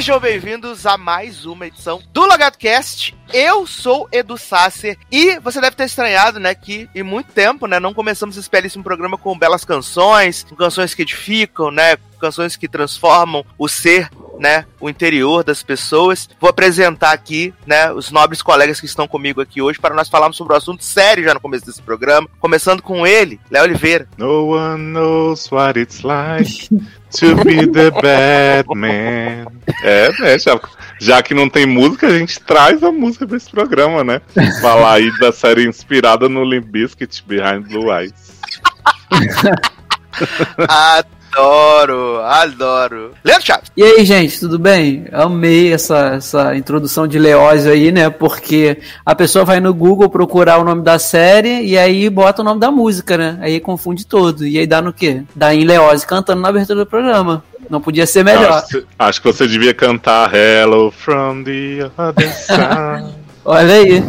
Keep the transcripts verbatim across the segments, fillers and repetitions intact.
Sejam bem-vindos a mais uma edição do LogadoCast. Eu sou Edu Sasser e você deve ter estranhado, né, que em muito tempo, né, não começamos esse belíssimo programa com belas canções, com canções que edificam, né, canções que transformam o ser, né, o interior das pessoas. Vou apresentar aqui, né, os nobres colegas que estão comigo aqui hoje para nós falarmos sobre um assunto sério já no começo desse programa, começando com ele, Léo Oliveira. No one knows what it's like to be the Batman. É, né, já, já que não tem música, a gente traz a música pra esse programa, né? Falar aí da série inspirada no Limp Bizkit, Behind Blue Eyes. Adoro, adoro. Leandro Chaves. E aí, gente, tudo bem? Amei essa, essa introdução de Leózio aí, né? Porque a pessoa vai no Google procurar o nome da série e aí bota o nome da música, né? Aí confunde todo. E aí dá no quê? Dá em Leózio cantando na abertura do programa. Não podia ser melhor. Acho, acho que você devia cantar Hello from the Other Side. Olha aí.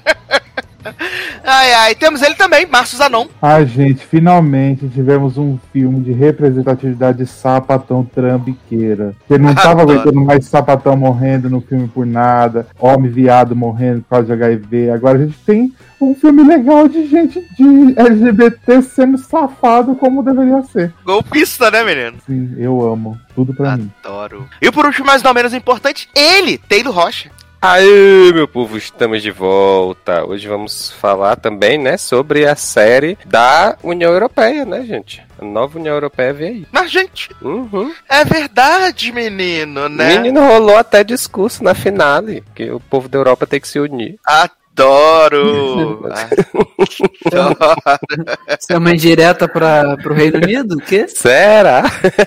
Ai, ai, temos ele também, Márcio Zanon. Ai, gente, finalmente tivemos um filme de representatividade de sapatão trambiqueira. Porque não tava Adoro. aguentando mais sapatão morrendo no filme por nada, homem viado morrendo por causa de H I V. Agora a gente tem um filme legal de gente de L G B T sendo safado como deveria ser. Golpista, né, menino? Sim, eu amo. Tudo pra mim. Adoro. E por último, mas não menos importante, ele, Taylor Rocha. Aí, meu povo, estamos de volta. Hoje vamos falar também, né, sobre a série da União Europeia, né, gente? A nova União Europeia vem aí. Mas, gente, Uhum. é verdade, menino, né? Menino, rolou até discurso na finale, que o povo da Europa tem que se unir. Adoro. Adoro. Isso é uma indireta para o Reino Unido? O quê? Será?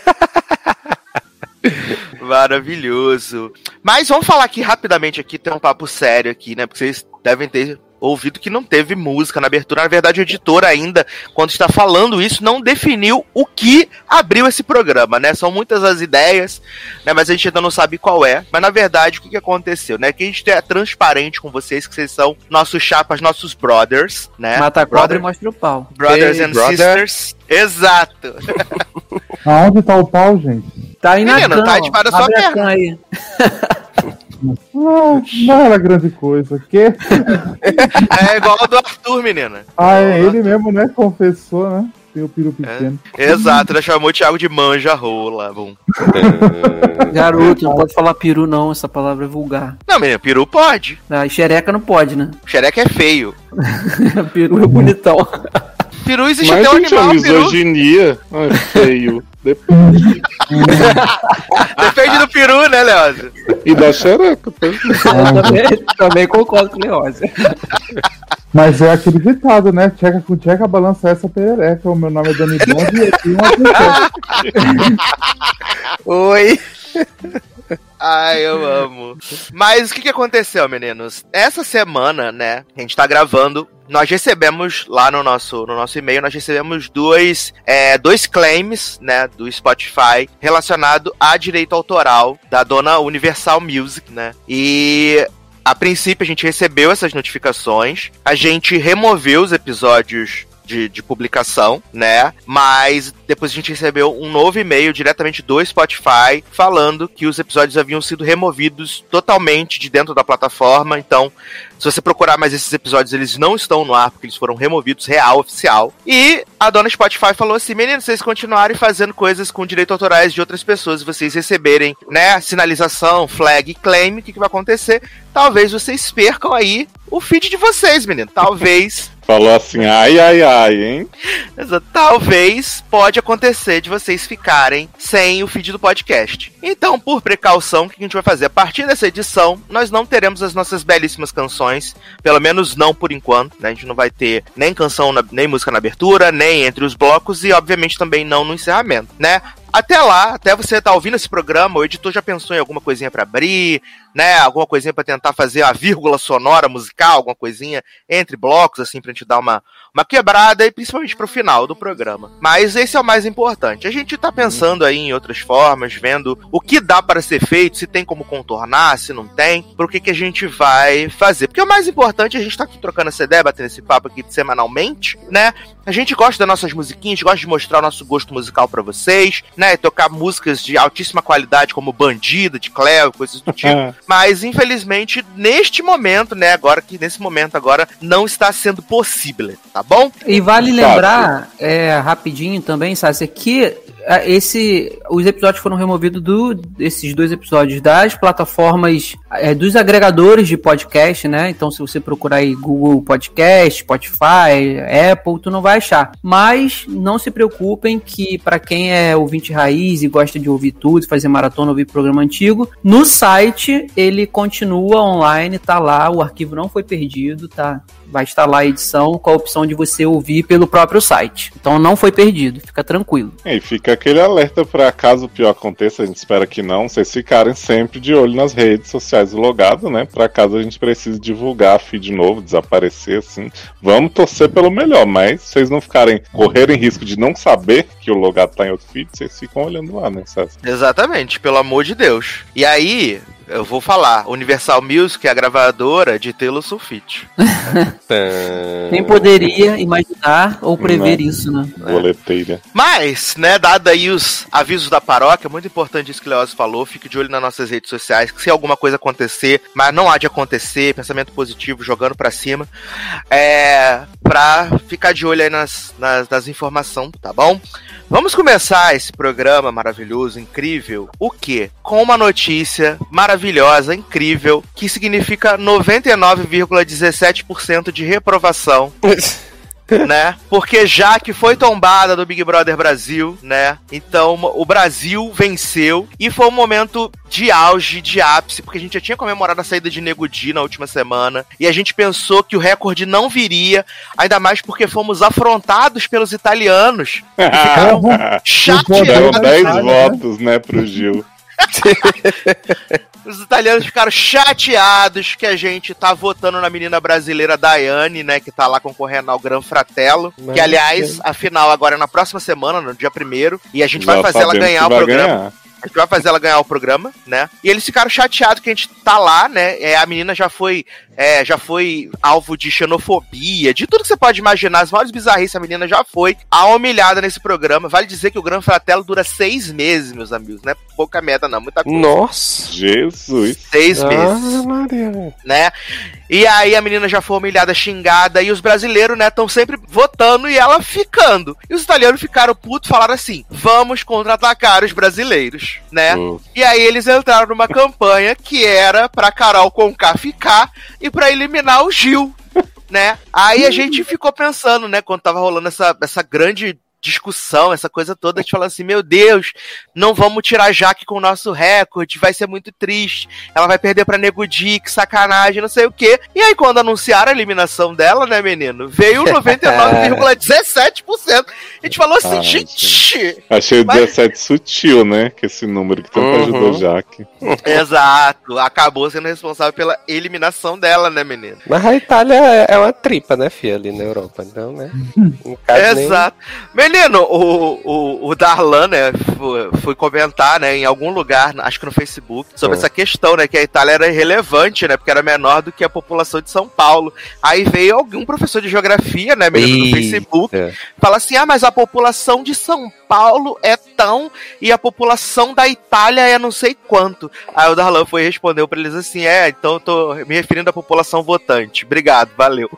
Maravilhoso. Mas vamos falar aqui rapidamente aqui, tem um papo sério aqui, né? Porque vocês devem ter ouvido que não teve música na abertura. Na verdade, o editor ainda, quando está falando isso, não definiu o que abriu esse programa, né? São muitas as ideias, né? Mas a gente ainda não sabe qual é. Mas, na verdade, o que, que aconteceu, né? Que a gente é transparente com vocês, que vocês são nossos chapas, nossos brothers, né? Mata a cobra Brother, e mostra o pau. brothers Hey, and brother. sisters. Exato. Aonde tá o pau, gente? Tá aí na Menino, cama. tá debaixo da sua Abre a perna. cama aí. Não, não era grande coisa. Que? É igual ao do Arthur, menina. Ah, é ele mesmo, né? Confessou, né? Tem o peru pequeno. Exato, ela chamou o Thiago de manja rola. Bom. Garoto, não pode falar peru não, essa palavra é vulgar. Não, menino, peru pode. Ah, e xereca não pode, né? Xereca é feio. Peru é bonitão. Peru existe Mas, até um gente, a animal, peru. misoginia. Ai, feio. Depende. Depende do peru, né, Leózio? E da xereca, tá? Eu também, também concordo com o Leózio. Mas é aquele ditado, né? Tcheca com tcheca, balança essa perereca. O meu nome é Dani Bond e aqui uma pessoa. Oi. Ai, eu amo. Mas o que, que aconteceu, meninos? Essa semana, né, a gente tá gravando, nós recebemos lá no nosso, no nosso e-mail, nós recebemos dois, é, dois claims, né, do Spotify relacionado a direito autoral da dona Universal Music, né? E a princípio a gente recebeu essas notificações, a gente removeu os episódios De, de publicação, né? Mas depois a gente recebeu um novo e-mail diretamente do Spotify falando que os episódios haviam sido removidos totalmente de dentro da plataforma. Então, se você procurar mais esses episódios, eles não estão no ar porque eles foram removidos, real, oficial. E a dona Spotify falou assim: meninos, vocês continuarem fazendo coisas com direitos autorais de outras pessoas e vocês receberem, né, sinalização, flag e claim, o que, que vai acontecer? Talvez vocês percam aí o feed de vocês, menino. Talvez. Falou assim, ai, ai, ai, hein? Talvez pode acontecer de vocês ficarem sem o feed do podcast. Então, por precaução, o que a gente vai fazer? A partir dessa edição, nós não teremos as nossas belíssimas canções, pelo menos não por enquanto, né? A gente não vai ter nem canção, na, nem música na abertura, nem entre os blocos e, obviamente, também não no encerramento, né? Até lá, até você estar tá ouvindo esse programa, o editor já pensou em alguma coisinha pra abrir, né? Alguma coisinha pra tentar fazer a vírgula sonora musical, alguma coisinha entre blocos, assim, pra gente dar uma, uma uma quebrada e principalmente pro final do programa. Mas esse é o mais importante. A gente tá pensando aí em outras formas, vendo o que dá para ser feito, se tem como contornar, se não tem, pro que que a gente vai fazer. Porque o mais importante, a gente tá aqui trocando essa ideia, batendo esse papo aqui semanalmente, né? A gente gosta das nossas musiquinhas, gosta de mostrar o nosso gosto musical pra vocês, né? E tocar músicas de altíssima qualidade, como Bandida, de Cleo, coisas do tipo. Mas, infelizmente, neste momento, né? Agora que nesse momento agora não está sendo possível, tá bom? E vale lembrar, é, rapidinho também, Sassi, que esse, os episódios foram removidos do, esses dois episódios das plataformas, é, dos agregadores de podcast, né? Então, se você procurar aí Google Podcast, Spotify, Apple, tu não vai achar. Mas não se preocupem que para quem é ouvinte raiz e gosta de ouvir tudo, fazer maratona, ouvir programa antigo, no site ele continua online, tá lá, o arquivo não foi perdido, tá? Vai estar lá a edição com a opção de você ouvir pelo próprio site. Então não foi perdido, fica tranquilo. E fica aquele alerta para caso o pior aconteça, a gente espera que não, vocês ficarem sempre de olho nas redes sociais do Logado, né? Para caso a gente precise divulgar feed novo, desaparecer, assim. Vamos torcer pelo melhor, mas vocês não ficarem, correrem risco de não saber que o Logado tá em outro feed, vocês ficam olhando lá, né, César? Exatamente, pelo amor de Deus. E aí, eu vou falar, Universal Music é a gravadora de Taylor Swift. Quem poderia imaginar ou prever não, isso, né? Boleteira. Mas, né, dado aí os avisos da paróquia, muito importante isso que o Leoz falou, fique de olho nas nossas redes sociais, que se alguma coisa acontecer, mas não há de acontecer, pensamento positivo, jogando pra cima, é, pra ficar de olho aí nas, nas, nas informações, tá bom? Vamos começar esse programa maravilhoso, incrível, o quê? Com uma notícia maravilhosa, incrível, que significa noventa e nove vírgula dezessete por cento de reprovação. Né? Porque Jaque foi tombada do Big Brother Brasil, né? Então o Brasil venceu e foi um momento de auge, de ápice, porque a gente já tinha comemorado a saída de Nego Di na última semana e a gente pensou que o recorde não viria, ainda mais porque fomos afrontados pelos italianos que ficaram chateados. Deram dez votos, né, pro Gil. Os italianos ficaram chateados que a gente tá votando na menina brasileira Daiane, né, que tá lá concorrendo ao Gran Fratello, mas que aliás, a final agora é na próxima semana, no dia primeiro, e a gente Já vai fazer ela ganhar o programa. Ganhar. A gente vai fazer ela ganhar o programa, né? E eles ficaram chateados que a gente tá lá, né? É, a menina já foi, é, já foi alvo de xenofobia, de tudo que você pode imaginar, as maiores bizarrices, a menina já foi a humilhada nesse programa. Vale dizer que o Gran Fratello dura seis meses, meus amigos, não é pouca merda não, muita coisa. Nossa! Jesus! Seis ah, meses, Maria. Né? E aí a menina já foi humilhada, xingada, e os brasileiros, né, estão sempre votando e ela ficando. E os italianos ficaram putos, falaram assim, vamos contra-atacar os brasileiros, né? Uh. E aí eles entraram numa campanha que era pra Carol Conká ficar e pra eliminar o Gil, né? Aí a gente ficou pensando, né, quando tava rolando essa, essa grande discussão, essa coisa toda, a gente falou assim, meu Deus, não vamos tirar a Jaque com o nosso recorde, vai ser muito triste, ela vai perder pra Nego Di, que sacanagem, não sei o quê. E aí quando anunciaram a eliminação dela, né, menino, veio noventa e nove vírgula dezessete por cento. A gente falou assim, ah, gente... Achei o mas... dezessete sutil, né, que esse número que tanto uhum. ajudou Jaque. Exato, acabou sendo responsável pela eliminação dela, né, menino? Mas a Itália é uma tripa, né, filha, ali na Europa, então, né? Exato. Nem... Menino, o, o, o Darlan, né, foi, foi comentar, né, em algum lugar, acho que no Facebook, sobre é. essa questão, né, que a Itália era irrelevante, né, porque era menor do que a população de São Paulo. Aí veio algum professor de geografia, né, menino, no Facebook, é. fala assim, ah, mas a população de São Paulo é tão, e a população da Itália é não sei quanto. Aí o Darlan foi e respondeu pra eles assim, é, então eu tô me referindo à população votante. Obrigado, valeu.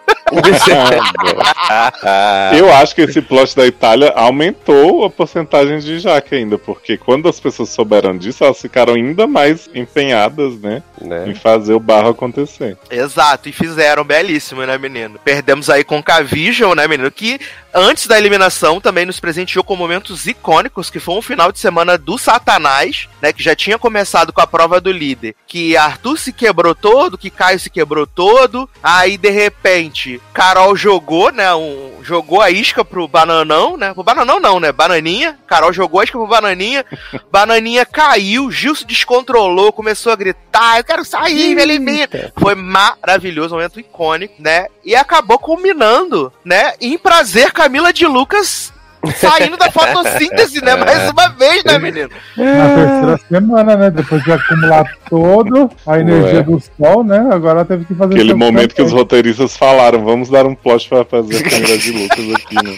Eu acho que esse plot da Itália aumentou a porcentagem de Jaque ainda, porque quando as pessoas souberam disso, elas ficaram ainda mais empenhadas, né, né? em fazer o barro acontecer. Exato, e fizeram belíssimo, né, menino? Perdemos aí com o Cavision, né, menino, que antes da eliminação, também nos presenteou com momentos icônicos, que foi um final de semana do Satanás, né, que já tinha começado com a prova do líder, que Arthur se quebrou todo, que Caio se quebrou todo, aí de repente Carol jogou, né, um, jogou a isca pro Bananão, né, pro Bananão não, né, Bananinha, Carol jogou a isca pro Bananinha, Bananinha caiu, Gil se descontrolou, começou a gritar, eu quero sair, me elimina. Foi maravilhoso, um momento icônico, né, e acabou culminando, né, em prazer Camila de Lucas saindo da fotossíntese, né? Mais uma vez, né, menino? Na terceira semana, né? Depois de acumular todo a energia Ué. do sol, né? Agora teve que fazer... Aquele momento que os roteiristas falaram, vamos dar um plot pra fazer a Camila de Lucas aqui, né?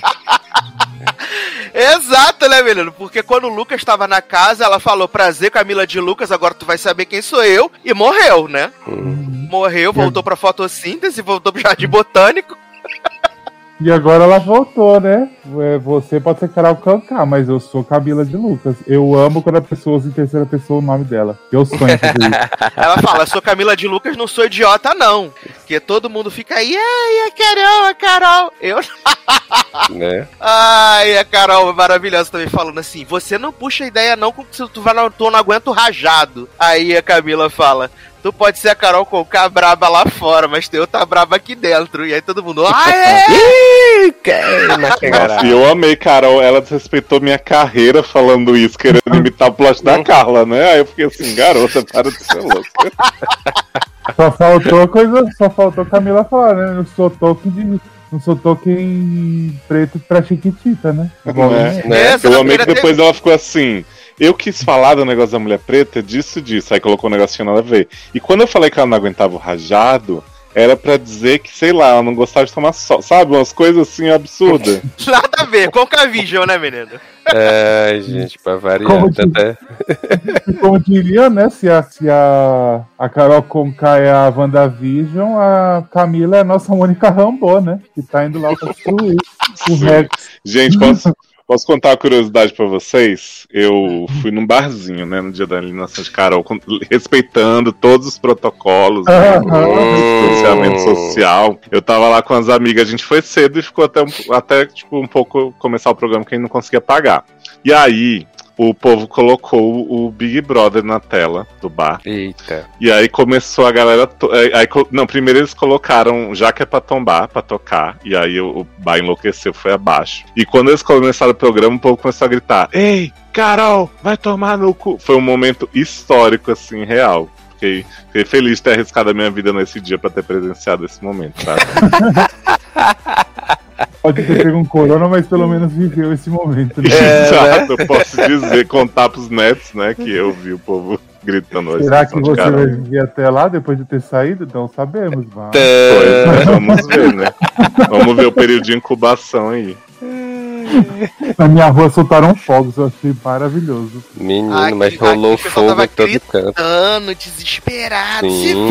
Exato, né, menino? Porque quando o Lucas estava na casa, ela falou, prazer, Camila de Lucas, agora tu vai saber quem sou eu. E morreu, né? Uhum. Morreu, voltou pra fotossíntese, voltou pro jardim botânico. E agora ela voltou, né? Você pode ser Carol Conká, mas eu sou Camila de Lucas. Eu amo quando a pessoa usa em terceira pessoa o nome dela. Eu sonho fazer isso. Ela fala, sou Camila de Lucas, não sou idiota, não. Porque todo mundo fica aí, ai, a Carol, a Carol. Eu... né? Ai, a Carol é maravilhosa também falando assim, você não puxa ideia não, se tu vai, tu não aguenta o rajado. Aí a Camila fala... Tu pode ser a Carol Conká braba lá fora, mas tem outra braba aqui dentro. E aí todo mundo... Ah, é! Nossa, eu amei, Carol. Ela desrespeitou minha carreira falando isso, querendo imitar o plot da Carla, né? Aí eu fiquei assim, garota, para de ser louca. Só faltou coisa... Só faltou Camila falar, né? Não sou toque de... Não sou toque preto pra Chiquitita, né? Bom, né? né? Eu amei que depois ela ficou assim... Eu quis falar do negócio da mulher preta, disso, disso. Aí colocou um negocinho nada a ver. E quando eu falei que ela não aguentava o rajado, era pra dizer que, sei lá, ela não gostava de tomar sol. Sabe? Umas coisas assim absurdas. Nada a ver, com a Vision, né, menino? É, gente, pra variar. Como, até... como diria, né? Se a, se a, a Carol Conká é a WandaVision, a Camila é a nossa Mônica Rambeau, né? Que tá indo lá pra destruir o Rex. Gente, posso... Posso contar uma curiosidade pra vocês? Eu fui num barzinho, né, no dia da eliminação de Carol, respeitando todos os protocolos, né, do distanciamento social. Eu tava lá com as amigas, a gente foi cedo e ficou até, até tipo, um pouco começar o programa que a gente não conseguia pagar. E aí... o povo colocou o Big Brother na tela do bar. Eita. E aí começou a galera... To... Aí, não, primeiro eles colocaram, já que é pra tombar, pra tocar. E aí o, o bar enlouqueceu, foi abaixo. E quando eles começaram o programa, o povo começou a gritar: Ei, Carol, vai tomar no cu. Foi um momento histórico, assim, real. Fiquei, fiquei feliz de ter arriscado a minha vida nesse dia pra ter presenciado esse momento, tá? Pode ter pego um corona, mas pelo menos viveu esse momento, né? É, exato, eu posso dizer, contar pros netos, né, que eu vi o povo gritando. Será que você vai vir até lá depois de ter saído? Não sabemos, mas... Pois, né, vamos ver, né? Vamos ver o período de incubação aí. Na minha rua soltaram fogos, eu achei maravilhoso. Menino, aqui, mas rolou fogo em todo canto. Gritando, desesperado, Sim. se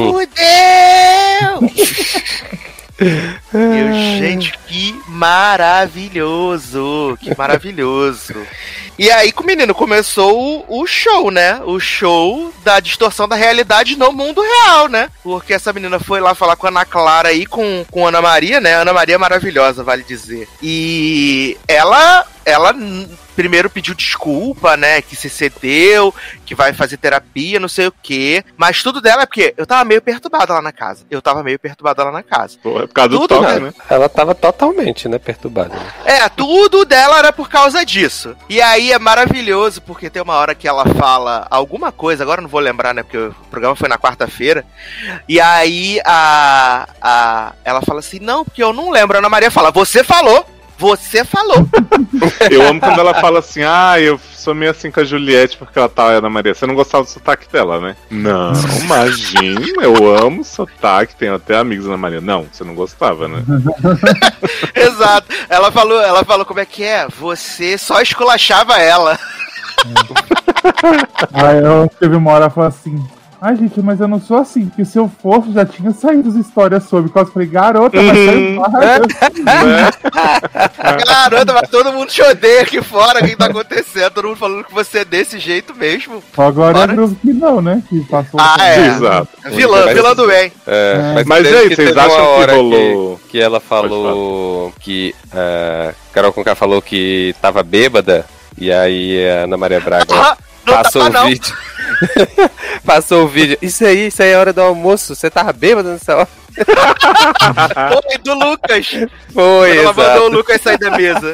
fudeu! Meu, gente, que maravilhoso! Que maravilhoso! E aí, com o menino, começou o, o show, né? O show da distorção da realidade no mundo real, né? Porque essa menina foi lá falar com a Ana Clara aí, com, com a Ana Maria, né? Ana Maria é maravilhosa, vale dizer. E ela... ela primeiro pediu desculpa, né, que se cedeu, que vai fazer terapia, não sei o quê, mas tudo dela é porque eu tava meio perturbada lá na casa. Eu tava meio perturbada lá na casa. Pô, é por causa tudo do toque, né? Ela tava totalmente, né, perturbada. É, tudo dela era por causa disso. E aí é maravilhoso, porque tem uma hora que ela fala alguma coisa, agora eu não vou lembrar, né, porque o programa foi na quarta-feira, e aí a, a ela fala assim, não, porque eu não lembro. A Ana Maria fala, você falou! Você falou. Eu amo quando ela fala assim, ah, eu sou meio assim com a Juliette porque ela tá Ana Maria. Você não gostava do sotaque dela, né? Não, imagina, eu amo sotaque, tenho até amigos Ana Maria. Não, você não gostava, né? Exato. Ela falou, ela falou como é que é? Você só esculachava ela. Aí eu teve uma hora e falou assim, Ai, gente, mas eu não sou assim, porque se eu fosse, já tinha saído as histórias sobre cosplay. Garota, vai sair várias. Garota, mas todo mundo te odeia aqui fora. O que tá acontecendo? Todo mundo falando que você é desse jeito mesmo. Só agora Bora. é Deus que não, né? Que passou Ah, é. Exato. Vilã, Mas- vilã do bem. É, mas Mas teve aí, que vocês teve uma acham que hora rolou- Que, que ela falou que a Carol Conká falou que tava bêbada, e aí a Ana Maria Braga Ah, não passou tava, o não. vídeo. Passou o vídeo. Isso aí, isso aí é hora do almoço. Você tava bêbado nessa hora? Foi do Lucas. Foi, Ela exato. mandou o Lucas sair da mesa.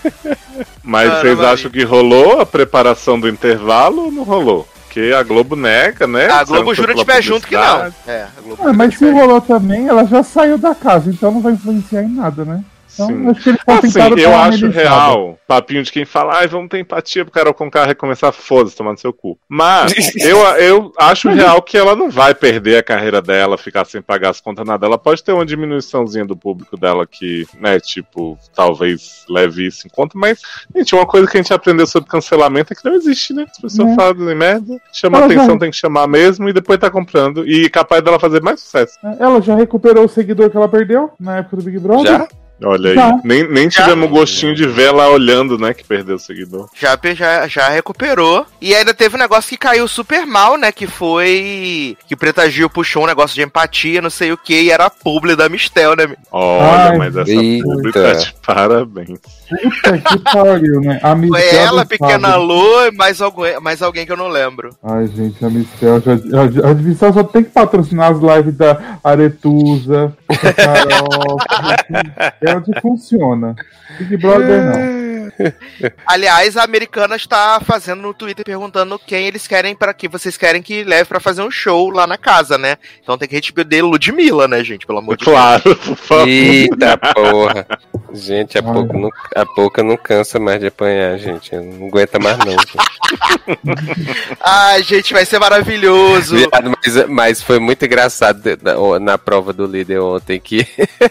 Mas Ana vocês Maria. acham que rolou a preparação do intervalo ou não rolou? Porque a Globo nega, né? A Globo Saiu jura de pela pé junto que não. publicidade. É, a Globo Ah, jura mas de se pé rolou também, ela já saiu da casa, então não vai influenciar em nada, né? Então, Sim. acho que eles só Assim, tentaram dar eu uma acho amenizada. real, papinho de quem fala, ai, vamos ter empatia pro Carol Conká recomeçar, foda-se, tomar no seu cu. Mas, eu, eu acho real que ela não vai perder a carreira dela, ficar sem pagar as contas nada. Ela pode ter uma diminuiçãozinha do público dela que, né, tipo, talvez leve isso em conta, mas, gente, uma coisa que a gente aprendeu sobre cancelamento é que não existe, né? As pessoas É. fazem merda, chama Ela atenção, já- tem que chamar mesmo, e depois tá comprando, e capaz dela fazer mais sucesso. Ela já recuperou o seguidor que ela perdeu na época do Big Brother? Já? Olha aí, Já. nem, nem tivemos gostinho de ver ela olhando, né, que perdeu o seguidor. Já, já, já recuperou. E ainda teve um negócio que caiu super mal, né? Que foi. Que o Preta Gil puxou um negócio de empatia, não sei o que, e era a publi da Mistel, né? Olha, Ai, mas essa eita. pública tá de parabéns. Puta que pariu, né? A Foi Mistel ela, do Pequena Sábado. Lu e mais alguém, mais alguém que eu não lembro. Ai, gente, a Mistel já, a, a Mistel só tem que patrocinar as lives da Aretusa, da Carol. É onde funciona. Big Brother não. Aliás, a Americana está fazendo no Twitter perguntando quem eles querem para que vocês querem que leve pra fazer um show lá na casa, né? Então tem que responder Ludmilla, né, gente? Pelo amor de Deus. Claro, por favor. Eita porra. Gente, a Ai. pouco, não, a pouco não cansa mais de apanhar, gente. Eu não aguenta mais não. Gente. Ai, gente, vai ser maravilhoso. Viado, mas, mas foi muito engraçado na, na prova do líder ontem que,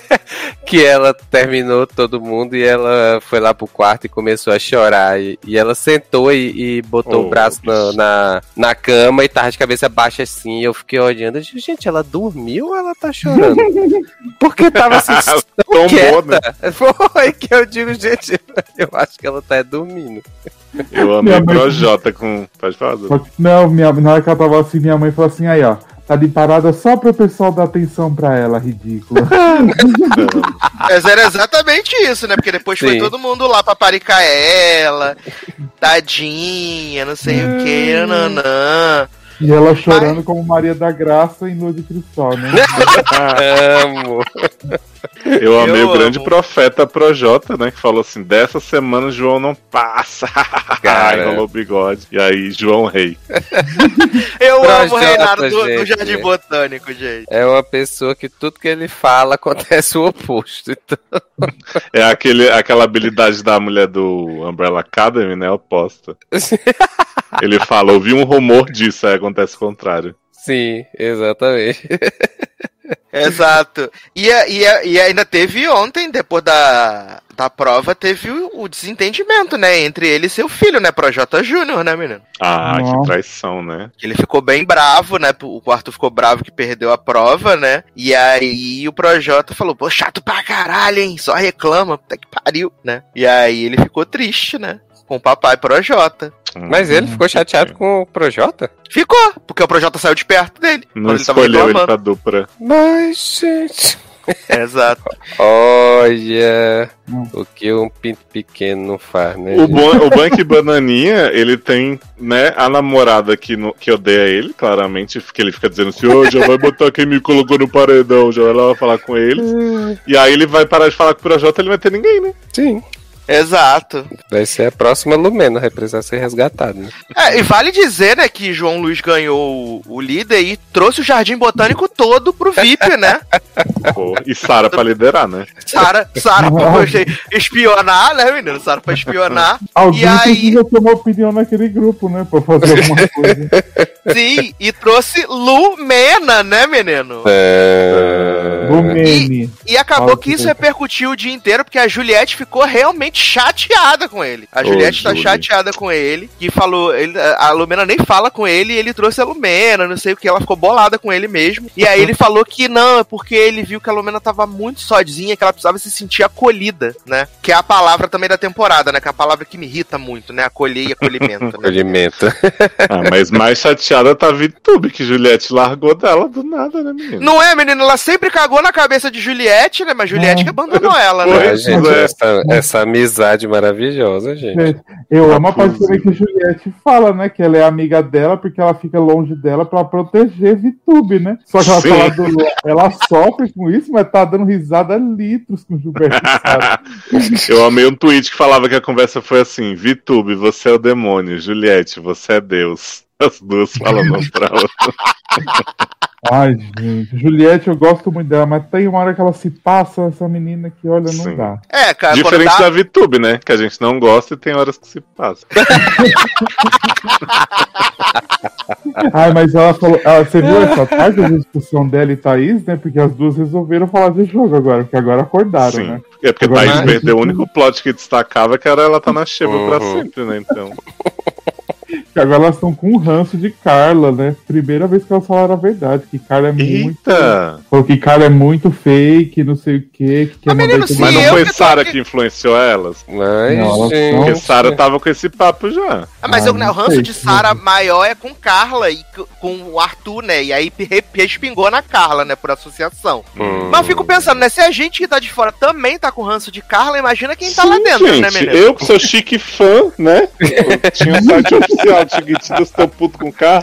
que ela terminou todo mundo e ela foi lá pro quarto e começou a chorar. E, e ela sentou e, e botou Oh, o braço na, na, na cama e tava de cabeça baixa assim. E eu fiquei olhando. Eu disse, gente, ela dormiu ou ela tá chorando? Porque tava assim, Tombou, quieta. né? Foi que eu digo, gente, eu acho que ela tá dormindo. Eu amei Minha mãe- Projota com. Pode falar, Dudu? Não, minha, na hora que ela tava assim, minha mãe falou assim, aí ó, tá de parada só pro pessoal dar atenção pra ela, ridícula. Mas era exatamente isso, né? Porque depois foi Sim. todo mundo lá pra paricar ela, tadinha, não sei o que, nanã. E ela chorando como Maria da Graça em Lua de Cristal, né? Amo. Eu amei Eu o grande amo. profeta Projota, né? Que falou assim: dessa semana João não passa. Cara. Enrolou o bigode. E aí, João Rei. Eu amo o Projota, Reinaldo do, do gente. Jardim Botânico, gente. É uma pessoa que tudo que ele fala acontece o oposto. Então, É aquele, aquela habilidade da mulher do Umbrella Academy, né? Oposta. Ele fala: ouvi um rumor disso, aí acontece o contrário. sim, exatamente. Exato. E, a- e, a- e ainda teve ontem, depois da, da prova, teve o, o desentendimento, né? Entre ele e seu filho, né? Projota Júnior, né, menino? Ah, Nossa. que traição, né? Ele ficou bem bravo, né? O quarto ficou bravo que perdeu a prova, né? E aí o Projota falou, pô, chato pra caralho, hein? Só reclama, puta que pariu, né? E aí ele ficou triste, né? Com o papai Projota. Mas ele ficou chateado com o Projota? Ficou, porque o Projota saiu de perto dele. Não quando ele tava escolheu ele reclamando. pra dupla. Mas, gente. Exato. Olha Hum. o que um pinto pequeno não faz, né? O, gente? bom, o Bank Bananinha, ele tem, né, a namorada que, no, que odeia ele, claramente, que ele fica dizendo assim, ô, já vai botar quem me colocou no paredão, já vai lá falar com eles. E aí ele vai parar de falar com o Projota, ele vai ter ninguém, né? Sim. Exato. Vai ser a próxima Lumena, vai precisar ser resgatado, né? É, e vale dizer, né, que João Luiz ganhou o, o líder e trouxe o Jardim Botânico todo pro V I P, né? Pô, e Sara pra liderar, né? Sara, Sara pra espionar, né, menino? Sara pra espionar. Alguém E aí, precisa ter uma opinião naquele grupo, né? Pra fazer alguma coisa. sim, e trouxe Lumena, né, menino? É... Lumene. E acabou Fala que isso que- repercutiu o dia inteiro, porque a Juliette ficou realmente chateada com ele. A Ô, Juliette tá Julie. chateada com ele, que falou, ele, a Lumena nem fala com ele, e ele trouxe a Lumena, não sei o que, ela ficou bolada com ele mesmo. E aí ele falou que não, é porque ele viu que a Lumena tava muito sozinha, que ela precisava se sentir acolhida, né? Que é a palavra também da temporada, né? Que é a palavra que me irrita muito, né? Acolher e acolhimento. Né? Acolhimento. Ah, mas mais chateada tá a VTube, que Juliette largou dela do nada, né, menino? Não é, menina? Ela sempre cagou na cabeça de Juliette, né? Mas Juliette que abandonou ela, né? Ah, Pois gente, é. essa, essa amizade maravilhosa, gente. Gente, eu amo a parte Abuso. também que a Juliette fala, né? Que ela é amiga dela porque ela fica longe dela pra proteger VTube, né? Só que ela, Sim. fala do, ela sofre com isso, mas tá dando risada litros com o Gilberto Sara. Eu amei um tweet que falava que a conversa foi assim: VTube, você é o demônio, Juliette, você é Deus. As duas falando pra outra. Ai, gente. Juliette, eu gosto muito dela, mas tem uma hora que ela se passa, essa menina que, olha, não Sim. dá. É, cara, Diferente quando dá... da VTube, né? Que a gente não gosta e tem horas que se passa. Ai, mas ela falou. Ela, você viu essa tarde a discussão dela e Thaís, né? Porque as duas resolveram falar de jogo agora, porque agora acordaram, Sim. né? É porque Agora, Thaís mas- perdeu o único plot que destacava, que era ela tá na Sheba pra Uhum. sempre, né? Então. Que agora elas estão com um ranço de Carla, né? Primeira vez que elas falaram a verdade, que Carla é muito. Eita! Falou que Carla é muito fake, não sei o quê, que quer Mas, menino, mandar todo se Mas não eu foi que tô Sarah aqui- que influenciou elas? Mas, Não, elas gente. são- Porque Sarah tava com esse papo já. Ah, mas Ah, eu, né, o não ranço sei. de Sarah maior é com Carla e c- com o Arthur, né? E aí re- respingou na Carla, né? Por associação. Hum. Mas eu fico pensando, né? Se a gente que tá de fora também tá com ranço de Carla, imagina quem tá lá Sim, dentro, gente, né, menino? eu que sou chique fã, né? Eu tinha um site oficial de Chiquititas, tô puto com carro.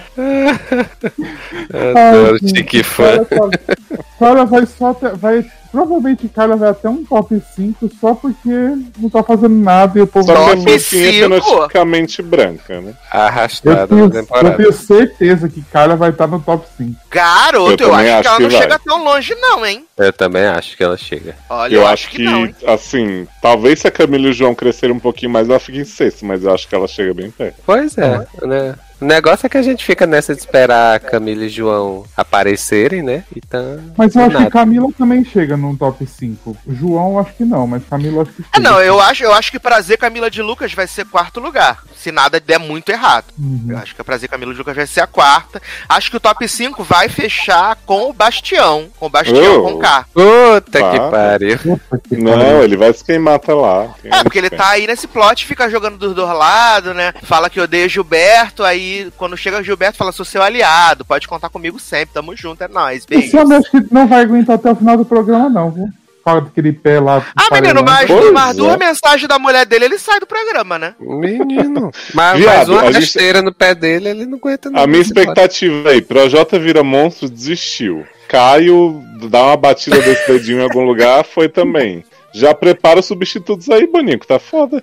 Adoro Ai, Chique Fã. Carla, tá- Carla vai só. Até, vai, provavelmente Carla vai até um top cinco só porque não tá fazendo nada e o povo Só que vai- a Top fofinha é cinco? fenoticamente branca, né? eu, Arrastada tenho, na eu temporada. tenho certeza que Carla vai estar no top cinco. Garoto, Eu eu, também acho que acho ela que não vai. chega tão longe, não, hein? Eu também acho que ela chega. Olha, Eu, acho que, não, hein? assim, talvez se a Camila e o João crescerem um pouquinho mais, ela fique em sexto, mas eu acho que ela chega bem perto. Pois é, né? O negócio é que a gente fica nessa de esperar Camila e João aparecerem, né? Então. Mas eu acho nada. que Camila também chega no top cinco. O João eu acho que não, mas Camila eu acho que chega. É, não, eu acho, eu acho que Prazer Camila de Lucas vai ser quarto lugar. Se nada der muito errado. Uhum. Eu acho que a Prazer Camila de Lucas vai ser a quarta. Acho que o top cinco vai fechar com o Bastião. Com o Bastião Oh. com K. Puta Tá. que pariu. Puta que Não, pariu. ele vai se queimar até lá. Quem É, porque ele tá aí nesse plot, fica jogando dos dois lados, né? Fala que odeia Gilberto, aí quando chega o Gilberto fala, sou seu aliado, pode contar comigo sempre, tamo junto, é nóis, beijo. Esse homem acho que não vai aguentar até o final do programa, não, viu? Fala daquele pé lá. Ah, menino, mas Pois mais é. duas mensagens da mulher dele, ele sai do programa, né? Menino. Mas, Viado, mas uma a gente- rasteira no pé dele, ele não aguenta não. A minha Esse plot. expectativa aí, Projota vira monstro, desistiu. Caio dá uma batida desse dedinho em algum lugar, foi também. Já prepara os substitutos aí, Bonico, tá foda.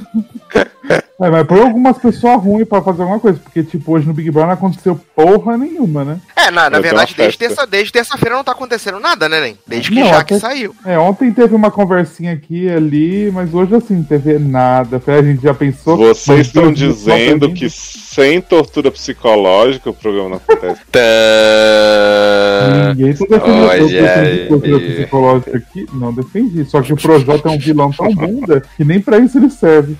É, mas põe algumas pessoas ruins pra fazer alguma coisa, porque, tipo, hoje no Big Brother não aconteceu porra nenhuma, né? É, na, na Vai ter verdade, uma desde, festa. terça, desde terça-feira não tá acontecendo nada, né, nem? Desde que Não, Jaque até- saiu. É, ontem teve uma conversinha aqui e ali, mas hoje, assim, não teve nada. A gente já pensou. Vocês mas estão Deus, dizendo só que sem tortura psicológica o programa não acontece. Tá. Ninguém tá defendendo Olha a tortura aí. psicológica aqui. Não defendi. Só que o Projota é um vilão tão bunda que nem pra isso ele serve.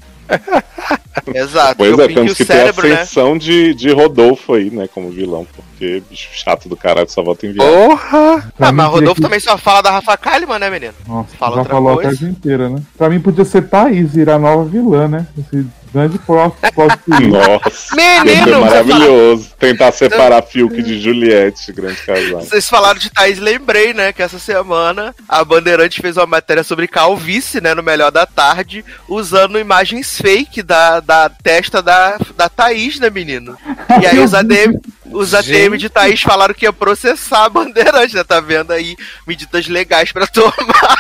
Exato. Pois eu é, vi temos que que o ter a cérebro, né? ascensão de, de Rodolfo aí, né, como vilão, porque bicho chato do caralho, só volta em viagem. Porra! Pra Ah, mim, mas teria Rodolfo que- também só fala da Rafa Kalimann, né, menino? Nossa, Fala já outra falou coisa. a tarde inteira, né? Pra mim podia ser Thaís, virar a nova vilã, né? Esse grande plot plot twist. Nossa, ia Menino, ser você maravilhoso. Tentar separar Fiuk de Juliette, grande casal. Vocês falaram de Thaís, lembrei, né, que essa semana a Bandeirante fez uma matéria sobre calvície, né, no Melhor da Tarde, usando imagens fake da, da testa da, da Thaís, né, menino? E aí os A D M, os A D M de Thaís falaram que ia processar a Bandeirante, né, tá vendo aí medidas legais pra tomar.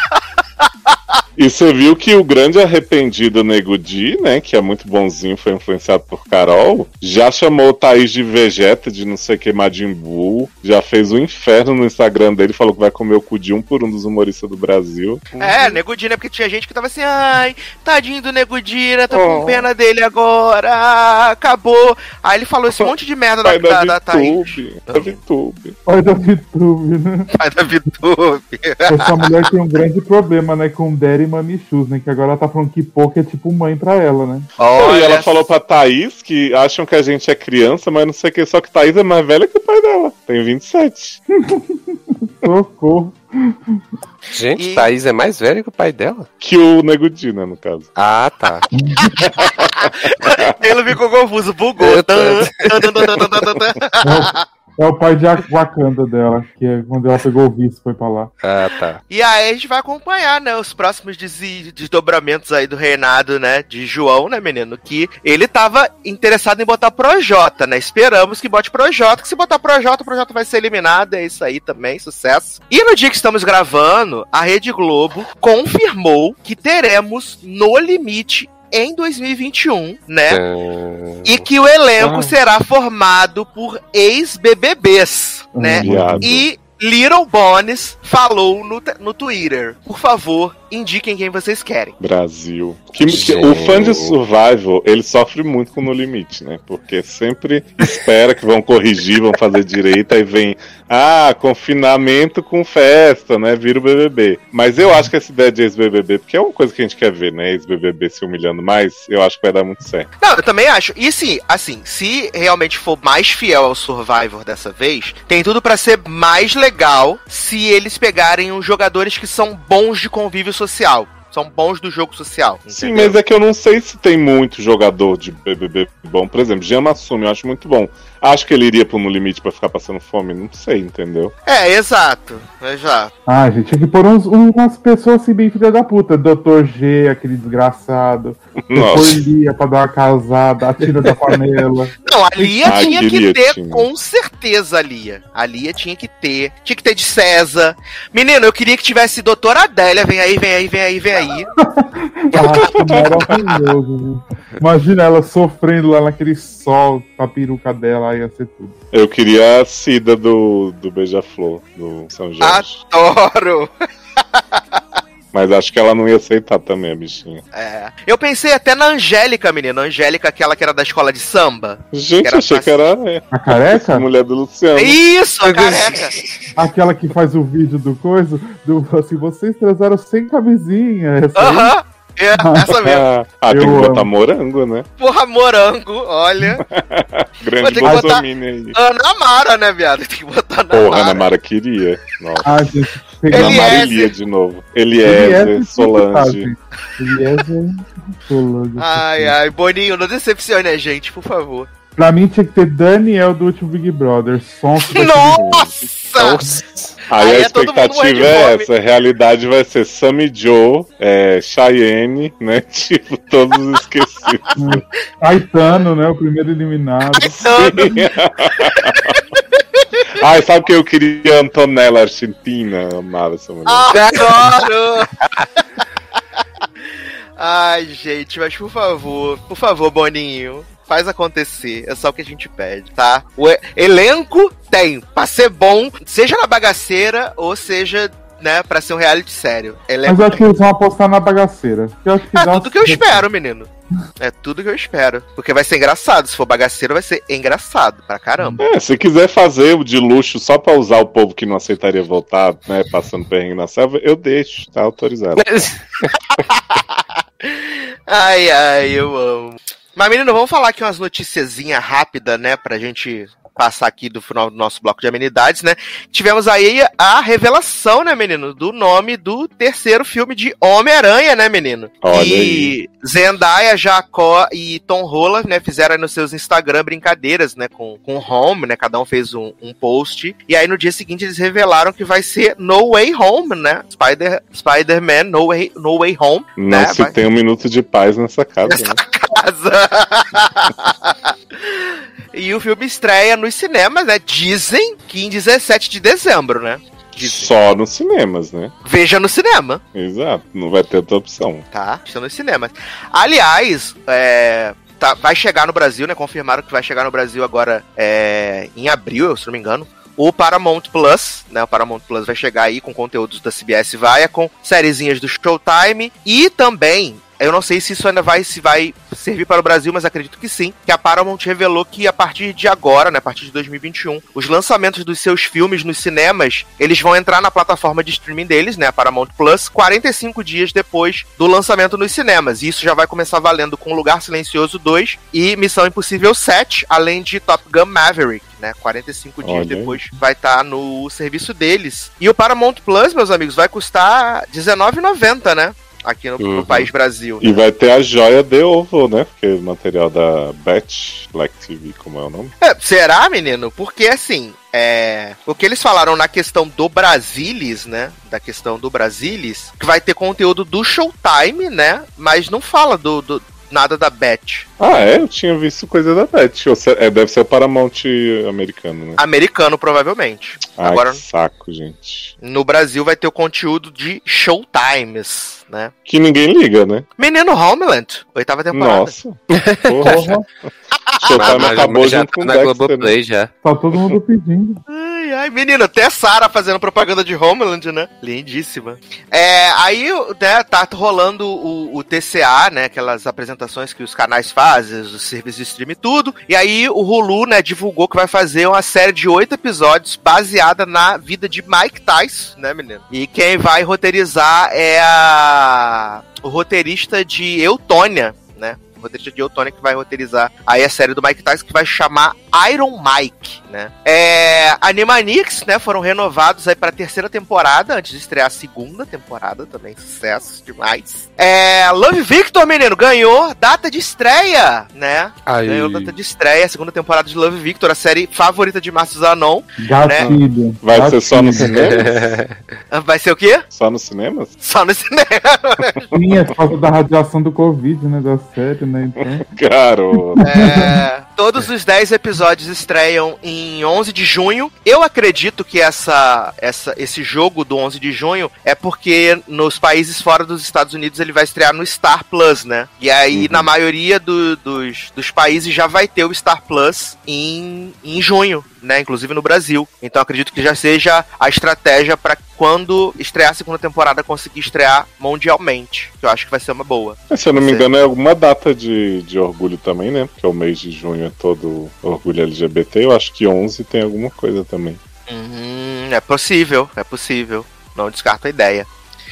E você viu que o grande arrependido Nego Di, né, que é muito bonzinho, foi influenciado por Carol, já chamou o Thaís de Vegeta, de não sei o que, Majin Buu, já fez um inferno no Instagram dele, falou que vai comer o cu de um por um dos humoristas do Brasil. É, Nego Di, né, porque tinha gente que tava assim, ai, tadinho do Nego Di, né, tô Oh. com pena dele agora, ah, acabou. Aí ele falou esse monte de merda da, Pai da, da da Thaís. VTube, da VTube. Olha da VTube, né? Pai da VTube. Essa mulher tem um grande problema problema, né, com Daddy e Mami Shoes, né? Que agora ela tá falando que Poca é tipo mãe pra ela, né? Oh, e ela falou pra Thaís que acham que a gente é criança, mas não sei o que, só que Thaís é mais velha que o pai dela. Tem vinte e sete. Socorro. Gente, E- Thaís é mais velha que o pai dela? Que o Nego Di, né, no caso. Ah, tá. Ele ficou confuso, bugou. Eu tô- Tan, tan, tan, tan, tan, tan, tan. É o pai de Wakanda dela, que é quando ela pegou o vice e foi pra lá. Ah, tá. E aí a gente vai acompanhar, né, os próximos des- desdobramentos aí do reinado, né, de João, né, menino, que ele tava interessado em botar Projota, né, esperamos que bote Projota, que se botar Projota, o Projota vai ser eliminado, é isso aí também, sucesso. E no dia que estamos gravando, a Rede Globo confirmou que teremos No Limite em dois mil e vinte e um, né, Tã. e que o elenco Ah. será formado por ex-B B Bs, né, Viado. e Little Bones falou no, te- no Twitter: por favor, indiquem quem vocês querem. Brasil. Que, que- Gente. o fã de Survival, ele sofre muito com No Limite, né? Porque sempre espera que vão corrigir, vão fazer direito, aí vem, ah, confinamento com festa, né? Vira o B B B. Mas eu acho que essa ideia de ex-B B B, porque é uma coisa que a gente quer ver, né? Ex-B B B se humilhando mais, eu acho que vai dar muito certo. Não, eu também acho. E sim, assim, se realmente for mais fiel ao Survivor dessa vez, tem tudo pra ser mais legal se eles pegarem os jogadores que são bons de convívio social. São bons do jogo social. Sim, entendeu? mas é que eu não sei se tem muito jogador de B B B bom. Por exemplo, Jean Massumi, eu acho muito bom. Acho que ele iria pro No Limite pra ficar passando fome, não sei, entendeu? É, exato. Exato. Ah, gente, tinha que pôr uns, umas pessoas assim bem filha da puta. doutor G, aquele desgraçado. Nossa. Depois Lia pra dar uma casada, a tira da panela. Não, a Lia Ah, tinha que queria, ter, tinha. com certeza, a Lia. A Lia tinha que ter. Tinha que ter de César. Menino, eu queria que tivesse doutora Adélia. Vem aí, vem aí, vem aí, vem aí. Ah, maravilhoso, viu? Imagina ela sofrendo lá naquele sol com a peruca dela, aí ia ser tudo. Eu queria a Cida do, do Beija-Flor, do São Jorge. Adoro. Mas acho que ela não ia aceitar também, a bichinha. É. Eu pensei até na Angélica, menino. A Angélica, aquela que era da escola de samba. Gente, Que era achei que era é, A careca? a mulher do Luciano. Isso, a careca. Aquela que faz o vídeo do coisa, do assim, vocês transaram sem camisinha. Essa aí. Aham. É, essa mesmo. Ah, ah, tem que Eu botar amo. morango, né? Porra, morango, olha. Vou Grande ter que botar- Bolsominion aí. Ana Mara, né, viado? Tem que botar Ana Porra, Mara. Ana Mara queria. Nossa. Ah, gente, Ana pegar Eliezer. Marilia de novo. Eliezer, Solange. Eliezer, Solange. Ai, ai, Boninho, não decepcione a gente, por favor. Pra mim tinha que ter Daniel do último Big Brother. Sonso daquele Nossa! Nossa. Aí, Aí a é todo mundo expectativa morrendo de é fome. essa, a realidade vai ser Sammy Joe, é, Cheyenne, né? Tipo, todos os esquecidos. jeito. Caetano, né? O primeiro eliminado. Ai, sabe que eu queria Antonella Argentina? Eu amava essa mulher. Adoro! Ai, gente, mas por favor, por favor, Boninho, faz acontecer. É só o que a gente pede, tá? O e- elenco tem, pra ser bom, seja na bagaceira ou seja, né, pra ser um reality sério. Elenco Mas eu acho tem. que eles vão apostar na bagaceira. Eu acho que É dá tudo que eu espero, menino. É tudo que eu espero. Porque vai ser engraçado. Se for bagaceiro, vai ser engraçado pra caramba. É, se quiser fazer o de luxo só pra usar o povo que não aceitaria voltar, né, passando perrengue na selva, eu deixo, tá autorizado. Ai, ai, eu amo. Mas, menino, vamos falar aqui umas noticiazinhas rápidas, né? Pra gente passar aqui do final do nosso bloco de amenidades, né? Tivemos aí a revelação, né, menino? Do nome do terceiro filme de Homem-Aranha, né, menino? Olha e Zendaya, Jacó e Tom Holland, né? Fizeram aí nos seus Instagram brincadeiras, né? Com, com Home, né? Cada um fez um, um post. E aí no dia seguinte eles revelaram que vai ser No Way Home, né? Spider, Spider-Man No Way, no Way Home. Não né? se Vai- tem um minuto de paz nessa casa, né? casa. E o filme estreia nos cinemas, né? Dizem que em dezessete de dezembro, né? Dizem. Só nos cinemas, né? Veja no cinema, Exato, não vai ter outra opção. tá? Está nos cinemas. Aliás, é, tá, vai chegar no Brasil, né? Confirmaram que vai chegar no Brasil agora é, em abril, se não me engano. O Paramount Plus, né? O Paramount Plus vai chegar aí com conteúdos da C B S Viacom, sériezinhas do Showtime e também eu não sei se isso ainda vai, se vai servir para o Brasil, mas acredito que sim, que a Paramount revelou que a partir de agora, né, a partir de dois mil e vinte e um, os lançamentos dos seus filmes nos cinemas, eles vão entrar na plataforma de streaming deles, né, a Paramount Plus, quarenta e cinco dias depois do lançamento nos cinemas. E isso já vai começar valendo com Lugar Silencioso dois e Missão Impossível sete, além de Top Gun Maverick, né, quarenta e cinco dias Olha depois vai estar tá no serviço deles. E o Paramount Plus, meus amigos, vai custar dezenove reais e noventa centavos, né? Aqui no, Uhum. no país Brasil. E vai ter a joia de ovo, né? Porque o material da Bet, Black T V, como é o nome? É, será, menino? Porque assim, é... o que eles falaram na questão do Brasilis, né? Da questão do Brasilis, que vai ter conteúdo do Showtime, né? Mas não fala do, do nada da Bet. Ah, é? Eu tinha visto coisa da Bet. Ou se- é, deve ser o Paramount americano, né? Americano, provavelmente. Ai, Agora, que saco, gente. no Brasil vai ter o conteúdo de Showtimes, né? Que ninguém liga, né? Menino Homeland, oitava temporada. Nossa. Porra. Porra, Showtime Mas acabou já junto tá com na Dexter, né? Globoplay já. tá todo mundo pedindo. Ai, ai, menino, até Sarah fazendo propaganda de Homeland, né? Lindíssima. É, aí, né, tá rolando o, o T C A, né, aquelas apresentações que os canais fazem, os serviços de streaming e tudo. E aí o Hulu, né, divulgou que vai fazer uma série de oito episódios baseada na vida de Mike Tyson, né, menino? E quem vai roteirizar é a... o roteirista de Eutônia, né? O roteirista de Eutônia que vai roteirizar aí a série do Mike Tyson, que vai chamar Iron Mike, né? É, Animaniacs, né, foram renovados aí pra terceira temporada, antes de estrear a segunda temporada, também sucesso demais. É, Love Victor, menino, ganhou data de estreia, né? Aí. Ganhou data de estreia, a segunda temporada de Love Victor, a série favorita de Márcio Zanon. Gatilho. Vai Gatilho. ser só no cinema? Vai ser o quê? Só nos cinemas? Só no cinema. Sim, é por causa da radiação do Covid, né? Da série, né? Então. Garoto. É, todos os dez episódios estreiam em onze de junho. Eu acredito que essa, essa, esse jogo do onze de junho é porque nos países fora dos Estados Unidos ele vai estrear no Star Plus, né? E aí, Uhum. na maioria do- dos, dos países já vai ter o Star Plus em, em junho, né? Inclusive no Brasil. Então acredito que já seja a estratégia para quando estrear a segunda temporada conseguir estrear mundialmente. Que eu acho que vai ser uma boa. Mas, se eu não me Sim. engano, é alguma data de, de orgulho também, né? Porque o mês de junho é todo orgulho L G B T. Eu acho que onze tem alguma coisa também. Uhum, é possível, é possível. Não descarto a ideia.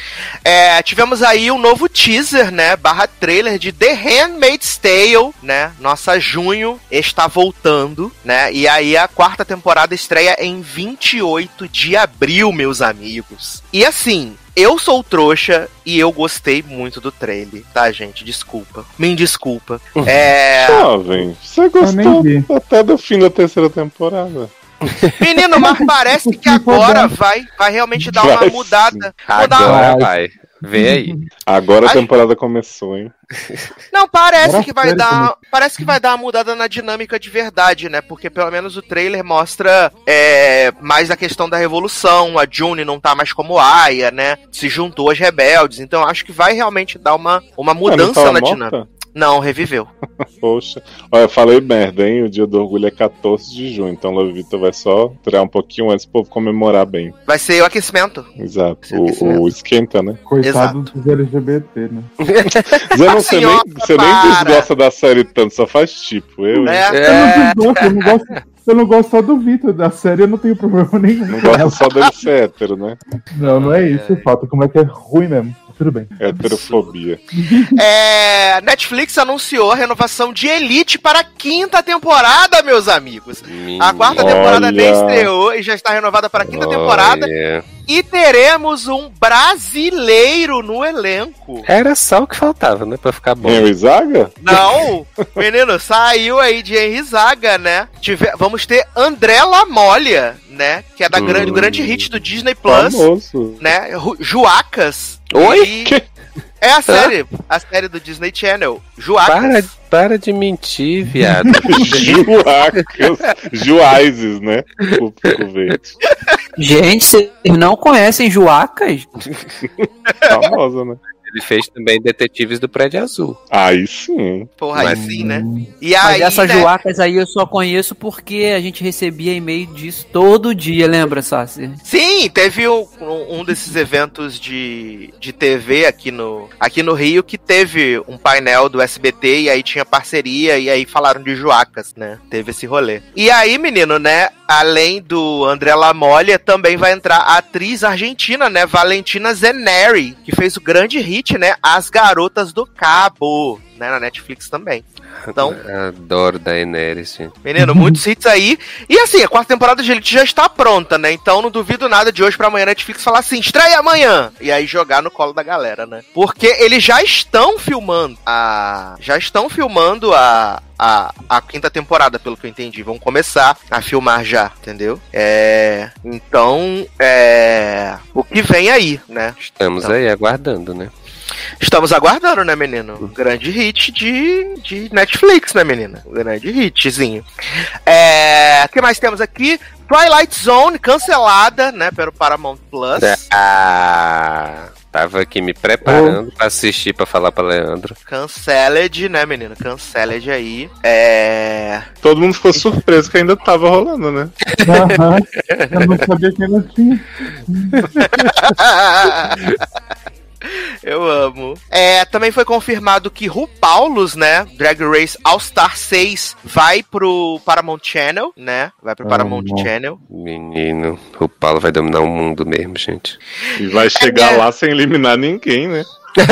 É, tivemos aí um novo teaser, né, barra trailer de The Handmaid's Tale, né, nossa junho está voltando, né, e aí a quarta temporada estreia em vinte e oito de abril, meus amigos. E assim, eu sou trouxa e eu gostei muito do trailer, tá, gente? Desculpa. Me desculpa. É... Jovem, você nem gostou vi. até do fim da terceira temporada. Menino, mas parece que agora vai, vai realmente dar uma Vai mudada. Mudar uma- Agora vai. Vê aí. Agora a Ai. temporada começou, hein? Não, parece Agora que vai sério dar. também. Parece que vai dar uma mudada na dinâmica de verdade, né? Porque pelo menos o trailer mostra é, mais a questão da revolução. A June não tá mais como Aya, né? Se juntou às rebeldes. Então acho que vai realmente dar uma, uma Ah, não mudança tava na morta? dinâmica. Não, reviveu. Poxa. Olha, eu falei merda, hein? O dia do orgulho é quatorze de junho. Então Love Victor vai só tirar um pouquinho antes pro povo comemorar bem. Vai ser o aquecimento. Exato. Esse aquecimento. O, o esquenta, né? Coitado dos L G B T, né? Zé, não, você nem, senhora, você nem para. desgosta da série tanto, só faz tipo. Eu, hein? É. É. Eu não gosto, eu não gosto, eu não gosto só do Vitor, da série eu não tenho problema nenhum. Não gosto só dele ser hétero, né? Não, não é isso, o fato, como é que é ruim mesmo. Tudo bem. Heterofobia. É, Netflix anunciou a renovação de Elite para a quinta temporada, meus amigos. A quarta Olha. temporada nem estreou e já está renovada para a quinta temporada. Olha. E teremos um brasileiro no elenco. Era só o que faltava, né? Pra ficar bom. Henry Zaga? Não, menino, saiu aí de Henry Zaga, né? Tive- vamos ter André Lamolha, né? Que é da Hum. grande, grande hit do Disney Plus, Famoso. né? Ru- Juacas. Oi? E- Que? É a série, a série do Disney Channel. Juacas. Para, para de mentir, viado. Juacas. Juazes, né? O Pico Verde. Gente, vocês não conhecem Juacas? Famosa, né? Ele fez também Detetives do Prédio Azul. Aí sim. Porra, aí Mas- sim, né? E Mas aí, essas né, joacas aí eu só conheço porque a gente recebia e-mail disso todo dia, lembra, Sassi? Sim, teve um, um- um desses eventos de, de T V aqui no, aqui no Rio que teve um painel do S B T e aí tinha parceria e aí falaram de joacas, né? Teve esse rolê. E aí, menino, né? Além do André Lamoglia, também vai entrar a atriz argentina, né? Valentina Zeneri, que fez o grande hit, né? As Garotas do Cabo, né? Na Netflix também. Então, Adoro Daenerys, gente. menino, muitos hits aí. E assim, a quarta temporada de Elite já está pronta, né? Então não duvido nada de hoje pra amanhã a Netflix falar assim, estreia amanhã! E aí jogar no colo da galera, né? Porque eles já estão filmando a... Já estão filmando a... A, a quinta temporada, pelo que eu entendi. Vão começar a filmar já, entendeu? É... Então, é... O que vem aí, né? Estamos Então. aí aguardando, né? Estamos aguardando, né, menino? Grande hit de, de Netflix, né, menina? Grande hitzinho. É... O que mais temos aqui? Twilight Zone, cancelada, né, pelo Paramount Plus. Ah, tava aqui me preparando pra assistir, pra falar pra Leandro. Canceled, né, menino? Canceled aí. É... Todo mundo ficou surpreso que ainda tava rolando, né? Aham. Eu não sabia que ainda tinha. Eu amo. É, também foi confirmado que RuPaul's, né, Drag Race All Star seis vai pro Paramount Channel, né? Vai pro Ah, Paramount não. Channel. Menino, o Paulo vai dominar o mundo mesmo, gente. E vai chegar É. lá sem eliminar ninguém, né?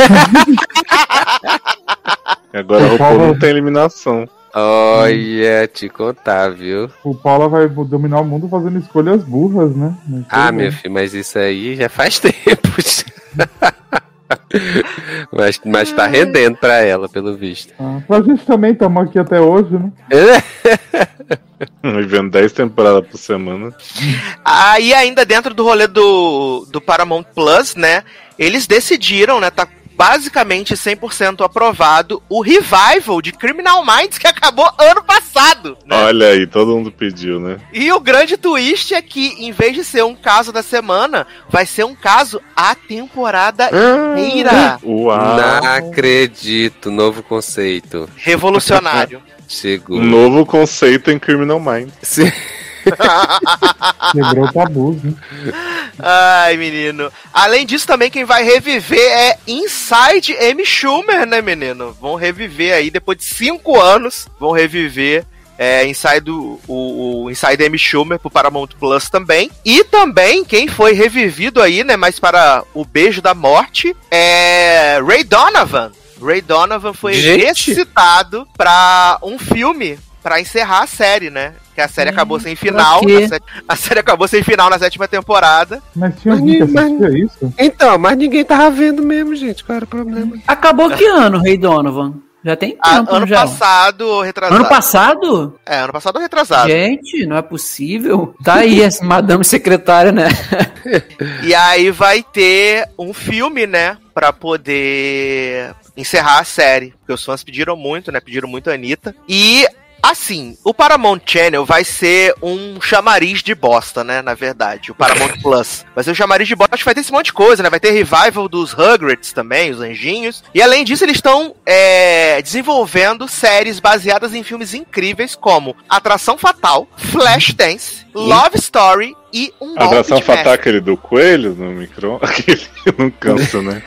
E agora o O Paulo- RuPaul não tem eliminação. Olha, te contar, viu? O Paula vai dominar o mundo fazendo escolhas burras, né? Não sei, Ah, né? meu filho, mas isso aí já faz tempo. mas, mas tá rendendo pra ela, pelo visto. Ah, pra gente também, estamos aqui até hoje, né? Vivendo dez temporadas por semana. Aí ainda dentro do rolê do, do Paramount Plus, né, eles decidiram, né, tá basicamente cem por cento aprovado o revival de Criminal Minds que acabou ano passado, né? Olha aí, todo mundo pediu, né? E o grande twist é que, em vez de ser um caso da semana, vai ser um caso a temporada inteira. Uau! Não acredito, novo conceito. Revolucionário. Chegou. Um novo conceito em Criminal Minds. Sim. Quebrou o tabu, né? Ai, menino. Além disso, também quem vai reviver é Inside Amy Schumer, né, menino? Vão reviver aí, depois de cinco anos, vão reviver é, Inside, o, o Inside Amy Schumer pro Paramount Plus também. E também quem foi revivido aí, né, mas para o beijo da morte, é Ray Donovan. Ray Donovan foi Gente. ressuscitado pra um filme pra encerrar a série, né? Que a série acabou sem final. quê? A série, a série acabou sem final na sétima temporada. Mas tinha alguém que Mas- assistia isso? Então, mas ninguém tava vendo mesmo, gente. Qual era o problema? Acabou que ano, Rei Donovan? Já tem Ah, tempo, ano já. passado ou retrasado? Ano passado? É, ano passado ou retrasado. Gente, não é possível. Tá aí essa madame secretária, né? E aí vai ter um filme, né? Pra poder encerrar a série. Porque os fãs pediram muito, né? Pediram muito a Anitta. E... assim, o Paramount Channel vai ser um chamariz de bosta, né, na verdade, o Paramount Plus. Vai ser um chamariz de bosta, vai ter esse monte de coisa, né, vai ter revival dos Rugrats também, os anjinhos. E além disso, eles estão é, desenvolvendo séries baseadas em filmes incríveis como Atração Fatal, Flashdance, Love Story e Um Golpe Atração de Fatal, Mestre. aquele do coelho no micro. Aquele que não cansa, né?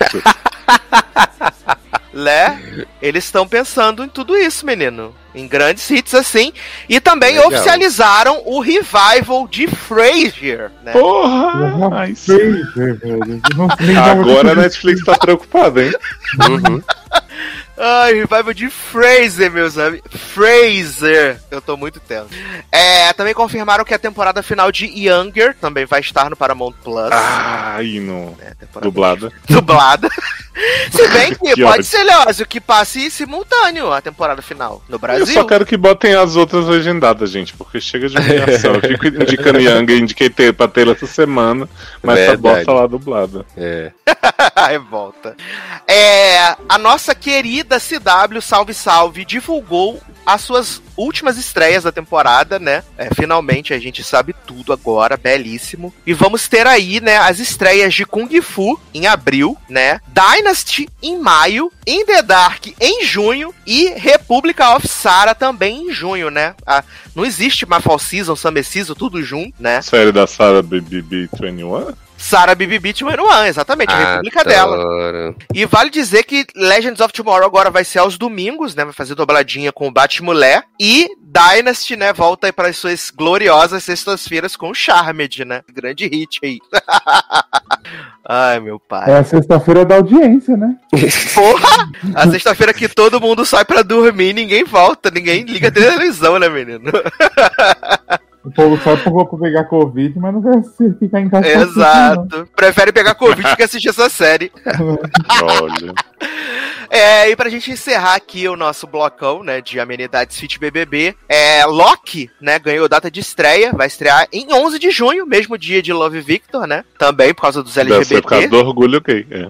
Né? Eles estão pensando em tudo isso, menino. Em grandes hits assim. E também Legal. oficializaram o revival de Frasier, né? Porra! Ai, sim. Frasier, velho. Eu não lembrava Agora a disso. Netflix tá preocupada, hein? Uhum. Ai, revival de Frasier, meus amigos. Frasier. Eu tô muito tenso. É, também confirmaram que a temporada final de Younger também vai estar no Paramount Plus. Ai, não. É, temporada Dublada. Dublada. Se bem que, Que pode ódio. ser, Leózio, que passe simultâneo a temporada final no Eu Brasil. só quero que botem as outras legendadas, gente, porque chega de humilhação. Eu fico indicando Young, indiquei ter pra ter essa semana, mas essa Verdade. bosta lá dublada. É. A revolta. É, a nossa querida da C W, salve salve, divulgou as suas últimas estreias da temporada, né? É, finalmente a gente sabe tudo agora, belíssimo. E vamos ter aí, né, as estreias de Kung Fu em abril, né? Dynasty em maio, In the Dark em junho e Republic of Sarah também em junho, né? Ah, não existe mais Fall Season, Summer Season, tudo junto, né? Série da Sarah B B B vinte e um? Sarah B B B vinte e um, exatamente, a República dela. E vale dizer que Legends of Tomorrow agora vai ser aos domingos, né? Vai fazer dobradinha com o Batmulher. E Dynasty, né? Volta aí para as suas gloriosas sextas-feiras com o Charmed, né? Grande hit aí. Ai, meu pai. É a sexta-feira da audiência, né? Porra! A sexta-feira que todo mundo sai pra dormir, ninguém volta, ninguém liga a televisão, né, menino? O povo sai pra pegar Covid, mas não vai ficar em casa. Exato. Prefere pegar Covid que assistir essa série. Olha. É, e pra gente encerrar aqui o nosso blocão, né, de amenidades Fit B B B, é, Loki, né, ganhou data de estreia, vai estrear em onze de junho, mesmo dia de Love Victor, né, também por causa dos L G B T. Deve ser por causa do orgulho gay, é.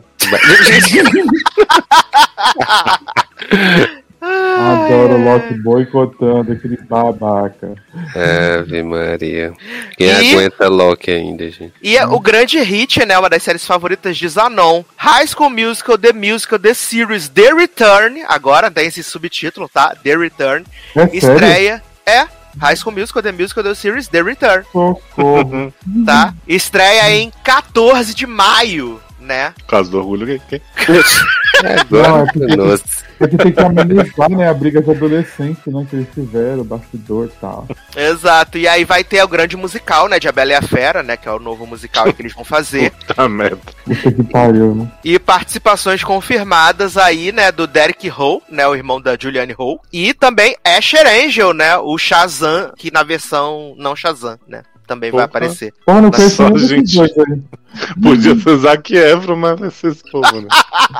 Adoro o Loki boicotando aquele babaca. Ave Maria. Quem E- aguenta Loki ainda, gente? E é o grande hit, né, uma das séries favoritas de Zanon, High School Musical, The Musical, The Series, The Return, agora tem esse subtítulo, tá, The Return, É sério? estreia, é, High School Musical, The Musical, The Series, The Return, Socorro. tá, estreia em quatorze de maio, né. Por causa do orgulho gay. que- Agora, Não, é porque- nossa. Porque tem que amenizar, né, a briga de adolescente, né, que eles tiveram, o bastidor e tal. Exato, e aí vai ter o grande musical, né, de A Bela e a Fera, né, que é o novo musical que eles vão fazer. Puta merda. Puta que pariu, né? E participações confirmadas aí, né, do Derek Hough, né, o irmão da Julianne Hough. E também Asher Angel, né, o Shazam, que na versão não Shazam, né, também vai Porra. aparecer. Porra, não conheço Só, nenhum desses gente. dois aí. Podia ser Zac Efron, mas vai ser esse povo, né?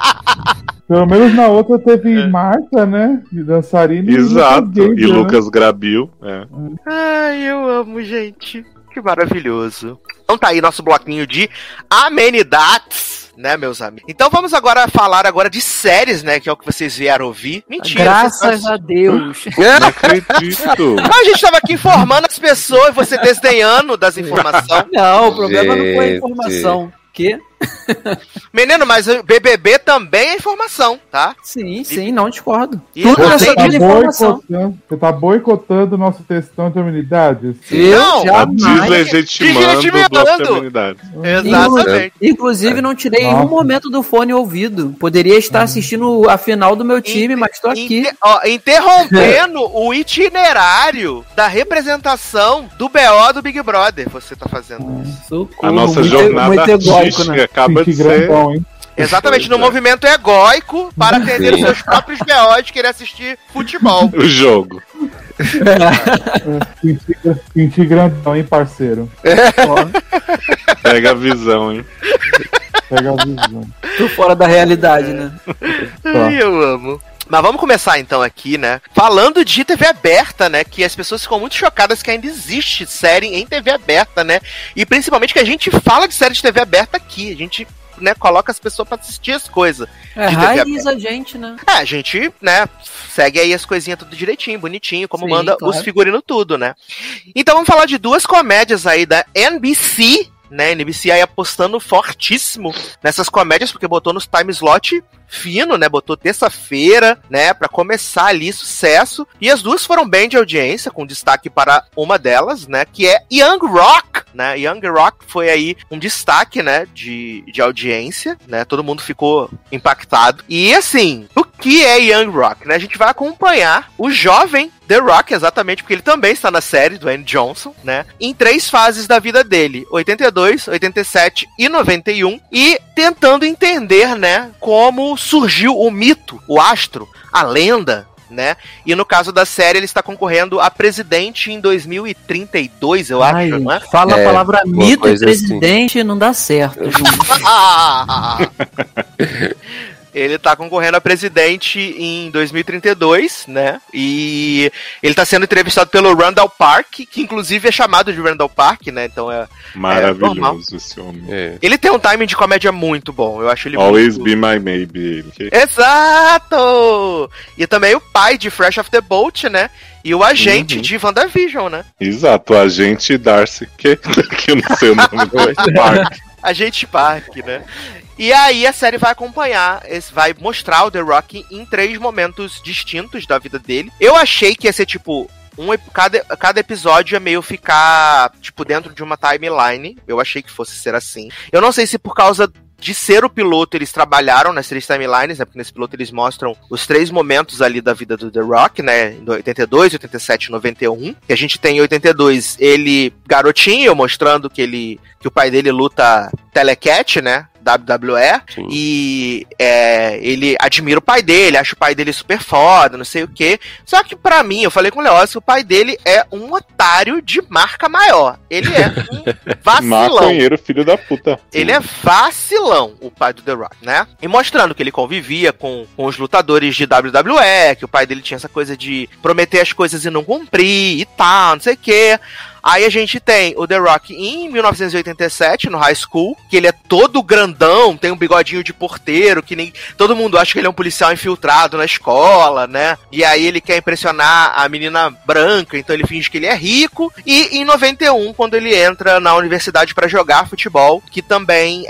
Pelo menos na outra teve É. Marta, né, de dançarina. Exato. Lucas Gage, E né? Lucas Grabil. É. Ai, eu amo, gente. Que maravilhoso. Então tá aí nosso bloquinho de amenidades, né, meus amigos? Então vamos agora falar agora de séries, né, que é o que vocês vieram ouvir. Mentira. Graças vocês... a Deus. Não acredito. Ah, a gente tava aqui informando as pessoas, você desdenhando das informações. Não, o problema não foi a Gente. informação. Que? Menino, mas o B B B também é informação, tá? Sim, sim, não discordo. E Tudo você nessa Você tá, vida é informação. boicotando, você tá boicotando o nosso textão de amenidades? Eu Não, Tá jamais. deslegitimando Deslegitimando. a feminidade. Exatamente. Inclusive, não tirei em um Nossa. momento do fone ouvido. Poderia estar assistindo a final do meu time, mas tô aqui. Inter- ó, interrompendo o itinerário da representação do B O do Big Brother. Você tá fazendo isso. Socorro, A nossa muito, jornada muito egóico, artística né? acaba de Senti ser... grandão, hein? Exatamente, no Pois é. movimento egóico para atender os Sim. seus próprios B Os de querer assistir futebol. O jogo. Senti, senti grandão, hein, parceiro? Pega a visão, hein? Pega a visão. Tô fora da realidade, né? Ai, eu amo. Mas vamos começar então aqui, né? Falando de T V aberta, né? Que as pessoas ficam muito chocadas que ainda existe série em T V aberta, né? E principalmente que a gente fala de série de T V aberta aqui. A gente, né, coloca as pessoas pra assistir as coisas. É, De T V raiz a gente, né? É, a gente, né, segue aí as coisinhas tudo direitinho, bonitinho, como Sim, manda claro. os figurinos tudo, né? Então vamos falar de duas comédias aí da N B C, né? N B C aí apostando fortíssimo nessas comédias, porque botou nos time slot fino, né? Botou terça-feira, né? Pra começar ali, sucesso. E as duas foram bem de audiência, com destaque para uma delas, né? Que é Young Rock, né? Young Rock foi aí um destaque, né? De, de audiência, né? Todo mundo ficou impactado. E assim, o que é Young Rock, né? A gente vai acompanhar o jovem The Rock, exatamente, porque ele também está na série do Dwayne Johnson, né? Em três fases da vida dele: oitenta e dois, oitenta e sete e noventa e um. E tentando entender, né? Como surgiu o mito, o astro, a lenda, né? E no caso da série, ele está concorrendo a presidente em dois mil e trinta e dois, eu Ai, acho, não é? fala É, a palavra uma mito e coisa assim. presidente, não dá certo. gente. Ele tá concorrendo a presidente em dois mil e trinta e dois, né? E ele tá sendo entrevistado pelo Randall Park, que inclusive é chamado de Randall Park, né? Então é maravilhoso é esse homem. É. Ele tem um timing de comédia muito bom. Eu acho ele Always muito... be my maybe. Ele. Exato! E também o pai de Fresh Off the Boat, né? E o agente uhum. de WandaVision, né? Exato, o agente Darcy, que, que eu não sei o nome do Park. Agente Park, né? E aí a série vai acompanhar, vai mostrar o The Rock em três momentos distintos da vida dele. Eu achei que ia ser tipo... Um, cada, cada episódio é meio ficar, tipo, dentro de uma timeline. Eu achei que fosse ser assim. Eu não sei se por causa de ser o piloto eles trabalharam nas três timelines, né? Porque nesse piloto eles mostram os três momentos ali da vida do The Rock, né? Em oitenta e dois, oitenta e sete e noventa e um. E a gente tem em oitenta e dois ele garotinho, mostrando que ele que o pai dele luta telecat, né? W W E. Sim. E é, ele admira o pai dele, acha o pai dele super foda, não sei o quê. Só que pra mim, eu falei com o Leócio que o pai dele é um otário de marca maior. Ele é um vacilão. Maconheiro, filho da puta. Ele é vacilão, o pai do The Rock, né? E mostrando que ele convivia com, com os lutadores de W W E, que o pai dele tinha essa coisa de prometer as coisas e não cumprir e tal, não sei o quê. Aí a gente tem o The Rock em mil novecentos e oitenta e sete, no High School, que ele é todo grandão, tem um bigodinho de porteiro, que nem todo mundo acha que ele é um policial infiltrado na escola, né? E aí ele quer impressionar a menina branca, então ele finge que ele é rico. E em noventa e um, quando ele entra na universidade pra jogar futebol, que também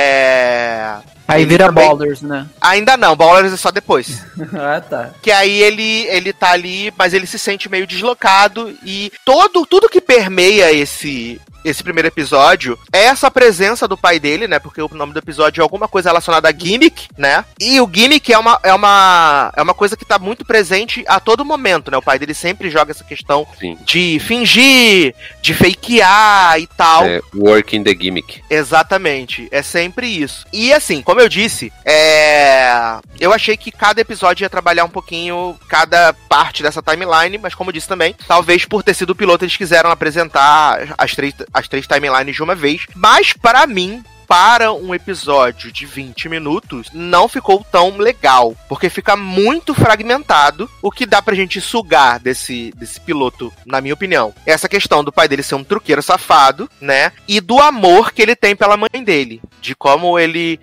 é... Aí vira também... Ballers, né? Ainda não, Ballers é só depois. Ah, tá. Que aí ele, ele tá ali, mas ele se sente meio deslocado e todo, tudo que permeia esse... esse primeiro episódio é essa presença do pai dele, né? Porque o nome do episódio é alguma coisa relacionada a gimmick, né? E o gimmick é uma, é uma, é uma coisa que tá muito presente a todo momento, né? O pai dele sempre joga essa questão Sim. de fingir, de fakear e tal. É, working the gimmick. Exatamente. É sempre isso. E assim, como eu disse, é... eu achei que cada episódio ia trabalhar um pouquinho cada parte dessa timeline, mas como eu disse também, talvez por ter sido o piloto eles quiseram apresentar as três as três timelines de uma vez, mas para mim, para um episódio de vinte minutos, não ficou tão legal, porque fica muito fragmentado, o que dá pra gente sugar desse, desse piloto, na minha opinião. Essa questão do pai dele ser um truqueiro safado, né, e do amor que ele tem pela mãe dele, de como ele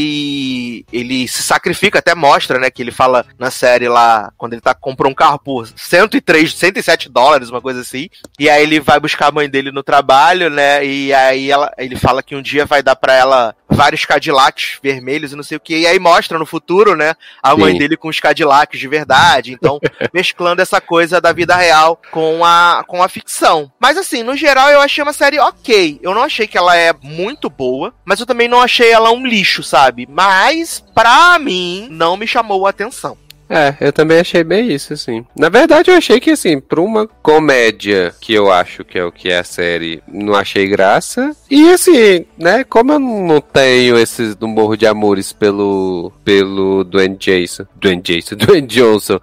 ele ele se sacrifica, até mostra, né, que ele fala na série lá, quando ele tá comprou um carro por cento e três, cento e sete dólares, uma coisa assim, e aí ele vai buscar a mãe dele no trabalho, né, e aí ela, ele fala que um dia vai dar pra ela ela vários Cadillacs vermelhos e não sei o que, e aí mostra no futuro, né, a mãe Sim. dele com os Cadillacs de verdade, então mesclando essa coisa da vida real com a, com a ficção. Mas assim, no geral eu achei uma série ok, eu não achei que ela é muito boa, mas eu também não achei ela um lixo, sabe, mas pra mim não me chamou a atenção. É, eu também achei bem isso, assim. Na verdade, eu achei que, assim, pra uma comédia, que eu acho que é o que é a série, não achei graça. E, assim, né, como eu não tenho esses, não morro de amores pelo, pelo Dwayne Jason, Dwayne Jason, Dwayne Johnson,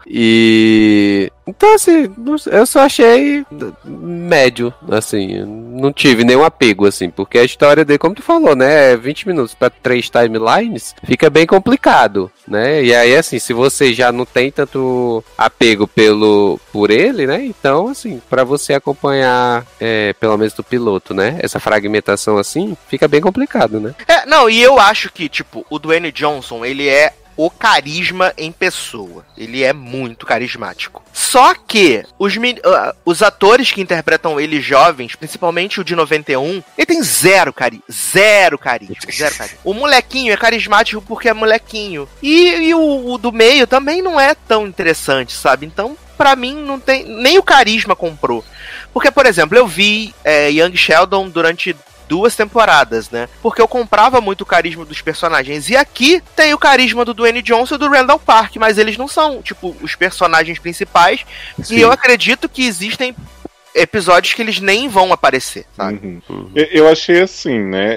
e... Então, assim, eu só achei médio, assim, não tive nenhum apego, assim, porque a história dele, como tu falou, né, vinte minutos pra três timelines, fica bem complicado, né, e aí, assim, se você já não tem tanto apego pelo, por ele, né, então, assim, pra você acompanhar, é, pelo menos do piloto, né, essa fragmentação, assim, fica bem complicado, né. É, não, e eu acho que, tipo, o Dwayne Johnson, ele é o carisma em pessoa. Ele é muito carismático. Só que os, uh, os atores que interpretam ele jovens, principalmente o de noventa e um, ele tem zero carisma. Zero carisma. Zero carisma. O molequinho é carismático porque é molequinho. E, e o, o do meio também não é tão interessante, sabe? Então, pra mim, não tem... Nem o carisma comprou. Porque, por exemplo, eu vi é, Young Sheldon durante... duas temporadas, né? Porque eu comprava muito o carisma dos personagens. E aqui tem o carisma do Dwayne Johnson e do Randall Park, mas eles não são, tipo, os personagens principais. Sim. E eu acredito que existem episódios que eles nem vão aparecer, sabe? Uhum. Uhum. Eu, eu achei assim, né?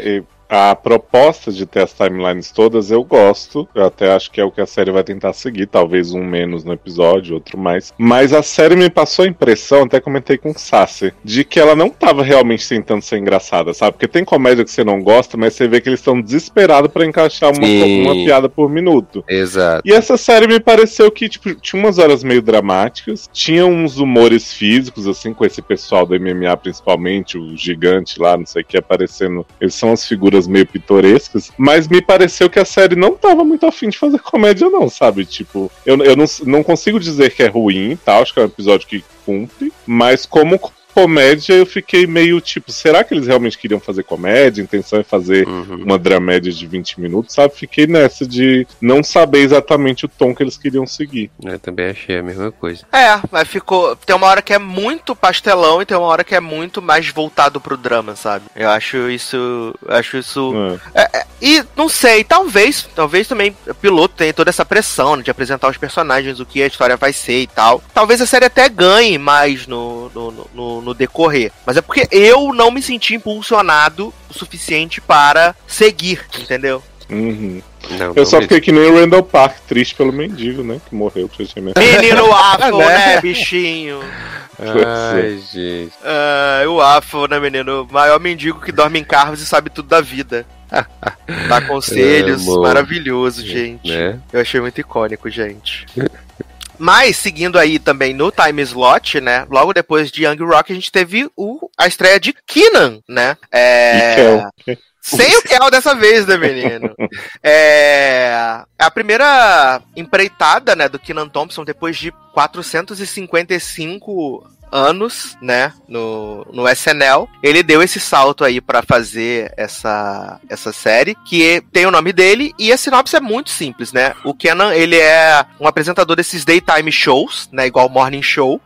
A proposta de ter as timelines todas eu gosto. Eu até acho que é o que a série vai tentar seguir. Talvez um menos no episódio, outro mais. Mas a série me passou a impressão, até comentei com o Sassi, de que ela não tava realmente tentando ser engraçada, sabe? Porque tem comédia que você não gosta, mas você vê que eles estão desesperados pra encaixar uma, uma piada por minuto. Exato. E essa série me pareceu que tipo, tinha umas horas meio dramáticas, tinha uns humores físicos, assim, com esse pessoal do M M A principalmente, o gigante lá, não sei o que, aparecendo. Eles são as figuras meio pitorescas, mas me pareceu que a série não tava muito afim de fazer comédia não, sabe? Tipo, eu, eu não, não consigo dizer que é ruim e tal, acho que é um episódio que cumpre, mas como comédia eu fiquei meio tipo, será que eles realmente queriam fazer comédia? A intenção é fazer uhum. uma dramédia de vinte minutos, sabe? Fiquei nessa de não saber exatamente o tom que eles queriam seguir. Eu também achei a mesma coisa. É, mas ficou... Tem uma hora que é muito pastelão e tem uma hora que é muito mais voltado pro drama, sabe? Eu acho isso... Eu acho isso... É. É, é, e não sei, talvez, talvez também o piloto tenha toda essa pressão, né, de apresentar os personagens, o que a história vai ser e tal. Talvez a série até ganhe mais no... no, no no decorrer. Mas é porque eu não me senti impulsionado o suficiente para seguir, entendeu? Uhum. Não, eu não só fiquei que nem o Randall Park, triste pelo mendigo, né? Que morreu. Que já Menino Afro, né, bichinho? Ai, gente. Uh, o Afro, né, menino? O maior mendigo que dorme em carros e sabe tudo da vida. Dá conselhos, é, maravilhoso, gente. Né? Eu achei muito icônico, gente. Mas, seguindo aí também no time slot, né? Logo depois de Young Rock, a gente teve o, a estreia de Kenan, né? É... Sem o Kel dessa vez, né, menino? É... A primeira empreitada, né, do Kenan Thompson depois de quatrocentos e cinquenta e cinco anos, né, no, no S N L. Ele deu esse salto aí pra fazer essa, essa série, que tem o nome dele, e a sinopse é muito simples, né? O Kenan, ele é um apresentador desses daytime shows, né, igual Morning Show,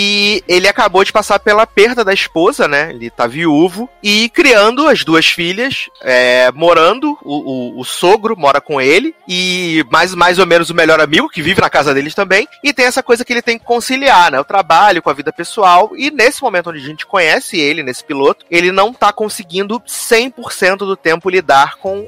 e ele acabou de passar pela perda da esposa, né? Ele tá viúvo, e criando as duas filhas, é, morando, o, o, o sogro mora com ele, e mais, mais ou menos o melhor amigo, que vive na casa deles também, e tem essa coisa que ele tem que conciliar, né? O trabalho com a vida pessoal, e nesse momento onde a gente conhece ele, nesse piloto, ele não tá conseguindo cem por cento do tempo lidar com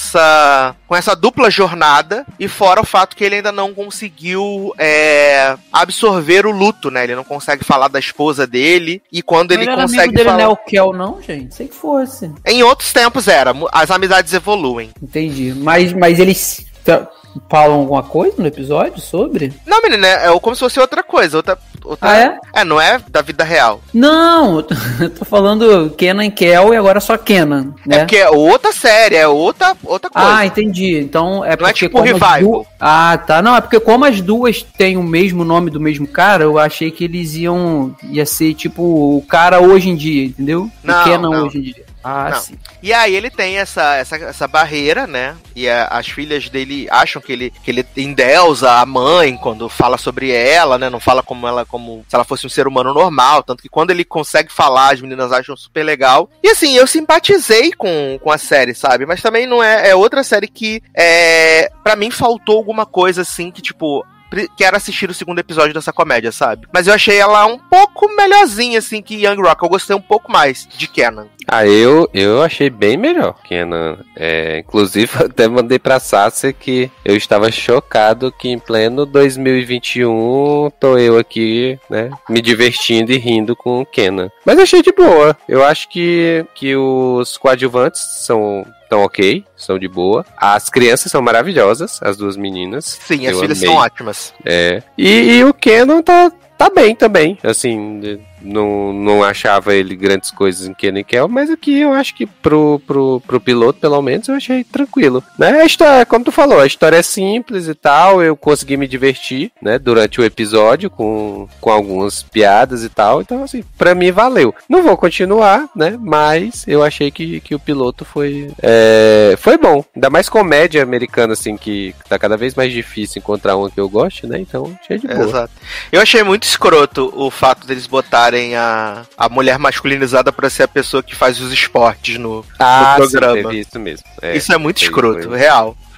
essa com essa dupla jornada, e fora o fato que ele ainda não conseguiu é, absorver o luto, né? Ele não consegue falar da esposa dele, e quando ele consegue amigo dele falar... não é o Kel, não, gente? Sei que fosse. Em outros tempos era, as amizades evoluem. Entendi, mas, mas eles... falam alguma coisa no episódio sobre? Não, menina, é como se fosse outra coisa. Outra, outra... Ah, é? É, não é da vida real. Não, eu tô, eu tô falando Kenan e Kel e agora só Kenan, né? É porque é outra série, é outra, outra coisa. Ah, entendi. Então é não porque... é tipo Revival. Du... Ah, tá. Não, é porque como as duas têm o mesmo nome do mesmo cara, eu achei que eles iam... Ia ser tipo o cara hoje em dia, entendeu? Não, o Kenan não. hoje em dia. Ah, não. sim. E aí ele tem essa, essa, essa barreira, né? E a, as filhas dele acham que ele, que ele endeusa a mãe quando fala sobre ela, né? Não fala como ela, como se ela fosse um ser humano normal. Tanto que quando ele consegue falar, as meninas acham super legal. E assim, eu simpatizei com, com a série, sabe? Mas também não é, é outra série que, é, pra mim, faltou alguma coisa assim que, tipo... quero assistir o segundo episódio dessa comédia, sabe? Mas eu achei ela um pouco melhorzinha, assim, que Young Rock. Eu gostei um pouco mais de Kenan. Ah, eu, eu achei bem melhor, Kenan. É, inclusive, até mandei pra Sasha que eu estava chocado que em pleno dois mil e vinte e um tô eu aqui, né, me divertindo e rindo com o Kenan. Mas eu achei de boa. Eu acho que, que os coadjuvantes são... estão ok, são de boa. As crianças são maravilhosas, as duas meninas. Sim, as filhas são ótimas. É. E, e o Kenan tá, tá bem também, assim... Não, não achava ele grandes coisas em Kenan e Kel, mas aqui eu acho que pro, pro, pro piloto, pelo menos, eu achei tranquilo, né? A história, como tu falou, a história é simples e tal, eu consegui me divertir, né, durante o episódio com, com algumas piadas e tal, então assim, pra mim valeu. Não vou continuar, né, mas eu achei que, que o piloto foi é, foi bom, ainda mais comédia americana, assim, que tá cada vez mais difícil encontrar uma que eu goste, né, então achei de boa. Exato. Eu achei muito escroto o fato deles botarem A, a mulher masculinizada pra ser a pessoa que faz os esportes no, ah, no programa. Sim, isso mesmo. É, isso é muito foi, escroto, foi, real.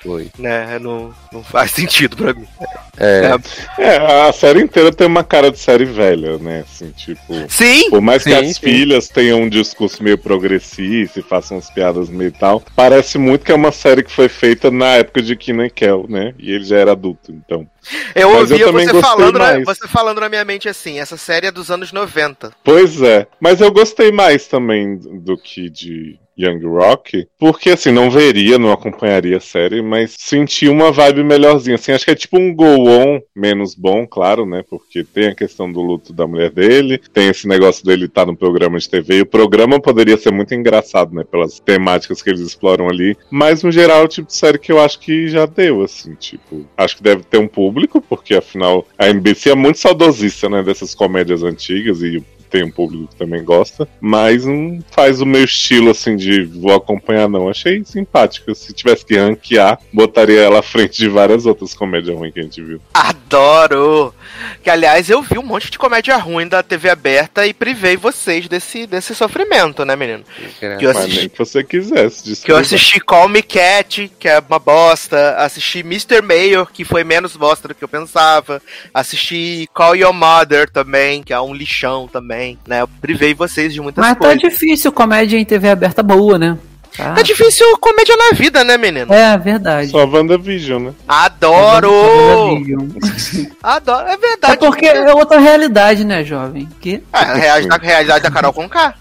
Foi. Né? Não, não faz sentido pra mim. É. É, a série inteira tem uma cara de série velha, né? Assim, tipo. Sim! Por mais que Sim, as sim. filhas tenham um discurso meio progressista e façam umas piadas meio tal, parece muito que é uma série que foi feita na época de Kenan e Kel, né? E ele já era adulto, então. Eu Mas ouvia eu também você, gostei falando na, mais. você falando na minha mente assim, essa série é dos anos noventa. Pois é, mas eu gostei mais também do que de Young Rock, porque assim, não veria, não acompanharia a série, mas senti uma vibe melhorzinha, assim, acho que é tipo um go-on menos bom, claro, né, porque tem a questão do luto da mulher dele, tem esse negócio dele estar no programa de T V, e o programa poderia ser muito engraçado, né, pelas temáticas que eles exploram ali, mas no geral é o tipo de série que eu acho que já deu, assim, tipo, acho que deve ter um público, porque afinal a N B C é muito saudosista, né, dessas comédias antigas, e tem um público que também gosta, mas não faz o meu estilo, assim, de vou acompanhar, não. Achei simpática. Se tivesse que ranquear, botaria ela à frente de várias outras comédias ruins que a gente viu. Adoro! Que, aliás, eu vi um monte de comédia ruim da T V aberta e privei vocês desse, desse sofrimento, né, menino? Que eu Mas assisti, nem que você quisesse. que eu assisti Call Me Cat, que é uma bosta. Assisti mister Mayor, que foi menos bosta do que eu pensava. Assisti Call Your Mother também, que é um lixão também. Né, eu privei vocês de muitas Mas coisas. tá difícil comédia em T V aberta boa, né? Tá, Tá difícil comédia na vida, né, menino? É, verdade. Só WandaVision, né? Adoro! WandaVision. Adoro, é verdade. É porque é outra realidade, né, jovem? Que... É, a realidade, a realidade da Carol Conká.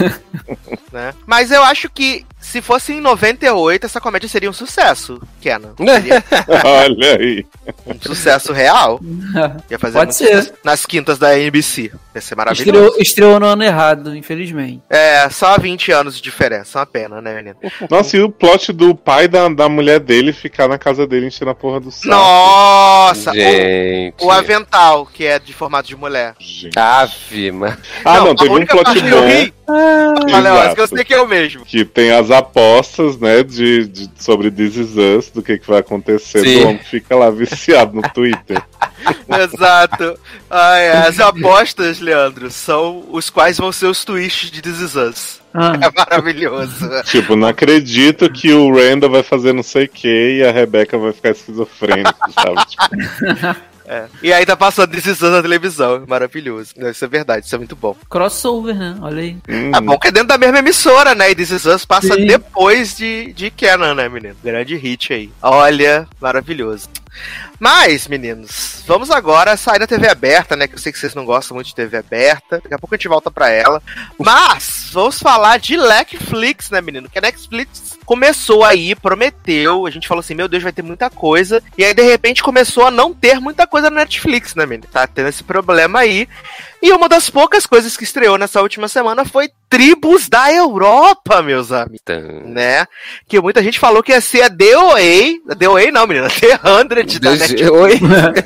Né? Mas eu acho que se fosse em noventa e oito, essa comédia seria um sucesso, Kenan. Seria Olha aí. um sucesso real. Ia fazer Pode muito ser. sucesso nas quintas da N B C. Ia ser maravilhoso. Estreou, estreou no ano errado, infelizmente. É, só vinte anos de diferença. Uma pena, né, menino? Nossa, e o plot do pai da, da mulher dele ficar na casa dele enchendo a porra do saco. Nossa! Gente. O, o avental, que é de formato de mulher. Gente. Ave, mano. Ah, não, a teve um única plot parte que eu bom. ri- Olha, eu acho que eu Exato. sei que é o mesmo. Que tem as apostas, né, de, de- sobre This Is Us, do que, que vai acontecer. Sim. Do homem que fica lá viciado no Twitter. Exato. Ai, as apostas, Leandro, são os quais vão ser os twists de This Is Us. Ah, É maravilhoso. Tipo, não acredito que o Randall vai fazer não sei o que e a Rebecca vai ficar esquizofrênica, sabe? Tipo, É. E aí tá passando This Is Us na televisão. Maravilhoso. Isso é verdade, isso é muito bom. crossover, né? Olha aí. hum, É bom que é dentro da mesma emissora, né? E This Is Us passa Sim. depois de, de Kenan, né, menino? Grande hit aí. Olha, maravilhoso. Mas, meninos, vamos agora sair da T V aberta, né? Que eu sei que vocês não gostam muito de T V aberta. Daqui a pouco a gente volta pra ela. Mas, vamos falar de Netflix, né, menino? Que a Netflix começou aí, prometeu. A gente falou assim, meu Deus, vai ter muita coisa. E aí, de repente, começou a não ter muita coisa na Netflix, né, menino? Tá tendo esse problema aí. E uma das poucas coisas que estreou nessa última semana foi Tribos da Europa, meus amigos. Tan. Né? Que muita gente falou que ia ser a D O A. A D O A não, menina. The cem da Deus- Netflix. Oi?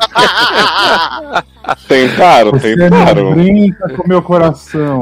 tentaram, Você não tentaram. brinca com meu coração.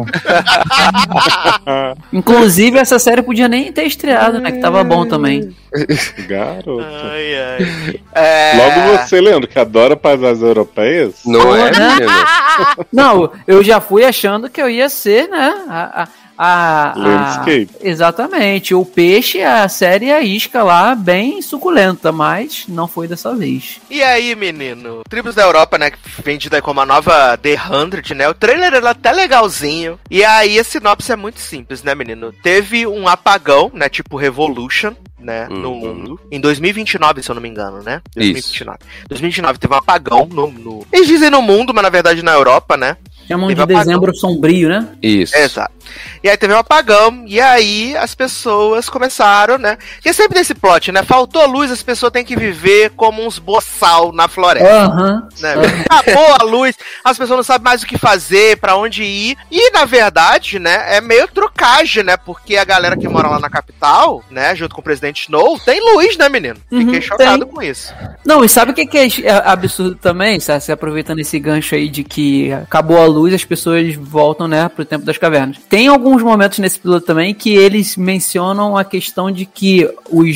Inclusive, essa série podia nem ter estreado, né? Que tava bom também. Garoto. Ai, ai. É... Logo você, Leandro, que adora paisagens europeias. Não é, né? menino? Não, eu já fui achando que eu ia ser, né? A, a, a, a- Landscape. Exatamente. O peixe, a série e a isca lá, bem suculenta, mas não foi dessa vez. E aí, menino? Tribos da Europa, né? Vendida como a nova The cem, né? O trailer era até legalzinho. E aí, a sinopse é muito simples, né, menino? Teve um apagão, né? Tipo Revolution. Né, no Uhum. mundo. Em dois mil e vinte e nove, se eu não me engano, né? dois mil e vinte e nove. Isso. dois mil e vinte e nove teve um apagão no, no... Eles dizem no mundo, mas na verdade na Europa, né? Chamam Teve de apagão. dezembro sombrio, né? Isso. Exato. E aí teve um apagão, e aí as pessoas começaram, né? Porque sempre tem esse plot, né? Faltou luz, as pessoas têm que viver como uns boçal na floresta. Aham. Né? Acabou a luz, as pessoas não sabem mais o que fazer, pra onde ir. E, na verdade, né, é meio trucagem, né? Porque a galera que mora lá na capital, né, junto com o presidente Snow, tem luz, né, menino? Fiquei Uhum, chocado tem. com isso. Não, e sabe o que, que é absurdo também? Sabe? Se aproveitando esse gancho aí de que acabou a luz, as pessoas voltam, né, pro tempo das cavernas. Tem alguns momentos nesse piloto também que eles mencionam a questão de que os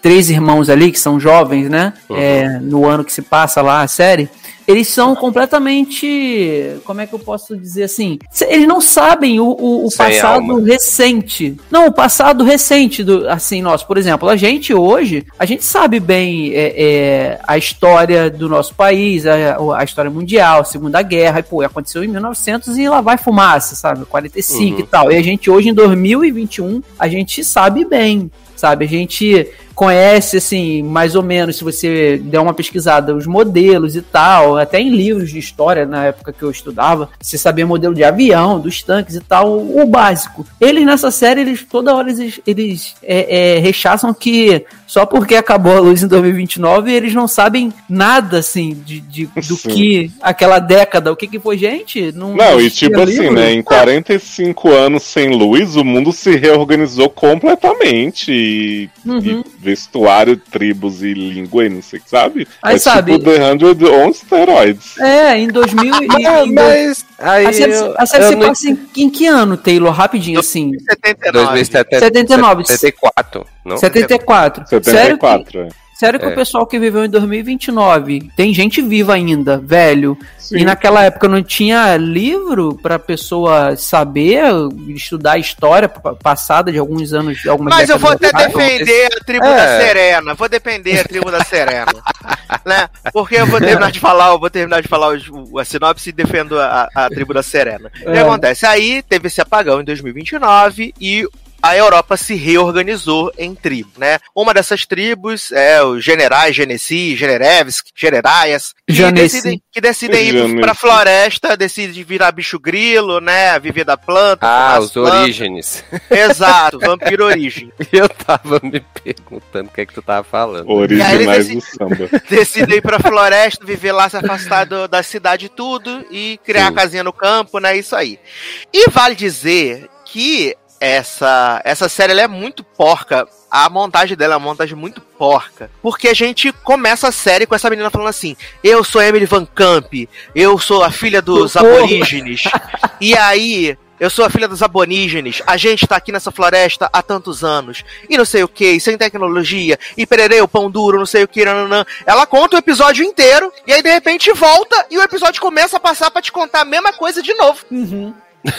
três irmãos ali, que são jovens, né? Uhum. É, no ano que se passa lá a série. Eles são completamente, como é que eu posso dizer assim? Eles não sabem o, o, o passado alma. recente. Não, o passado recente, do, assim, nosso. Por exemplo, a gente hoje, a gente sabe bem é, é, a história do nosso país, a, a história mundial, a Segunda Guerra, e pô, aconteceu em mil e novecentos e lá vai fumaça, sabe? quarenta e cinco uhum. e tal. E a gente hoje, em dois mil e vinte e um, a gente sabe bem, sabe? A gente conhece, assim, mais ou menos, se você der uma pesquisada, os modelos e tal, até em livros de história, na época que eu estudava, você sabia modelo de avião, dos tanques e tal, o, o básico. Eles, nessa série, eles toda hora, eles, eles é, é, rechaçam que só porque acabou a luz em dois mil e vinte e nove, eles não sabem nada, assim, de, de, do Sim. que aquela década, o que que foi, gente? Não, não e tipo livro. assim, né, em quarenta e cinco anos sem luz, o mundo se reorganizou completamente e, uhum. e vestuário, tribos e língua e não sei o que, sabe? Aí, é sabe, tipo The hundred on steroids. É, em dois mil e... ah, mas aí a série, eu, a série se não... passa em, em que ano, Taylor? Rapidinho, assim. setenta e nove. dois mil e setenta, setenta e nove. setenta e quatro, não? setenta e quatro. setenta e quatro, Sério que, é. sério que É. o pessoal que viveu em dois mil e vinte e nove, tem gente viva ainda, velho. Sim. E naquela época não tinha livro pra pessoa saber, estudar a história p- passada de alguns anos, de algumas Mas eu vou até décadas atrás. defender a tribo É. da Serena. Vou defender a tribo da Serena. Né? Porque eu vou terminar de falar, eu vou terminar de falar o- a sinopse e defendo a, a tribo da Serena. O que É. acontece? Aí teve esse apagão em dois mil e vinte e nove e a Europa se reorganizou em tribos, né? Uma dessas tribos é os generais Genesi, Generevsk, Generaias, que Genesi. decidem, que decidem ir Genesi. pra floresta, decidem virar bicho grilo, né? Viver da planta. Ah, fumar as os plantas. orígenes. Exato, vampiro origem. Eu tava me perguntando o que é que tu tava falando. Originais E aí, do samba. Decidem ir pra floresta, viver lá, se afastar do- da cidade e tudo, e criar Sim. a casinha no campo, né? Isso aí. E vale dizer que essa, essa série ela é muito porca. A montagem dela é uma montagem muito porca. Porque a gente começa a série com essa menina falando assim: eu sou Emily Van Camp, eu sou a filha dos Socorro. aborígenes. E aí, eu sou a filha dos aborígenes, a gente tá aqui nessa floresta há tantos anos, e não sei o que, sem tecnologia, e pererê, o pão duro, não sei o que, nananã. Ela conta o episódio inteiro, e aí de repente volta, e o episódio começa a passar pra te contar a mesma coisa de novo. Uhum.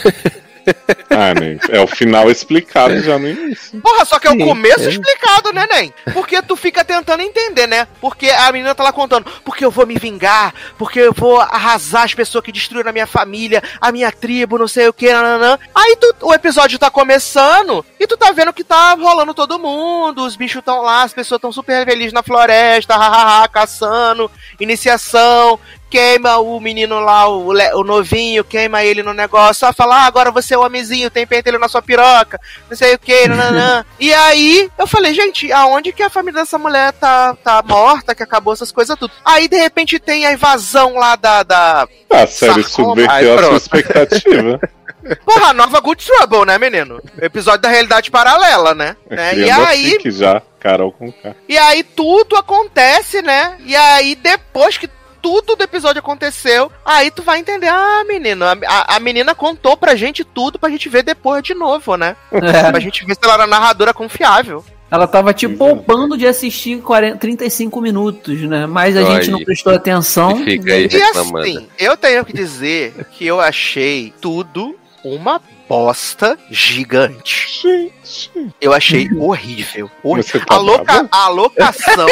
Ah, né? É o final explicado já no início. Porra, só que é o Sim, começo é. explicado, né, Nen? Porque tu fica tentando entender, né? Porque a menina tá lá contando, porque eu vou me vingar, porque eu vou arrasar as pessoas que destruíram a minha família, a minha tribo, não sei o que, nananã. Aí tu, o episódio tá começando e tu tá vendo que tá rolando todo mundo, os bichos tão lá, as pessoas tão super felizes na floresta, hahaha, caçando, iniciação. Queima o menino lá, o, le- o novinho, queima ele no negócio, só fala, ah, agora você é o homenzinho, tem pentelho na sua piroca, não sei o que, nananã. E aí, eu falei, gente, aonde que a família dessa mulher tá, tá morta, que acabou essas coisas tudo? Aí, de repente, tem a invasão lá da... da... A série Sarcoma. subverteu Ai, a sua pronto. expectativa. Porra, a nova Good Trouble, né, menino? Episódio da realidade paralela, né? né? E Criando a aí... fique já, Carol com K. E aí, tudo acontece, né? E aí, depois que tudo do episódio aconteceu, aí tu vai entender, ah, menino, a, a, a menina contou pra gente tudo pra gente ver depois de novo, né? É. Pra gente ver se ela era narradora confiável. Ela tava te Exato. poupando de assistir quarenta, trinta e cinco minutos, né? Mas a Olha gente não aí. prestou atenção. E fica aí E reclamando. assim, eu tenho que dizer que eu achei tudo uma bosta gigante. Gente. Eu achei horrível. Mas você horrível. tá A, loca, brava? a locação.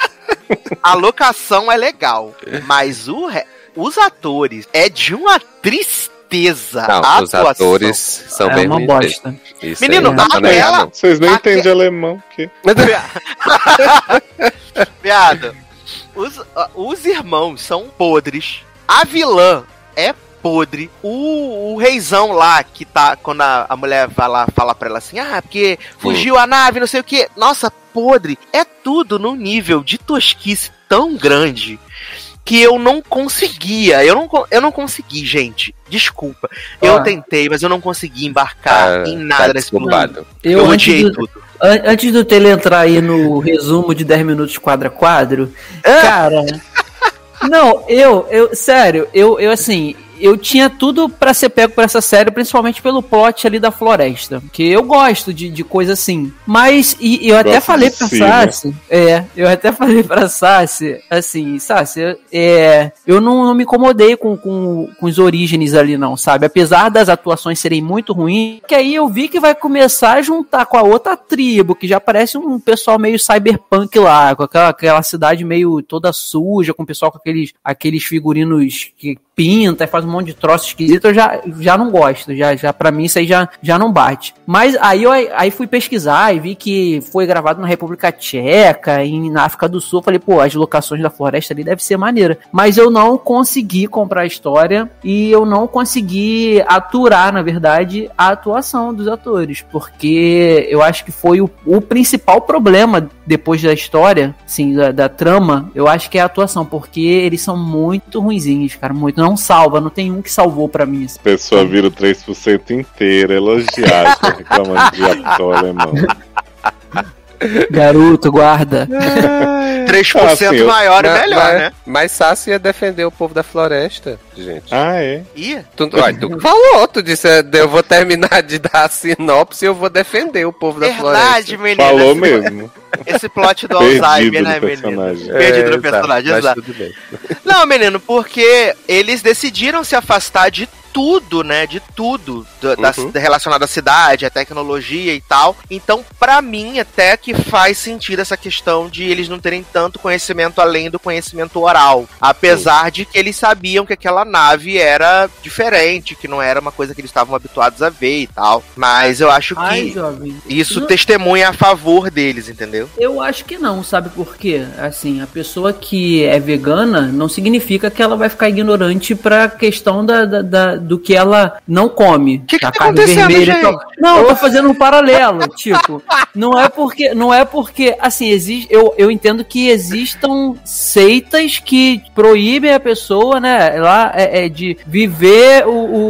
A locação é legal. Mas o re- os atores é de uma tristeza. Não, a os atuação. atores são É bem uma ruins bosta. mesmo. Isso Menino, aí não dá pra a negar, tela- não. Vocês nem Aque- entendem alemão, que? Viado, os, os irmãos são podres. A vilã é podre. O, o reizão lá, que tá, quando a, a mulher vai lá falar pra ela assim, ah, porque fugiu a nave, não sei o que. Nossa, podre. É tudo num nível de tosquice tão grande que eu não conseguia. Eu não, co- eu não consegui, gente. Desculpa. Eu Ah. tentei, mas eu não consegui embarcar Tá- em nada tá nesse mundo. desculpado. Eu, Eu, antes odiei do, tudo. an- antes do Tele entrar aí no resumo de dez minutos quadro a quadro, Ah. cara. Não, eu, eu, sério, eu, eu assim, eu tinha tudo pra ser pego por essa série, principalmente pelo plot ali da floresta. Que eu gosto de, de coisa assim. Mas, e eu até Gosto falei de pra si, Sassi, né? é, eu até falei pra Sassi, assim, Sassi, é, eu não, não me incomodei com, com, com os orígenes ali não, sabe? Apesar das atuações serem muito ruins, que aí eu vi que vai começar a juntar com a outra tribo, que já parece um pessoal meio cyberpunk lá, com aquela, aquela cidade meio toda suja, com o pessoal com aqueles, aqueles figurinos que pinta e faz um monte de troço esquisito, eu já, já não gosto, já, já pra mim isso aí já, já não bate. Mas aí eu aí fui pesquisar e vi que foi gravado na República Tcheca e na África do Sul, falei, pô, as locações da floresta ali deve ser maneira. Mas eu não consegui comprar a história e eu não consegui aturar, na verdade, a atuação dos atores, porque eu acho que foi o, o principal problema depois da história, assim, da, da trama, eu acho que é a atuação, porque eles são muito ruinzinhos, cara, muito, não salva, não tem um que salvou pra mim. A pessoa vira o três por cento inteira, elogiar, reclamando de ator alemão. Garoto, guarda. três por cento ah, assim, maior eu... é melhor, mas, né? Mas Sassi ia defender o povo da floresta, gente. Ah, é? Ia? Tu, olha, tu falou, tu disse, eu vou terminar de dar a sinopse e eu vou defender o povo Verdade, da floresta. Menina, falou esse, mesmo. Esse plot do Alzheimer, né, menino? Perdido é, no personagem, exato. exato. Não, menino, porque eles decidiram se afastar de tudo, né, de tudo do, da, uhum. relacionado à cidade, à tecnologia e tal. Então, pra mim, até que faz sentido essa questão de eles não terem tanto conhecimento além do conhecimento oral. Apesar uhum. de que eles sabiam que aquela nave era diferente, que não era uma coisa que eles estavam habituados a ver e tal. Mas eu acho que Ai, jovem, isso não... testemunha a favor deles, entendeu? Eu acho que não, sabe por quê? Assim, a pessoa que é vegana não significa que ela vai ficar ignorante pra questão da, da, da do que ela não come. O que, que a tá carne acontecendo, vermelha, gente? to... Não, eu tô fazendo um paralelo, tipo, não é porque, não é porque, assim, existe, eu, eu entendo que existam seitas que proíbem a pessoa, né, lá, é, é de viver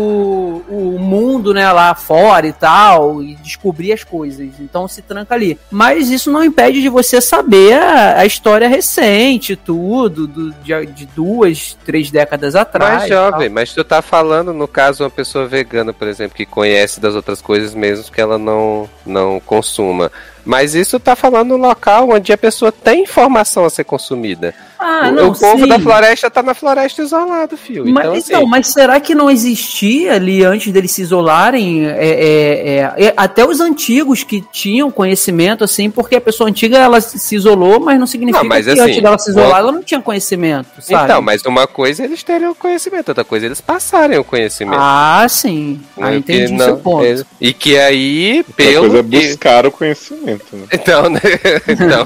o, o, o mundo, né, lá fora e tal, e descobrir as coisas, então se tranca ali. Mas isso não impede de você saber a, a história recente, tudo, do, de, de duas, três décadas atrás. Mas, jovem, mas tu tá falando no caso uma pessoa vegana, por exemplo, que conhece das outras coisas mesmo que ela não, não consuma. Mas isso tá falando no local onde a pessoa tem informação a ser consumida. Ah, o, não, o povo sim. da floresta tá na floresta isolado, filho. Mas, então, então, assim... mas será que não existia ali antes deles se isolarem? É, é, é, até os antigos que tinham conhecimento, assim, porque a pessoa antiga ela se isolou, mas não significa não, mas, que assim, antes dela se isolar uma... ela não tinha conhecimento, sabe? Então, mas uma coisa é eles terem o conhecimento, outra coisa é eles passarem o conhecimento. Ah, sim. Ah, entendi o seu ponto. É, e que aí, outra pelo... coisa é buscar o conhecimento, né? Então, né? Então...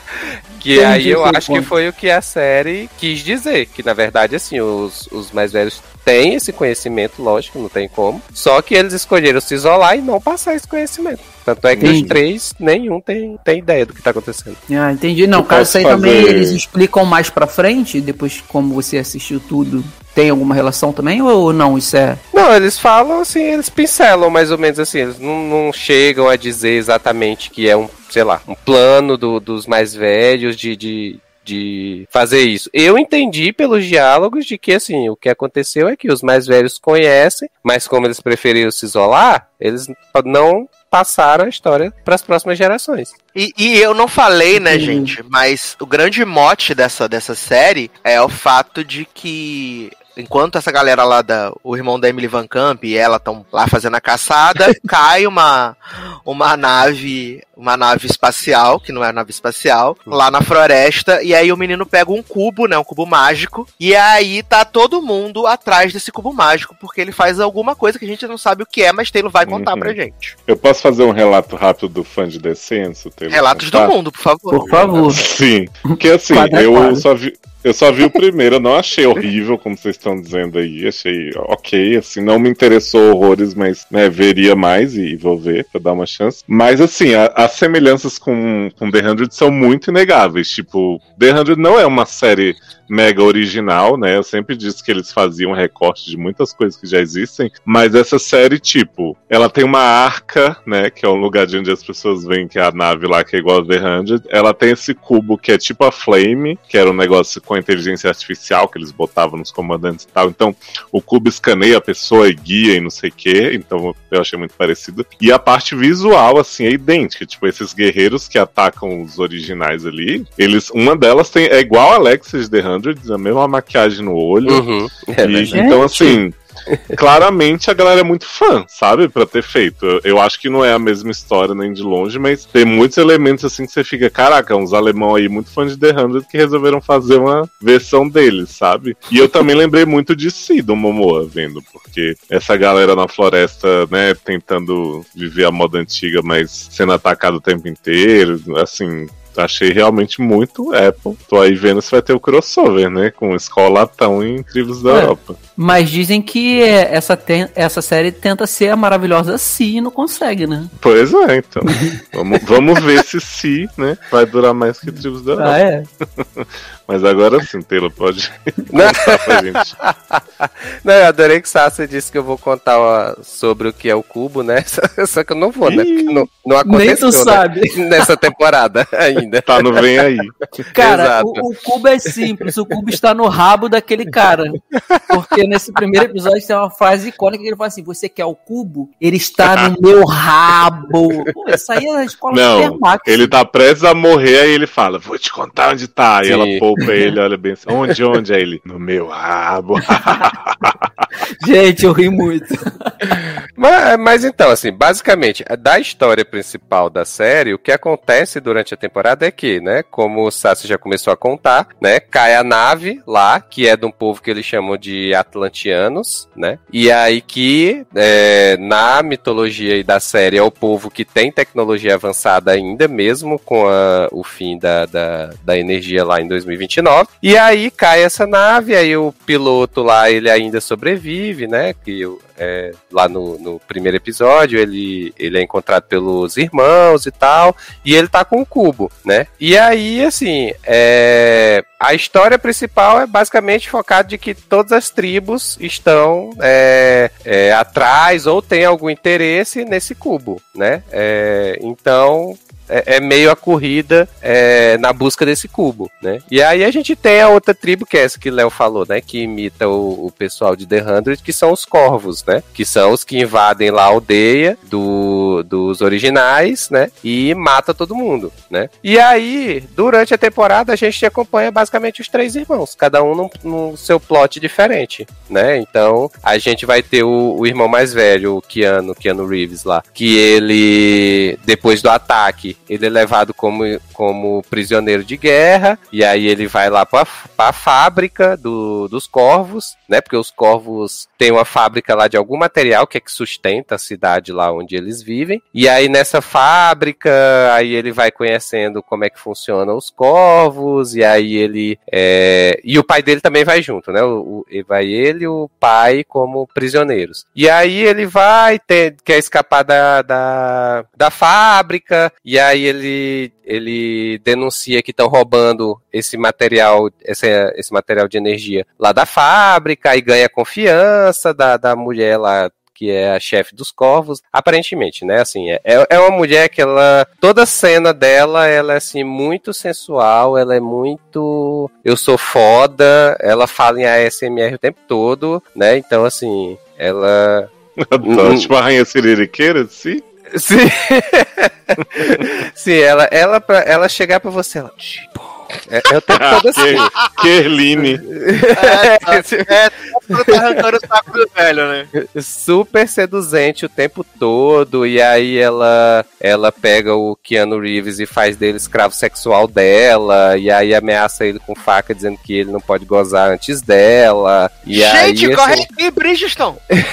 Que Entendi aí eu acho ponto. que foi o que a série quis dizer. Que na verdade, assim, os, os mais velhos têm esse conhecimento, lógico, não tem como. Só que eles escolheram se isolar e não passar esse conhecimento. Tanto é que Entendi. os três, nenhum tem, tem ideia do que tá acontecendo. Ah, entendi. Não, Eu caso posso isso aí fazer- também eles explicam mais pra frente, depois como você assistiu tudo, tem alguma relação também ou não? Isso é... Não, eles falam assim, eles pincelam mais ou menos assim, eles não, não chegam a dizer exatamente que é um, sei lá, um plano do, dos mais velhos de, de, de fazer isso. Eu entendi pelos diálogos de que, assim, o que aconteceu é que os mais velhos conhecem, mas como eles preferiram se isolar, eles não passaram a história para as próximas gerações. E, e eu não falei, né, Sim. gente, mas o grande mote dessa, dessa série é o fato de que enquanto essa galera lá, da, o irmão da Emily Van Camp e ela estão lá fazendo a caçada, cai uma, uma nave, uma nave espacial, que não é nave espacial, lá na floresta, e aí o menino pega um cubo, né, um cubo mágico, e aí tá todo mundo atrás desse cubo mágico, porque ele faz alguma coisa que a gente não sabe o que é, mas Taylor vai contar Uhum. pra gente. Eu posso fazer um relato rápido do fã de Descenso? Taylor? Relatos Tá? do mundo, por favor. Por favor. Sim, porque assim, Quadra, eu quadra. só vi. Eu só vi o primeiro, eu não achei horrível, como vocês estão dizendo aí, achei ok, assim, não me interessou horrores, mas, né, veria mais e vou ver, pra dar uma chance. Mas, assim, a- as semelhanças com, com The hundred são muito inegáveis, tipo, The hundred não é uma série mega original, né? Eu sempre disse que eles faziam recorte de muitas coisas que já existem, mas essa série, tipo, ela tem uma arca, né? Que é um lugar de onde as pessoas veem que é a nave lá, que é igual a The Hundred. Ela tem esse cubo que é tipo a Flame, que era um negócio com a inteligência artificial que eles botavam nos comandantes e tal. Então, o cubo escaneia a pessoa e guia e não sei o quê. Então, eu achei muito parecido. E a parte visual, assim, é idêntica. Tipo, esses guerreiros que atacam os originais ali, eles, uma delas tem, é igual a Alexa de The Hundred, a mesma maquiagem no olho. Uhum. É, e, então, assim, claramente a galera é muito fã, sabe? Pra ter feito. Eu, eu acho que não é a mesma história nem de longe, mas tem muitos elementos assim que você fica, caraca, uns alemão aí muito fãs de The Hundred que resolveram fazer uma versão deles, sabe? E eu também lembrei muito de Si, do Momoa, vendo, porque essa galera na floresta, né, tentando viver a moda antiga, mas sendo atacado o tempo inteiro, assim... Achei realmente muito Apple. Tô aí vendo se vai ter o crossover, né? Com Escolatão e Incríveis da é, Europa. Mas dizem que essa, ten- essa série tenta ser a maravilhosa Si e não consegue, né? Pois é, então. vamos, vamos ver se Si, né? Vai durar mais que Tribos da Europa. Ah, é? Mas agora sim, Taylor, pode contar pra gente. Não, eu adorei que Sasha disse que eu vou contar ó, sobre o que é o cubo, né? Só que eu não vou, né? Porque não, não aconteceu, nem tu né? sabe. Nessa temporada ainda. Tá no Vem Aí. Cara, o, o cubo é simples. O cubo está no rabo daquele cara. Porque nesse primeiro episódio tem uma frase icônica que ele fala assim, você quer o cubo? Ele está no meu rabo. Pô, isso aí é a escola Não, ele tá prestes a morrer, aí ele fala, vou te contar onde tá. Sim. E ela poupa ele, olha bem assim, onde, onde? Aí ele, no meu rabo. Gente, eu ri muito. Mas, mas então, assim, basicamente, da história principal da série, o que acontece durante a temporada é que, né, como o Sassi já começou a contar, né, cai a nave lá, que é de um povo que eles chamam de atlantianos, né, e aí que, é, na mitologia e da série, é o povo que tem tecnologia avançada ainda, mesmo com a, o fim da, da, da energia lá em dois mil e vinte e nove, e aí cai essa nave, aí o piloto lá, ele ainda sobrevive, né, que é, lá no, no primeiro episódio, ele, ele é encontrado pelos irmãos e tal, e ele tá com o cubo, né? E aí, assim, é, a história principal é basicamente focada de que todas as tribos estão é, é, atrás ou têm algum interesse nesse cubo, né? É, então... É, é meio a corrida é, na busca desse cubo, né? E aí a gente tem a outra tribo, que é essa que o Léo falou, né? Que imita o, o pessoal de The Hundred, que são os corvos, né? Que são os que invadem lá a aldeia do, dos originais, né? E mata todo mundo, né? E aí, durante a temporada, a gente acompanha basicamente os três irmãos, cada um no, no seu plot diferente, né? Então, a gente vai ter o, o irmão mais velho, o Keanu, Keanu Reeves lá, que ele, depois do ataque, ele é levado como, como prisioneiro de guerra, e aí ele vai lá para a fábrica do, dos corvos, né? Porque os corvos têm uma fábrica lá de algum material que é que sustenta a cidade lá onde eles vivem. E aí nessa fábrica, aí ele vai conhecendo como é que funcionam os corvos, e aí ele... É... E o pai dele também vai junto, né? O, o, vai ele e o pai como prisioneiros. E aí ele vai, ter, quer escapar da, da, da fábrica, e aí Aí ele, ele denuncia que estão roubando esse material, esse, esse material de energia lá da fábrica, e ganha confiança da, da mulher lá, que é a chefe dos corvos, aparentemente, né, assim, é, é uma mulher que ela, toda cena dela, ela é, assim, muito sensual, ela é muito, eu sou foda, ela fala em A S M R o tempo todo, né, então, assim, ela... Adoro, tipo a rainha siririqueira, sim? Sim, sim, ela, ela, pra, ela chegar pra você, ela, tipo, é, é o tempo todo assim. Kerline. É, tá, é, tá arrancando o saco do velho, né? Super seduzente o tempo todo, e aí ela, ela pega o Keanu Reeves e faz dele escravo sexual dela, e aí ameaça ele com faca, dizendo que ele não pode gozar antes dela. E Gente, aí, corre assim... aqui, Bridgestone!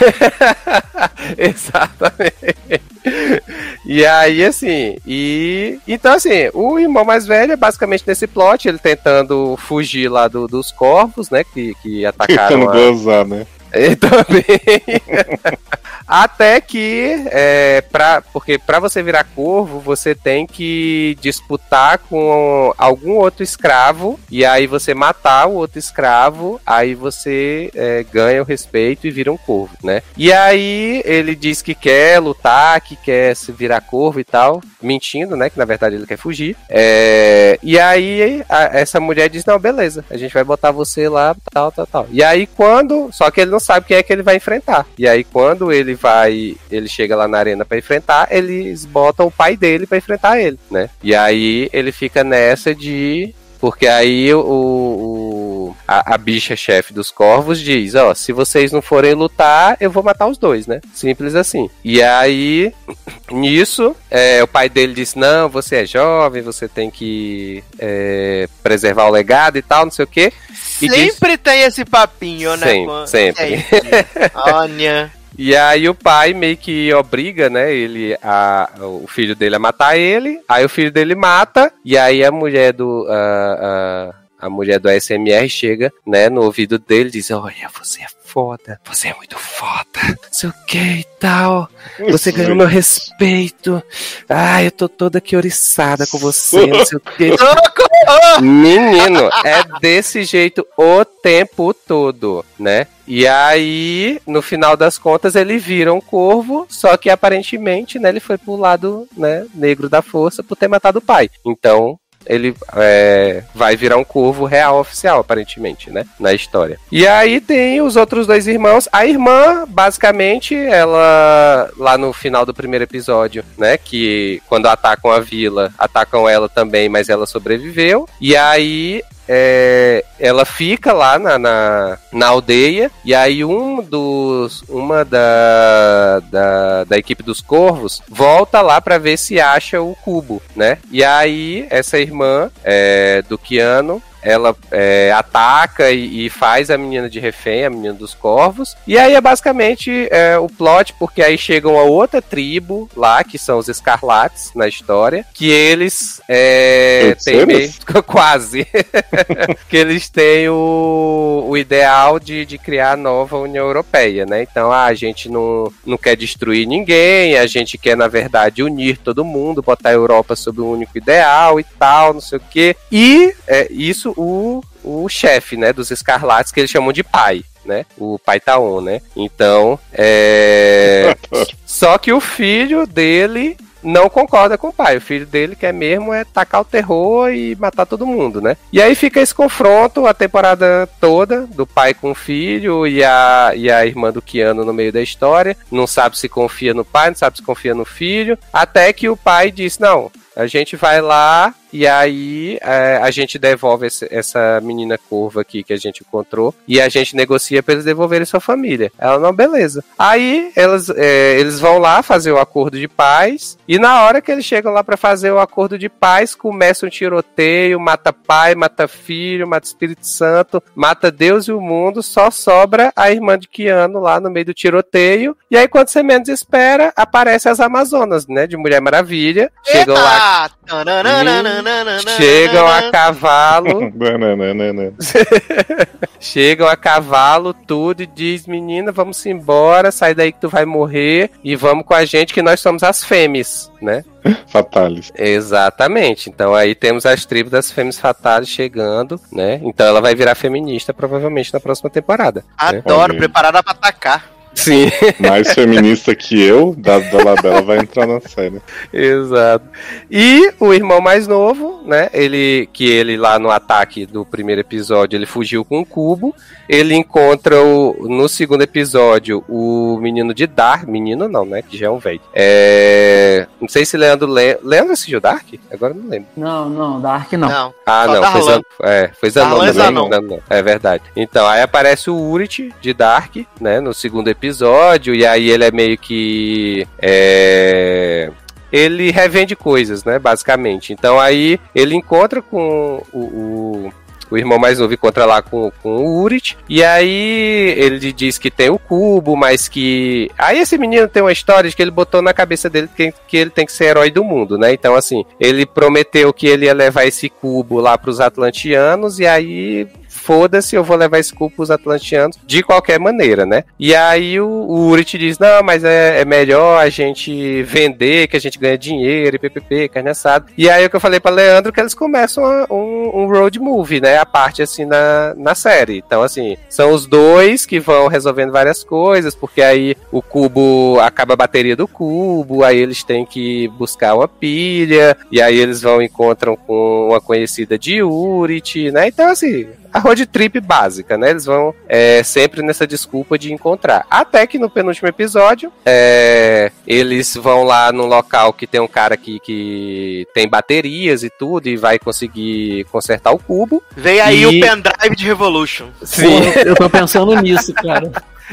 Exatamente. E aí, assim, e... Então, assim, o irmão mais velho é basicamente nesse plot, ele tentando fugir lá do, dos corvos, né, que, que atacaram tentando a... gozar, né? Ele também. Até que, é, pra, porque pra você virar corvo, você tem que disputar com algum outro escravo, e aí você matar o outro escravo, aí você é, ganha o respeito e vira um corvo, né? E aí ele diz que quer lutar, que quer se virar corvo e tal, mentindo, né? Que na verdade ele quer fugir. É, e aí a, essa mulher diz, não, beleza, a gente vai botar você lá, tal, tal, tal. E aí quando, só que ele não sabe quem é que ele vai enfrentar. E aí quando ele vai, ele chega lá na arena pra enfrentar, eles botam o pai dele pra enfrentar ele, né? E aí ele fica nessa de... Porque aí o, o, a, a bicha-chefe dos corvos diz, ó, se vocês não forem lutar, eu vou matar os dois, né? Simples assim. E aí, nisso, é, o pai dele diz, não, você é jovem, você tem que é, preservar o legado e tal, não sei o quê. E sempre diz, tem esse papinho, né? Sempre, com... sempre. Olha... E aí o pai meio que obriga, né, ele a, o filho dele a matar ele, aí o filho dele mata, e aí a mulher do... A, a, a mulher do A S M R chega, né, no ouvido dele e diz, olha, você é foda, você é muito foda, não sei o que e tal, você ganhou meu respeito, ai, eu tô toda aqui oriçada com você, não sei o que. Menino, é desse jeito o tempo todo, né? E aí, no final das contas, ele vira um corvo, só que aparentemente, né, ele foi pro lado, né, negro da força por ter matado o pai. Então, ele é, vai virar um corvo real oficial, aparentemente, né? Na história. E aí tem os outros dois irmãos. A irmã, basicamente, ela... Lá no final do primeiro episódio, né? Que quando atacam a vila, atacam ela também, mas ela sobreviveu. E aí... É, ela fica lá na, na, na aldeia, e aí um dos, uma da, da, da equipe dos corvos volta lá pra ver se acha o cubo, né? E aí essa irmã é, do Keanu, ela é, ataca e, e faz a menina de refém, a menina dos corvos. E aí é basicamente é, o plot, porque aí chegam a outra tribo lá, que são os Escarlates na história, que eles é, têm meio... quase. que eles têm o, o ideal de, de criar a nova União Europeia, né? Então ah, a gente não, não quer destruir ninguém, a gente quer, na verdade, unir todo mundo, botar a Europa sob um único ideal e tal, não sei o quê. E é, isso o, o chefe, né, dos Escarlates, que eles chamam de pai, né, o pai Taon, né, então, é... só que o filho dele não concorda com o pai, o filho dele quer mesmo é tacar o terror e matar todo mundo, né, e aí fica esse confronto a temporada toda, do pai com o filho e a, e a irmã do Keanu no meio da história, não sabe se confia no pai, não sabe se confia no filho, até que o pai diz, não, a gente vai lá e aí é, a gente devolve esse, essa menina corva aqui que a gente encontrou e a gente negocia pra eles devolverem sua família. Ela, não, beleza. Aí elas, é, eles vão lá fazer o acordo de paz e na hora que eles chegam lá pra fazer o acordo de paz, começa um tiroteio, mata pai, mata filho, mata Espírito Santo, mata Deus e o mundo, só sobra a irmã de Keanu lá no meio do tiroteio e aí quando você menos espera, aparece as Amazonas, né, de Mulher Maravilha. Chegam lá... Chegam a cavalo. Chegam a cavalo, tudo, e diz, menina, vamos embora, sai daí que tu vai morrer, e vamos com a gente que nós somos as fêmeas, né? Fatales. Exatamente. Então aí temos as tribos das fêmeas fatales chegando, né? Então ela vai virar feminista provavelmente na próxima temporada. Adoro, né? Preparada pra atacar. Sim. Mais feminista que eu, da Dolabella vai entrar na série. Exato. E o irmão mais novo, né? Ele, que ele lá no ataque do primeiro episódio, ele fugiu com um cubo. Ele encontra o, no segundo episódio o menino de Dark. Menino não, né? Que já é um velho. É, não sei se Leandro... Le... Leandro assistiu Dark? Agora eu não lembro. Não, não, Dark não. Não. Ah, não. Foi, Zan... é, foi Zanon também. Zanon. Zanon. É verdade. Então, aí aparece o Urit de Dark, né? No segundo episódio. episódio, e aí ele é meio que é... ele revende coisas, né, basicamente. Então aí ele encontra com o, o, o irmão mais novo, encontra lá com, com o Urit, e aí ele diz que tem o cubo, mas que... Aí esse menino tem uma história de que ele botou na cabeça dele que, que ele tem que ser herói do mundo, né? Então assim, ele prometeu que ele ia levar esse cubo lá pros atlantianos, e aí... foda-se, eu vou levar esse cubo pros atlantianos de qualquer maneira, né? E aí o, o Urit diz, não, mas é, é melhor a gente vender, que a gente ganha dinheiro, e ppp, carne assada. E aí o que eu falei pra Leandro, que eles começam a, um, um road movie, né? A parte assim na, na série. Então assim, são os dois que vão resolvendo várias coisas, porque aí o cubo, acaba a bateria do cubo, aí eles têm que buscar uma pilha, e aí eles vão e encontram com uma conhecida de Urit, né? Então assim, a road trip básica, né? Eles vão é, sempre nessa desculpa de encontrar. Até que no penúltimo episódio, é, eles vão lá num local que tem um cara que, que tem baterias e tudo, e vai conseguir consertar o cubo. Vem aí e... o pendrive de Revolution. Sim, eu tô pensando nisso, cara.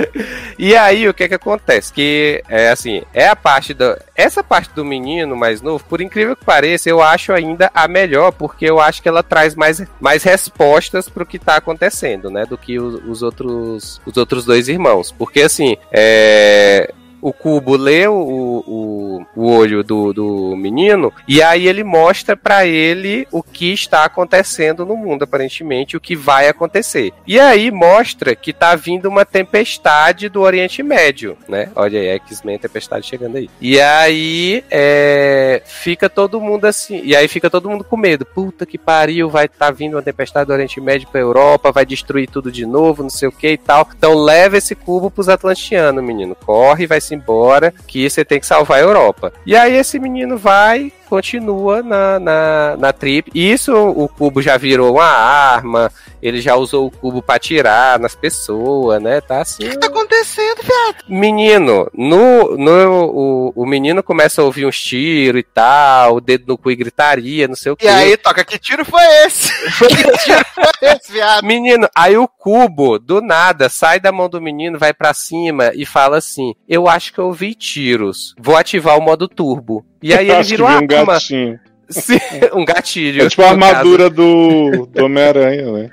E aí, o que que acontece? Que, é assim, é a parte da... Essa parte do menino mais novo, por incrível que pareça, eu acho ainda a melhor, porque eu acho que ela traz mais, mais respostas pro que tá acontecendo, né? Do que os, os, outros, os outros dois irmãos. Porque, assim, é... o cubo lê o, o, o olho do, do menino, e aí ele mostra pra ele o que está acontecendo no mundo, aparentemente, o que vai acontecer. E aí mostra que tá vindo uma tempestade do Oriente Médio, né? Olha aí, X-Men, tempestade chegando aí. E aí é, fica todo mundo assim, e aí fica todo mundo com medo. Puta que pariu, vai tá vindo uma tempestade do Oriente Médio pra Europa, vai destruir tudo de novo, não sei o que e tal. Então leva esse cubo pros atlantianos, menino. Corre, vai se embora, que você tem que salvar a Europa. E aí esse menino vai, continua na, na, na trip. Isso, o cubo já virou uma arma, ele já usou o cubo pra atirar nas pessoas, né? Tá assim. O que tá acontecendo, viado? Menino, no, no, o, o menino começa a ouvir uns tiros e tal, o dedo no cu e gritaria, não sei o que. E aí, toca, que tiro foi esse? Que tiro foi esse, viado? Menino, aí o cubo, do nada, sai da mão do menino, vai pra cima e fala assim, eu acho que eu ouvi tiros, vou ativar o modo turbo. E aí eu ele virou um arma. gatinho. Sim, um gatilho. É tipo a armadura do, do Homem-Aranha, né?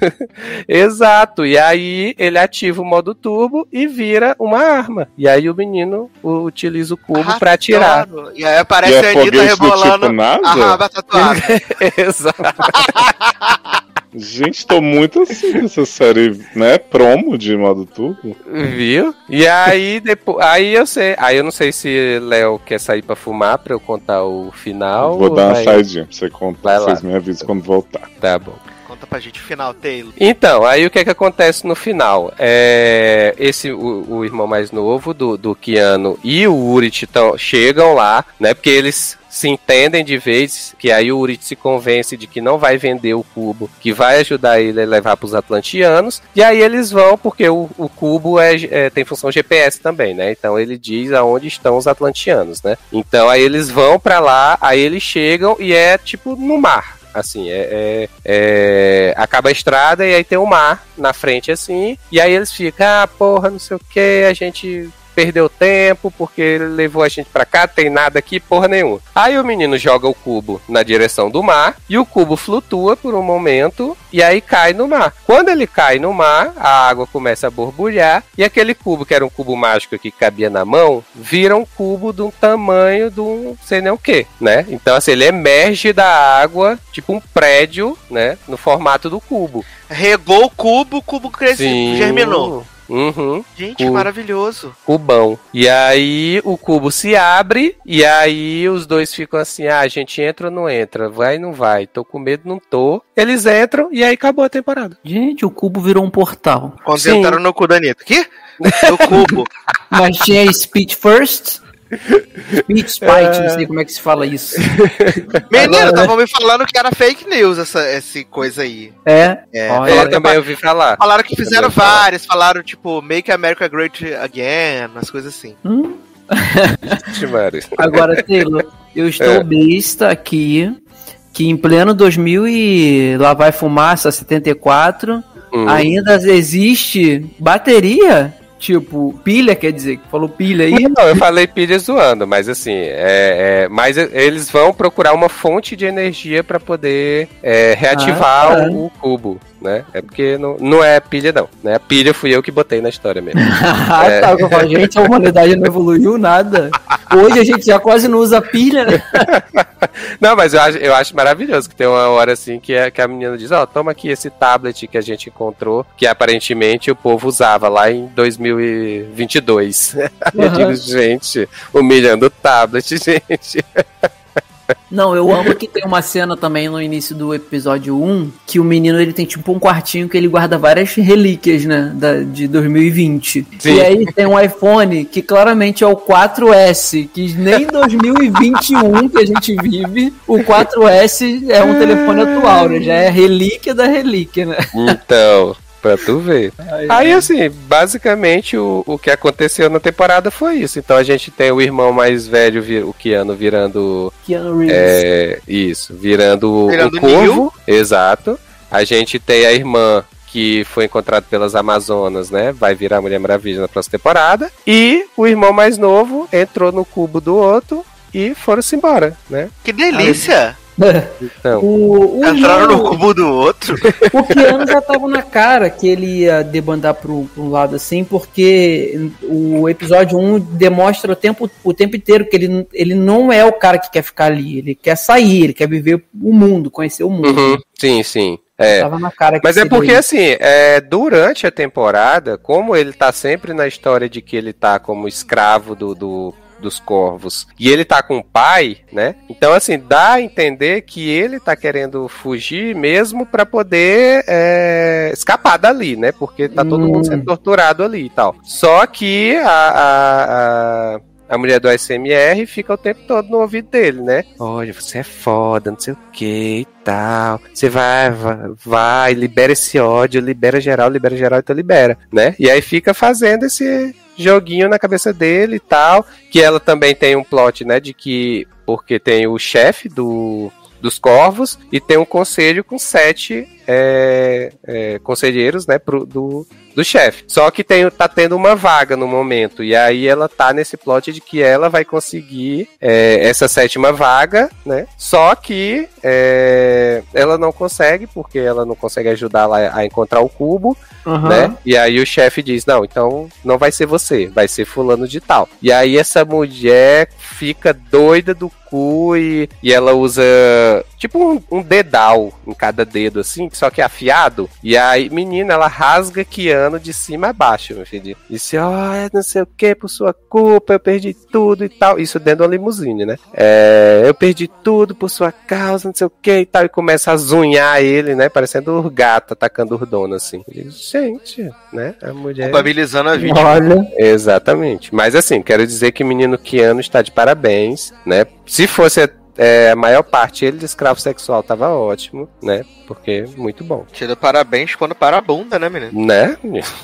Exato, e aí ele ativa o modo turbo e vira uma arma. E aí o menino utiliza o cubo Ah, pra atirar. adoro. E aí aparece E é a Anitta foguete do rebolando tipo NASA? a raba tatuada. Exato. Gente, tô muito assim nessa série, né? Promo de modo turbo. Viu? E aí, depois. Aí eu sei. Aí eu não sei se Léo quer sair pra fumar pra eu contar o final. Vou dar uma vai... saidinha pra você contar. Vai lá. Vocês me avisam quando voltar. Tá bom. Conta pra gente o final, Taylor. Então, aí o que é que acontece no final? É, esse, o, o irmão mais novo do, do Keanu e o Urit tão, chegam lá, né? Porque eles se entendem de vez, que aí o Urit se convence de que não vai vender o cubo, que vai ajudar ele a levar para os atlantianos, e aí eles vão, porque o, o cubo é, é, tem função G P S também, né? Então ele diz aonde estão os atlantianos, né? Então aí eles vão para lá, aí eles chegam e é tipo no mar. Assim, é, é, é... acaba a estrada e aí tem o mar na frente, assim, e aí eles ficam, ah, porra, não sei o que, a gente perdeu tempo porque ele levou a gente pra cá, tem nada aqui, porra nenhuma. Aí o menino joga o cubo na direção do mar e o cubo flutua por um momento e aí cai no mar. Quando ele cai no mar, a água começa a borbulhar e aquele cubo, que era um cubo mágico que cabia na mão, vira um cubo de um tamanho de um sei nem o que, né? Então assim, ele emerge da água, tipo um prédio, né? No formato do cubo. Regou o cubo, o cubo cresceu, Sim. germinou. Uhum. Gente, Cubo. maravilhoso. Cubão. E aí o cubo se abre e aí os dois ficam assim, ah, a gente entra ou não entra? Vai ou não vai? Tô com medo, não tô. Eles entram e aí acabou a temporada. Gente, o cubo virou um portal. Quando Sim. entraram no cu da Anitta. Que? No cubo. Mas tinha speech first, speech spite, não sei como é que se fala isso. Menino, estavam me falando que era fake news essa, essa coisa aí. É? É. Olha, Eu também ouvi falar. Falaram que fizeram Também ouvi várias, falaram tipo, Make America Great Again, umas coisas assim. hum? falar. Agora, Taylor, eu estou É. besta aqui, que em pleno dois mil e lá vai fumaça setenta e quatro, Hum. ainda existe bateria? Tipo, pilha, quer dizer, que falou pilha aí. Não, eu falei pilha zoando, mas assim, é, é, mas eles vão procurar uma fonte de energia para poder é, reativar Ah, tá. o, o cubo, né? É porque não, não é pilha, não. Né? A pilha fui eu que botei na história mesmo. Ah, É. tá, eu falo, gente, a humanidade não evoluiu nada. Hoje a gente já quase não usa pilha, né? Não, mas eu acho, eu acho maravilhoso que tem uma hora assim que, é, que a menina diz, ó, oh, toma aqui esse tablet que a gente encontrou, que aparentemente o povo usava lá em dois mil e vinte e dois. Uhum. Eu digo, gente, humilhando o tablet, gente. Não, eu amo que tem uma cena também no início do episódio um, que o menino ele tem tipo um quartinho que ele guarda várias relíquias, né, da, de dois mil e vinte. Sim. E aí tem um iPhone que claramente é o quatro S, que nem dois mil e vinte e um que a gente vive, o quatro S é um telefone atual, né, já é relíquia da relíquia, né. Então... Pra tu ver. Ai, Aí, assim, basicamente o, o que aconteceu na temporada foi isso. Então a gente tem o irmão mais velho, o Keanu, virando... Keanu Reeves. É, isso, virando, virando um corvo. Exato. A gente tem a irmã que foi encontrada pelas Amazonas, né? Vai virar Mulher Maravilha na próxima temporada. E o irmão mais novo entrou no cubo do outro e foram-se embora, né? Que delícia! Então, o, o entraram irmão, no cubo do outro. O Keanu já tava na cara que ele ia debandar pro, pro lado assim, porque o episódio um demonstra o tempo, o tempo inteiro que ele, ele não é o cara que quer ficar ali, ele quer sair, ele quer viver o mundo, conhecer o mundo. Uhum, sim, sim. É. Tava na cara que Mas é porque isso. assim, é, durante a temporada, como ele tá sempre na história de que ele tá como escravo do, do dos corvos, e ele tá com o pai, né? Então, assim, dá a entender que ele tá querendo fugir mesmo pra poder é, escapar dali, né? Porque tá todo hum. mundo sendo torturado ali e tal. Só que a, a, a, a mulher do A S M R fica o tempo todo no ouvido dele, né? Olha, você é foda, não sei o que e tal. Você vai, vai, vai, libera esse ódio, libera geral, libera geral, então libera, né? E aí fica fazendo esse joguinho na cabeça dele e tal, que ela também tem um plot, né, de que, porque tem o chefe do, dos corvos e tem um conselho com sete é, é, conselheiros, né, pro, do, do chefe. Só que tem, tá tendo uma vaga no momento, e aí ela tá nesse plot de que ela vai conseguir é, essa sétima vaga, né, só que é, ela não consegue, porque ela não consegue ajudar lá a encontrar o cubo, uhum. né, e aí o chefe diz, não, então não vai ser você, vai ser fulano de tal. E aí essa mulher fica doida do cu e, e ela usa tipo um, um dedal em cada dedo, assim, só que afiado. E aí, menina, ela rasga Keanu de cima a baixo, meu filho. Disse, ó, oh, não sei o que, por sua culpa, eu perdi tudo e tal. Isso dentro da limusine, né? É, eu perdi tudo por sua causa, não sei o que e tal. E começa a zunhar ele, né? Parecendo um gato atacando o dono, assim. Digo, gente, né? A mulher... Culpabilizando a vítima. Olha. Exatamente. Mas assim, quero dizer que o menino Keanu está de parabéns, né? Se fosse... É, a maior parte ele de escravo sexual tava ótimo, né? Porque muito bom. Tira parabéns quando para a bunda, né, menino? Né?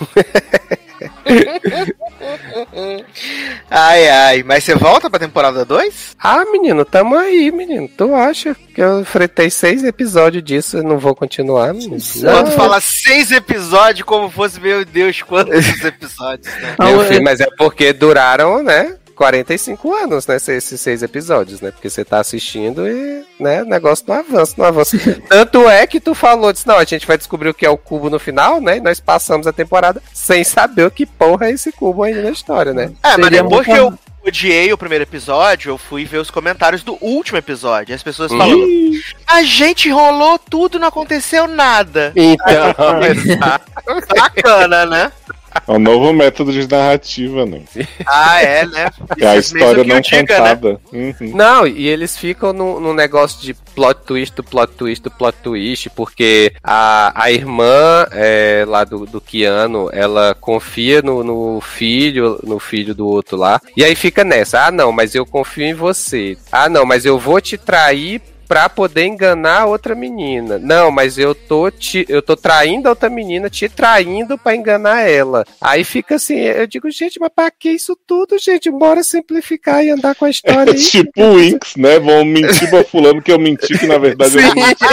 Ai, ai, mas você volta pra temporada dois? Ah, menino, tamo aí, menino. Tu acha que eu enfrentei seis episódios disso e não vou continuar, menino? Quando fala seis episódios, como fosse, meu Deus, quantos episódios, né? Meu filho, mas é porque duraram, né? quarenta e cinco anos, né, esses seis episódios, né, porque você tá assistindo e, né, o negócio não avança, não avança. Tanto é que tu falou, disse, não, a gente vai descobrir o que é o cubo no final, né, e nós passamos a temporada sem saber o que porra é esse cubo ainda na história, né. É, mas depois que eu odiei o primeiro episódio, eu fui ver os comentários do último episódio, as pessoas falando, a gente enrolou tudo, não aconteceu nada. Então, bacana, né? É um novo método de narrativa, né? Ah, é, né? É a história não contada. Né? Uhum. Não, e eles ficam no, no negócio de plot twist, plot twist, plot twist, porque a, a irmã é, lá do, do Keanu, ela confia no, no filho, no filho do outro lá, e aí fica nessa, ah não, mas eu confio em você. Ah não, mas eu vou te trair pra poder enganar outra menina. Não, mas eu tô, te, eu tô traindo a outra menina, te traindo pra enganar ela. Aí fica assim, eu digo, gente, mas pra que isso tudo, gente? Bora simplificar e andar com a história é aí. Tipo o Winx, né? Vão mentir pra fulano que eu menti, que na verdade eu não menti.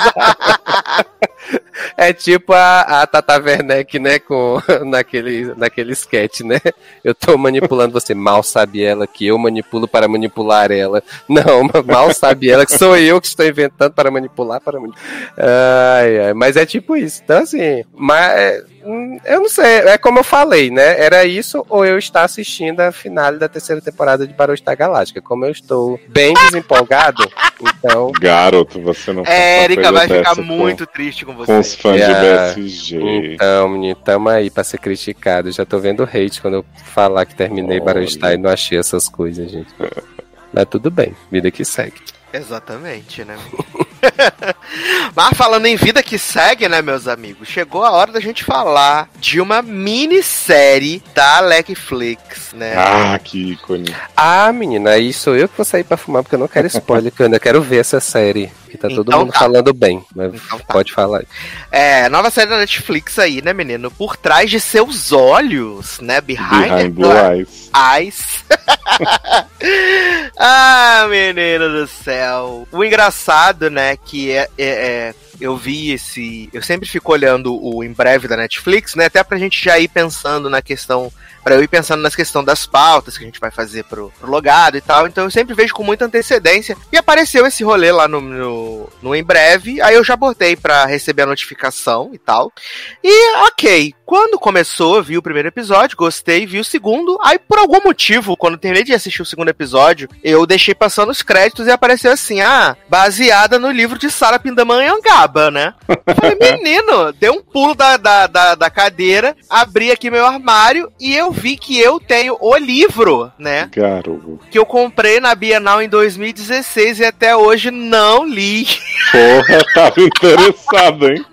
É tipo a, a Tata Werneck, né, com, naquele, naquele sketch, né? Eu tô manipulando você. Mal sabe ela que eu manipulo para manipular ela. Não, mal sabe ela que sou eu que estou inventando para manipular, para manipular. Ai, ai, mas é tipo isso. Então, assim, mas Hum, Eu não sei, é como eu falei, né? Era isso ou eu estar assistindo a finale da terceira temporada de Battlestar Galáctica. Como eu estou bem desempolgado, então... Garoto, você não faz uma Érica coisa vai ficar dessa muito triste com com, você. com os fãs Yeah. de B S G. Então, menino, tamo aí pra ser criticado. Já tô vendo hate quando eu falar que terminei Olha. Battlestar e não achei essas coisas, gente. Mas tudo bem, vida que segue. Exatamente, né? Mas falando em vida que segue, né, meus amigos? Chegou a hora da gente falar de uma minissérie da Netflix, né? Ah, que ícone. Ah, menina, aí sou eu que vou sair pra fumar, porque eu não quero spoiler, que eu ainda quero ver essa série. Que tá todo Então mundo tá. falando bem, mas Então tá. pode falar. É, nova série da Netflix aí, né, menino? Por trás de seus olhos, né? Behind, Behind the Blue Eyes. Eyes. Ah, menino do céu. O engraçado, né, que é, é, é, eu vi esse... Eu sempre fico olhando o em breve da Netflix, né, até pra gente já ir pensando na questão... Pra eu ir pensando nas questões das pautas que a gente vai fazer pro, pro logado e tal. Então eu sempre vejo com muita antecedência. E apareceu esse rolê lá no, no, no em breve. Aí eu já botei pra receber a notificação e tal. E ok, quando começou, vi o primeiro episódio, gostei, vi o segundo. Aí por algum motivo, quando terminei de assistir o segundo episódio, eu deixei passando os créditos e apareceu assim, ah, baseada no livro de Sarah Pindamonhangaba, né? Eu falei, menino, dei um pulo da, da, da, da cadeira, abri aqui meu armário e eu vi que eu tenho o livro, né? Garoto. Que eu comprei na Bienal em dois mil e dezesseis e até hoje não li. Porra, tava interessado, hein?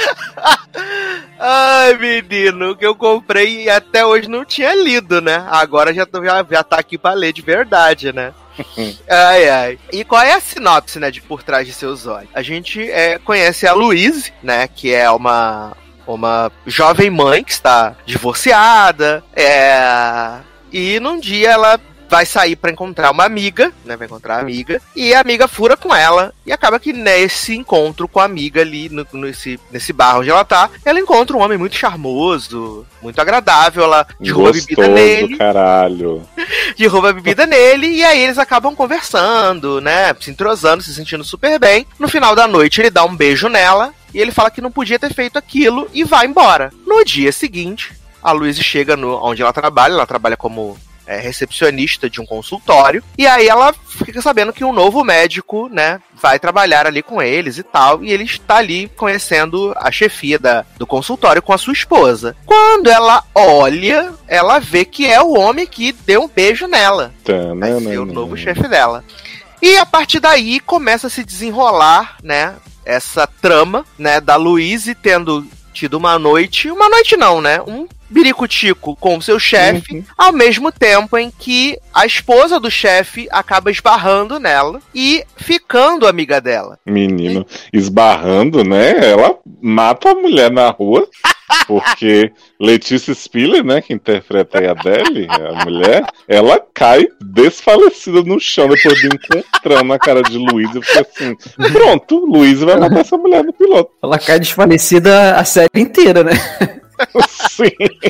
Ai, menino, que eu comprei e até hoje não tinha lido, né? Agora já, tô, já, já tá aqui pra ler de verdade, né? Ai, ai. E qual é a sinopse, né, de Por Trás de Seus Olhos? A gente é, conhece a Louise, né, que é uma... uma jovem mãe que está divorciada, é... e num dia ela vai sair pra encontrar uma amiga, né, vai encontrar a amiga, e a amiga fura com ela, e acaba que nesse encontro com a amiga ali, no, nesse, nesse bar onde ela tá, ela encontra um homem muito charmoso, muito agradável, ela derruba a bebida nele, caralho. derruba a bebida nele, e aí eles acabam conversando, né, se entrosando, se sentindo super bem. No final da noite ele dá um beijo nela, e ele fala que não podia ter feito aquilo e vai embora. No dia seguinte, a Louise chega no, onde ela trabalha, ela trabalha como é, recepcionista de um consultório, e aí ela fica sabendo que um novo médico, né, vai trabalhar ali com eles e tal, e ele está ali conhecendo a chefia da, do consultório com a sua esposa. Quando ela olha, ela vê que é o homem que deu um beijo nela. Vai ser o novo chefe dela. E a partir daí começa a se desenrolar, né, essa trama, né, da Louise tendo tido uma noite, uma noite não, né, um biricutico com o seu chefe, uhum. Ao mesmo tempo em que a esposa do chefe acaba esbarrando nela e ficando amiga dela. Menino, esbarrando, né, ela mata a mulher na rua, porque Letícia Spiller, né, que interpreta aí a Adele, a mulher, ela cai desfalecida no chão depois de encontrando na cara de Luísa, porque assim, pronto, Luísa vai matar essa mulher no piloto. Ela cai desfalecida a série inteira, né? Sim,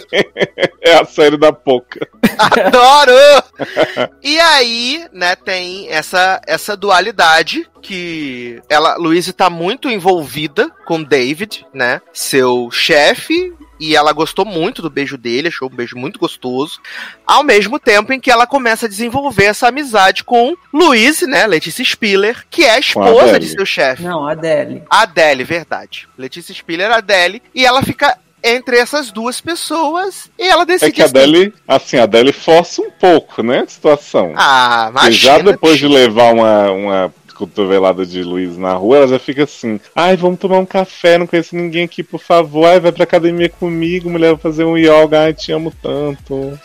é a série da Poca. Adoro! E aí, né, tem essa, essa dualidade que ela, Louise tá muito envolvida com David, né, seu chefe, e ela gostou muito do beijo dele, achou um beijo muito gostoso, ao mesmo tempo em que ela começa a desenvolver essa amizade com Louise, né, Letícia Spiller, que é a esposa de seu chefe. Não, Adele. Adele, verdade. Letícia Spiller, Adele, e ela fica entre essas duas pessoas e ela decide... É que a Adele, assim, a Adele força um pouco, né, a situação. Ah, imagina. E já depois de levar uma, uma cotovelada de Luiz na rua, ela já fica assim, ai, vamos tomar um café, não conheço ninguém aqui, por favor, ai, vai pra academia comigo, mulher, vou fazer um yoga, ai, te amo tanto.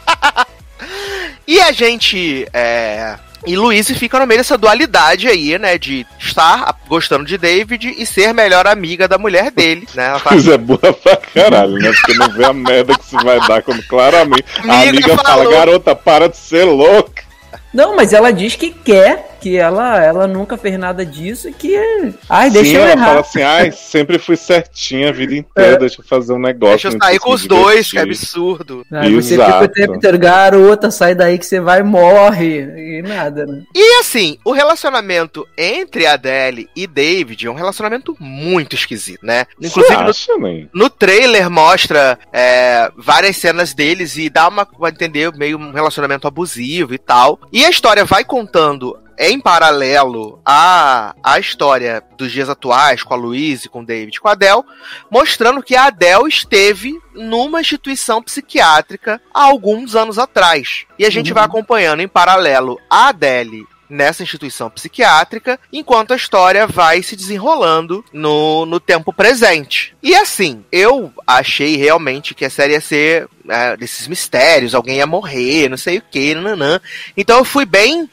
E a gente, é... E Louise fica no meio dessa dualidade aí, né, de estar gostando de David e ser melhor amiga da mulher dele, né? Ela fala... Isso é burra pra caralho, né? Porque não vê a merda que se vai dar quando claramente a amiga fala, garota, para de ser louca. Não, mas ela diz que quer que ela, ela nunca fez nada disso e que... Ai, deixa Sim, eu ela errar. fala assim, ai, sempre fui certinha a vida inteira, é. deixa eu fazer um negócio. Deixa eu sair com os divertir. dois, que absurdo. Ah, você fica o tempo inteiro, garota, sai daí que você vai e morre. E nada, né? E assim, o relacionamento entre a Adele e David é um relacionamento muito esquisito, né? Inclusive, acha, no, no trailer mostra é, várias cenas deles e dá uma, vai entender, meio um relacionamento abusivo e tal. E a história vai contando em paralelo à, à história dos dias atuais, com a Louise, com o David, com a Adele, mostrando que a Adele esteve numa instituição psiquiátrica há alguns anos atrás. E a gente uhum. vai acompanhando em paralelo a Adele nessa instituição psiquiátrica, enquanto a história vai se desenrolando no, no tempo presente. E assim, eu achei realmente que a série ia ser é, desses mistérios, alguém ia morrer, não sei o que, nananã. Então eu fui bem...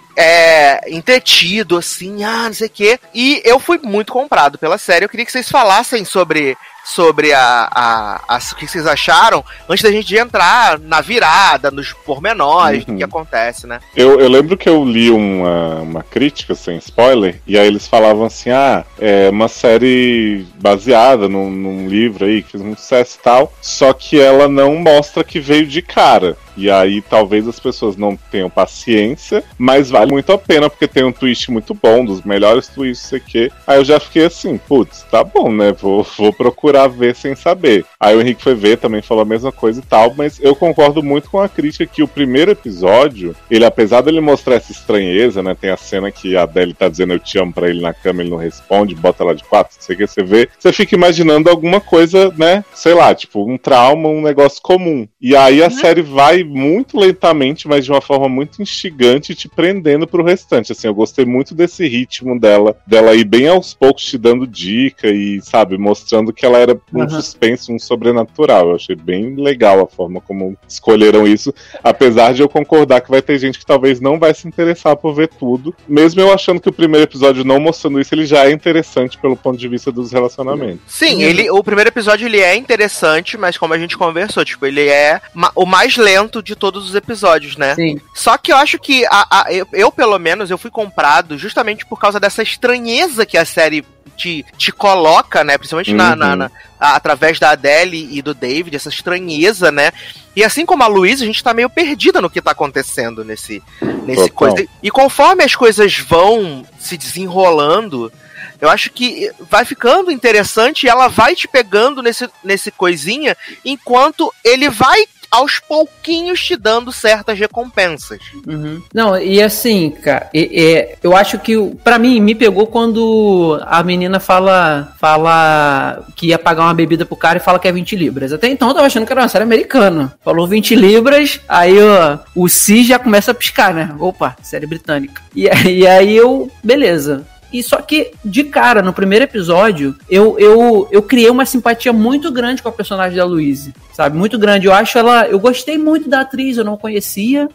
É, entretido, assim, ah, não sei o quê. E eu fui muito comprado pela série. Eu queria que vocês falassem sobre, sobre a, a, a, o que vocês acharam, antes da gente entrar na virada, nos pormenores, uhum. do que acontece, né? Eu, eu lembro que eu li uma, uma crítica, sem spoiler, e aí eles falavam assim, ah, é uma série baseada num, num livro aí, que fez muito sucesso e tal, só que ela não mostra que veio de cara. E aí talvez as pessoas não tenham paciência, mas vale muito a pena, porque tem um twist muito bom, dos melhores twists, sei que. Aí eu já fiquei assim, putz, tá bom, né? Vou, vou procurar ver sem saber. Aí o Henrique foi ver, também falou a mesma coisa e tal, mas eu concordo muito com a crítica que o primeiro episódio, ele, apesar dele mostrar essa estranheza, né? Tem a cena que a Adele tá dizendo eu te amo pra ele na cama, ele não responde, bota ela de quatro, não sei o que, você vê. Você fica imaginando alguma coisa, né? Sei lá, tipo, um trauma, um negócio comum. E aí a uhum. série vai muito lentamente, mas de uma forma muito instigante, te prendendo pro restante. Assim, eu gostei muito desse ritmo dela, dela ir bem aos poucos te dando dica e, sabe, mostrando que ela era um uhum. suspense, um sobrenatural. Eu achei bem legal a forma como escolheram isso, apesar de eu concordar que vai ter gente que talvez não vai se interessar por ver tudo, mesmo eu achando que o primeiro episódio não mostrando isso, ele já é interessante pelo ponto de vista dos relacionamentos. Sim, ele, o primeiro episódio ele é interessante, mas como a gente conversou, tipo, ele é ma- o mais lento de todos os episódios, né? Sim. Só que eu acho que a, a, eu, eu, pelo menos, eu fui comprado justamente por causa dessa estranheza que a série te, te coloca, né? Principalmente uhum. na, na, na, a, através da Adele e do David, essa estranheza, né? E assim como a Louise, a gente tá meio perdida no que tá acontecendo nesse, nesse coisa. E conforme as coisas vão se desenrolando, eu acho que vai ficando interessante e ela vai te pegando nesse, nesse coisinha, enquanto ele vai aos pouquinhos te dando certas recompensas. Uhum. Não, e assim, cara, e, e, eu acho que, pra mim, me pegou quando a menina fala, fala que ia pagar uma bebida pro cara e fala que é vinte libras. Até então eu tava achando que era uma série americana. Falou vinte libras, aí ó, o C já começa a piscar, né? Opa, série britânica. E, e aí eu, beleza. E só que, de cara, no primeiro episódio, eu, eu, eu criei uma simpatia muito grande com a personagem da Louise, sabe? Muito grande. Eu acho ela... Eu gostei muito da atriz, eu não conhecia.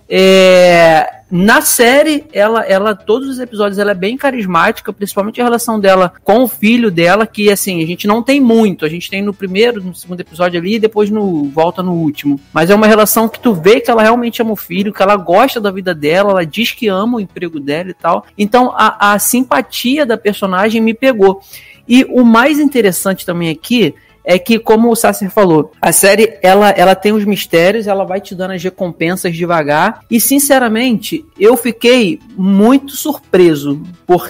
É... Na série, ela, ela, todos os episódios, ela é bem carismática, principalmente a relação dela com o filho dela, que, assim, a gente não tem muito. A gente tem no primeiro, no segundo episódio ali, e depois no, volta no último. Mas é uma relação que tu vê que ela realmente ama o filho, que ela gosta da vida dela, ela diz que ama o emprego dela e tal. Então, a, a simpatia da personagem me pegou. E o mais interessante também aqui é que, como o Sasser falou, a série, ela, ela tem os mistérios, ela vai te dando as recompensas devagar, e sinceramente, eu fiquei muito surpreso,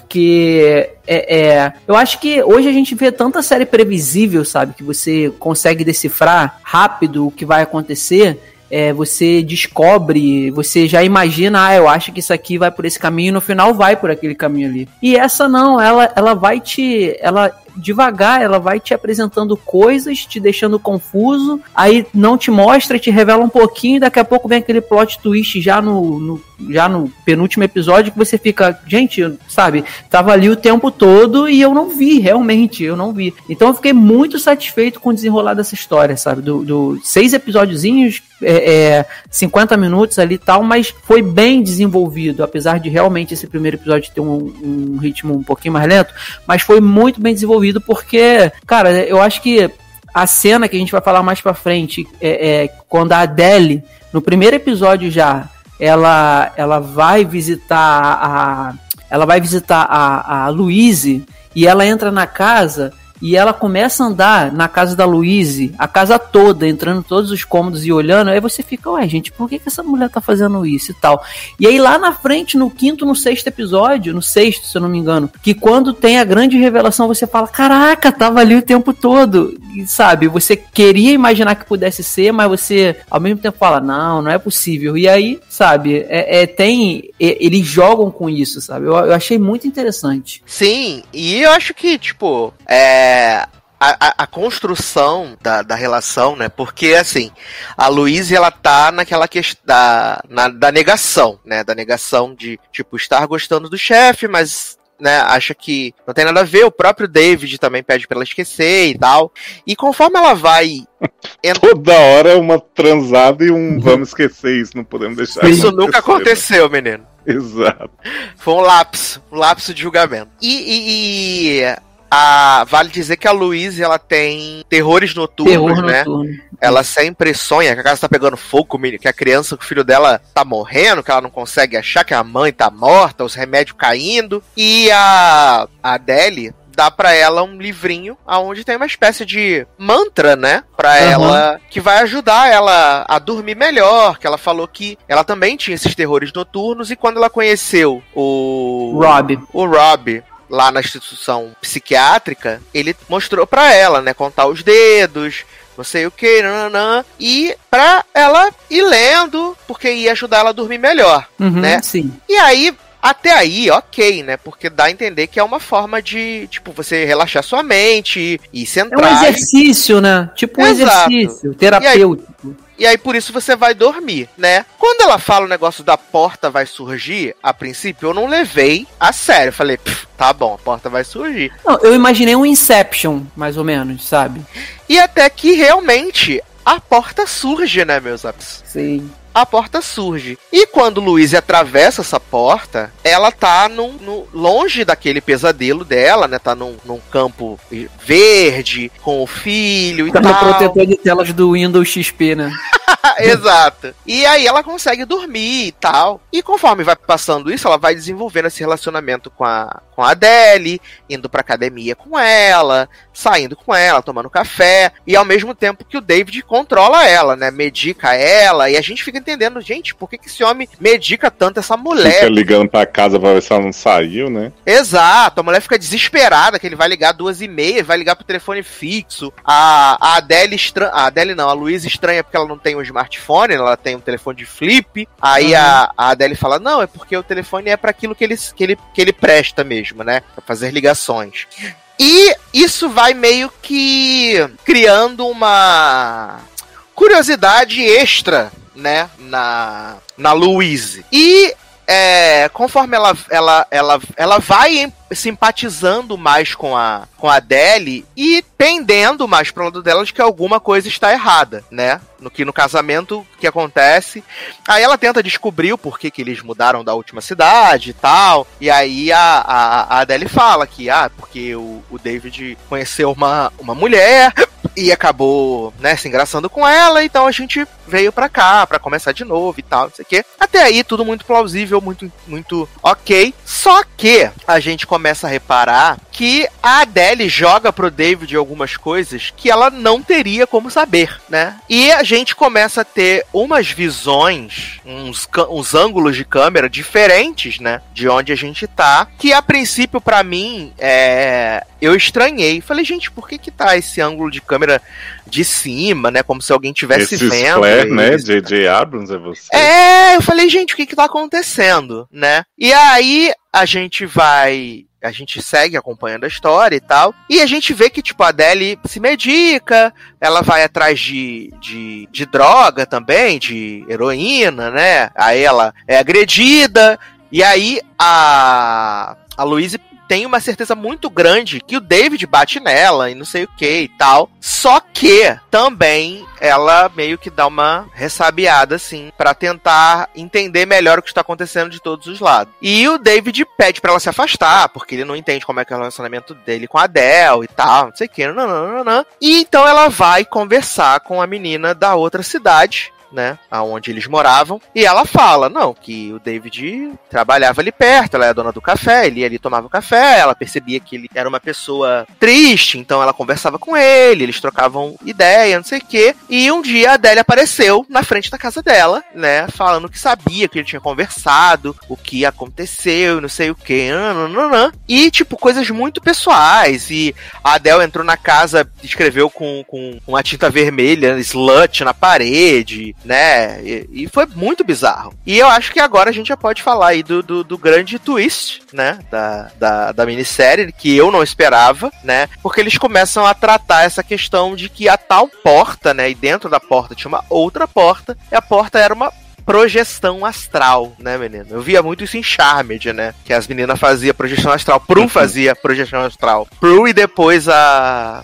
porque é, é, eu acho que hoje a gente vê tanta série previsível, sabe, que você consegue decifrar rápido o que vai acontecer. É, você descobre, você já imagina, ah, eu acho que isso aqui vai por esse caminho, e no final vai por aquele caminho ali. E essa não, ela, ela vai te... Ela, devagar, ela vai te apresentando coisas, te deixando confuso, aí não te mostra, te revela um pouquinho, e daqui a pouco vem aquele plot twist já no, no, já no penúltimo episódio, que você fica, gente, sabe, tava ali o tempo todo e eu não vi, realmente, eu não vi. Então eu fiquei muito satisfeito com o desenrolar dessa história, sabe, do, do seis episódiozinhos, é, é, cinquenta minutos ali e tal, mas foi bem desenvolvido, apesar de realmente esse primeiro episódio ter um, um ritmo um pouquinho mais lento, mas foi muito bem desenvolvido, porque, cara, eu acho que a cena que a gente vai falar mais pra frente é, é quando a Adele, no primeiro episódio já, ela, ela vai visitar a, ela vai visitar a, a Louise e ela entra na casa e ela começa a andar na casa da Louise, a casa toda, entrando em todos os cômodos e olhando, aí você fica, ué, gente, por que, que essa mulher tá fazendo isso e tal? E aí lá na frente, no quinto, no sexto episódio, no sexto, se eu não me engano, que quando tem a grande revelação, você fala, caraca, tava ali o tempo todo, e sabe, você queria imaginar que pudesse ser, mas você, ao mesmo tempo, fala, não, não é possível, e aí, sabe, é, é, tem, é, eles jogam com isso, sabe, eu, eu achei muito interessante. Sim, e eu acho que, tipo, é A, a, a construção da, da relação, né? Porque, assim, a Louise, ela tá naquela questão da, na, da negação, né? Da negação de, tipo, estar gostando do chefe, mas, né, acha que não tem nada a ver. O próprio David também pede pra ela esquecer e tal. E conforme ela vai... Ent... Toda hora é uma transada e um vamos esquecer isso, não podemos deixar isso. Isso nunca aconteceu, menino. Exato. Foi um lapso, um lapso de julgamento. E... e, e... A, vale dizer que a Louise, ela tem terrores noturnos, Terror né? Noturno. Ela sempre sonha que a casa tá pegando fogo, que a criança, que o filho dela tá morrendo, que ela não consegue achar, que a mãe tá morta, os remédios caindo. E a, a Adele dá pra ela um livrinho onde tem uma espécie de mantra, né? Pra uhum. ela, que vai ajudar ela a dormir melhor. Que ela falou que ela também tinha esses terrores noturnos. E quando ela conheceu o... Rob. O Rob... lá na instituição psiquiátrica, ele mostrou pra ela, né, contar os dedos, não sei o que, nananã, e pra ela ir lendo, porque ia ajudar ela a dormir melhor, uhum, né? Sim. E aí, até aí, ok, né? Porque dá a entender que é uma forma de, tipo, você relaxar sua mente e, e centrar. É um exercício, né? Tipo um Exato. exercício terapêutico. E aí, por isso, você vai dormir, né? Quando ela fala o negócio da porta vai surgir, a princípio, eu não levei a sério. Eu falei, tá bom, a porta vai surgir. Não, eu imaginei um Inception, mais ou menos, sabe? E até que, realmente, a porta surge, né, meus amigos? Sim. A porta surge. E quando Louise atravessa essa porta, ela tá num, num, longe daquele pesadelo dela, né? Tá num, num campo verde, com o filho e tá tal. No protetor de telas do Windows X P, né? Exato. E aí ela consegue dormir e tal. E conforme vai passando isso, ela vai desenvolvendo esse relacionamento com a, com a Adele, indo pra academia com ela, saindo com ela, tomando café. E ao mesmo tempo que o David controla ela, né? Medica ela. E a gente fica entendendo, gente, por que, que esse homem medica tanto essa mulher? Fica ligando pra casa pra ver se ela não saiu, né? Exato. A mulher fica desesperada que ele vai ligar duas e meia, vai ligar pro telefone fixo. A, a Adele estranha... A Adele não, a Louise estranha porque ela não tem um smartphone, ela tem um telefone de flip. Aí uhum. a, a Adele fala, não, é porque o telefone é para aquilo que ele, que, ele, que ele presta mesmo, né? Pra fazer ligações. E isso vai meio que criando uma curiosidade extra, né? Na, na Louise. E é, conforme ela, ela, ela, ela vai simpatizando mais com a, com a Adele e pendendo mais pro lado dela de que alguma coisa está errada, né? No que no casamento que acontece. Aí ela tenta descobrir o porquê que eles mudaram da última cidade e tal. E aí a, a, a Adele fala que, ah, porque o, o David conheceu uma, uma mulher e acabou, né, se engraçando com ela, então a gente veio pra cá pra começar de novo e tal, não sei o quê. Até aí tudo muito plausível, muito, muito ok. Só que a gente começa a reparar que a Adele joga pro David algumas coisas que ela não teria como saber, né? E a gente começa a ter umas visões, uns, uns ângulos de câmera diferentes, né? De onde a gente tá, que a princípio pra mim, é... eu estranhei. Falei, gente, por que que tá esse ângulo de câmera de cima, né? Como se alguém tivesse Esses vendo. Flare, né? J J Abrams, é você? É, eu falei, gente, o que que tá acontecendo, né? E aí a gente vai... A gente segue acompanhando a história e tal. E a gente vê que, tipo, a Adele se medica, ela vai atrás de, de, de droga também, de heroína, né? Aí ela é agredida. E aí a, a Louise tem uma certeza muito grande que o David bate nela e não sei o que e tal. Só que também ela meio que dá uma ressabiada, assim, pra tentar entender melhor o que está acontecendo de todos os lados. E o David pede pra ela se afastar, porque ele não entende como é que é o relacionamento dele com a Adele e tal, não sei o que, não, não, não, não. E então ela vai conversar com a menina da outra cidade, né, aonde eles moravam, e ela fala, não, que o David trabalhava ali perto, ela é a dona do café, ele ia ali tomava o café, ela percebia que ele era uma pessoa triste, então ela conversava com ele, eles trocavam ideia, não sei o quê, e um dia a Adélia apareceu na frente da casa dela, né, falando que sabia que ele tinha conversado, o que aconteceu, não sei o quê, nananana, e, tipo, coisas muito pessoais, e a Adele entrou na casa, escreveu com, com uma tinta vermelha, slut na parede, né, e, e foi muito bizarro. E eu acho que agora a gente já pode falar aí do, do, do grande twist, né, da, da, da minissérie, que eu não esperava, né, porque eles começam a tratar essa questão de que a tal porta, né, e dentro da porta tinha uma outra porta, e a porta era uma projeção astral, né, menino? Eu via muito isso em Charmed, né? Que as meninas faziam projeção astral. Prue fazia projeção astral. Prue e depois a,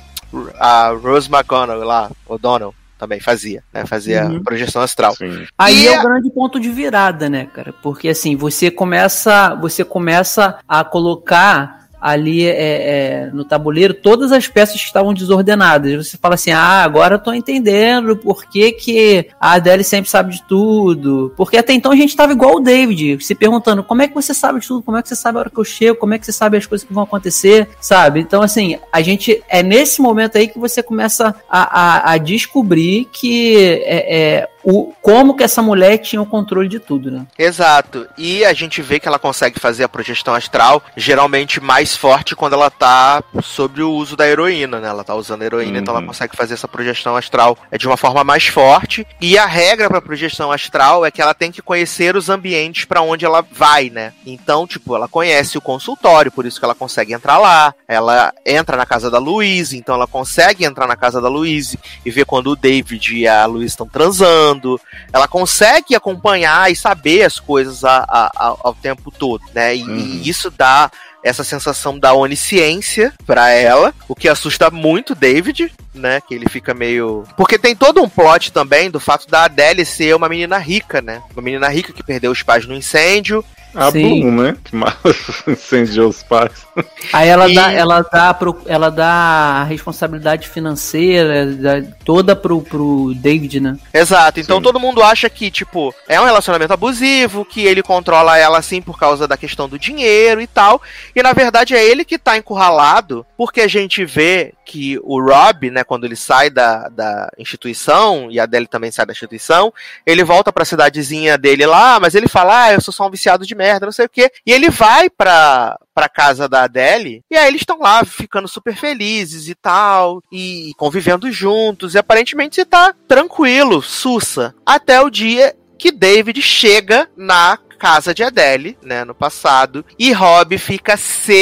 a Rose McGonagall lá, O'Donnell, também fazia, né? Fazia uhum. projeção astral. Sim. Aí e é o grande ponto de virada, né, cara? Porque assim, você começa, você começa a colocar ali é, é, no tabuleiro todas as peças que estavam desordenadas. Você fala assim, ah, agora eu tô entendendo por que, que a Adele sempre sabe de tudo. Porque até então a gente tava igual o David, se perguntando, como é que você sabe de tudo? Como é que você sabe a hora que eu chego? Como é que você sabe as coisas que vão acontecer? Sabe? Então, assim, a gente, é nesse momento aí que você começa a, a, a descobrir que é, é O, como que essa mulher tinha o controle de tudo, né? Exato. E a gente vê que ela consegue fazer a projeção astral geralmente mais forte quando ela tá sob o uso da heroína, né? Ela tá usando a heroína, uhum. então ela consegue fazer essa projeção astral de uma forma mais forte. E a regra pra projeção astral é que ela tem que conhecer os ambientes pra onde ela vai, né? Então, tipo, ela conhece o consultório, por isso que ela consegue entrar lá. Ela entra na casa da Louise, então ela consegue entrar na casa da Louise e ver quando o David e a Louise estão transando. Ela consegue acompanhar e saber as coisas a, a, a, ao tempo todo, né? E, uhum. e isso dá essa sensação da onisciência pra ela, o que assusta muito o David, né? Que ele fica meio... Porque tem todo um plot também do fato da Adele ser uma menina rica, né? Uma menina rica que perdeu os pais no incêndio. A Bloom, né? Que mal incendiou os pais. Aí ela, e... dá, ela, dá pro, ela dá a responsabilidade financeira dá toda pro, pro David, né? Exato. Então Sim. todo mundo acha que, tipo, é um relacionamento abusivo, que ele controla ela, assim, por causa da questão do dinheiro e tal. E, na verdade, é ele que tá encurralado, porque a gente vê que o Rob, né, quando ele sai da, da instituição, e a Adele também sai da instituição, ele volta pra cidadezinha dele lá, mas ele fala, ah, eu sou só um viciado de merda, não sei o quê. E ele vai pra, pra casa da Adele, e aí eles estão lá ficando super felizes e tal, e convivendo juntos, e aparentemente você tá tranquilo, sussa, até o dia que David chega na casa de Adele, né, no passado, e Rob fica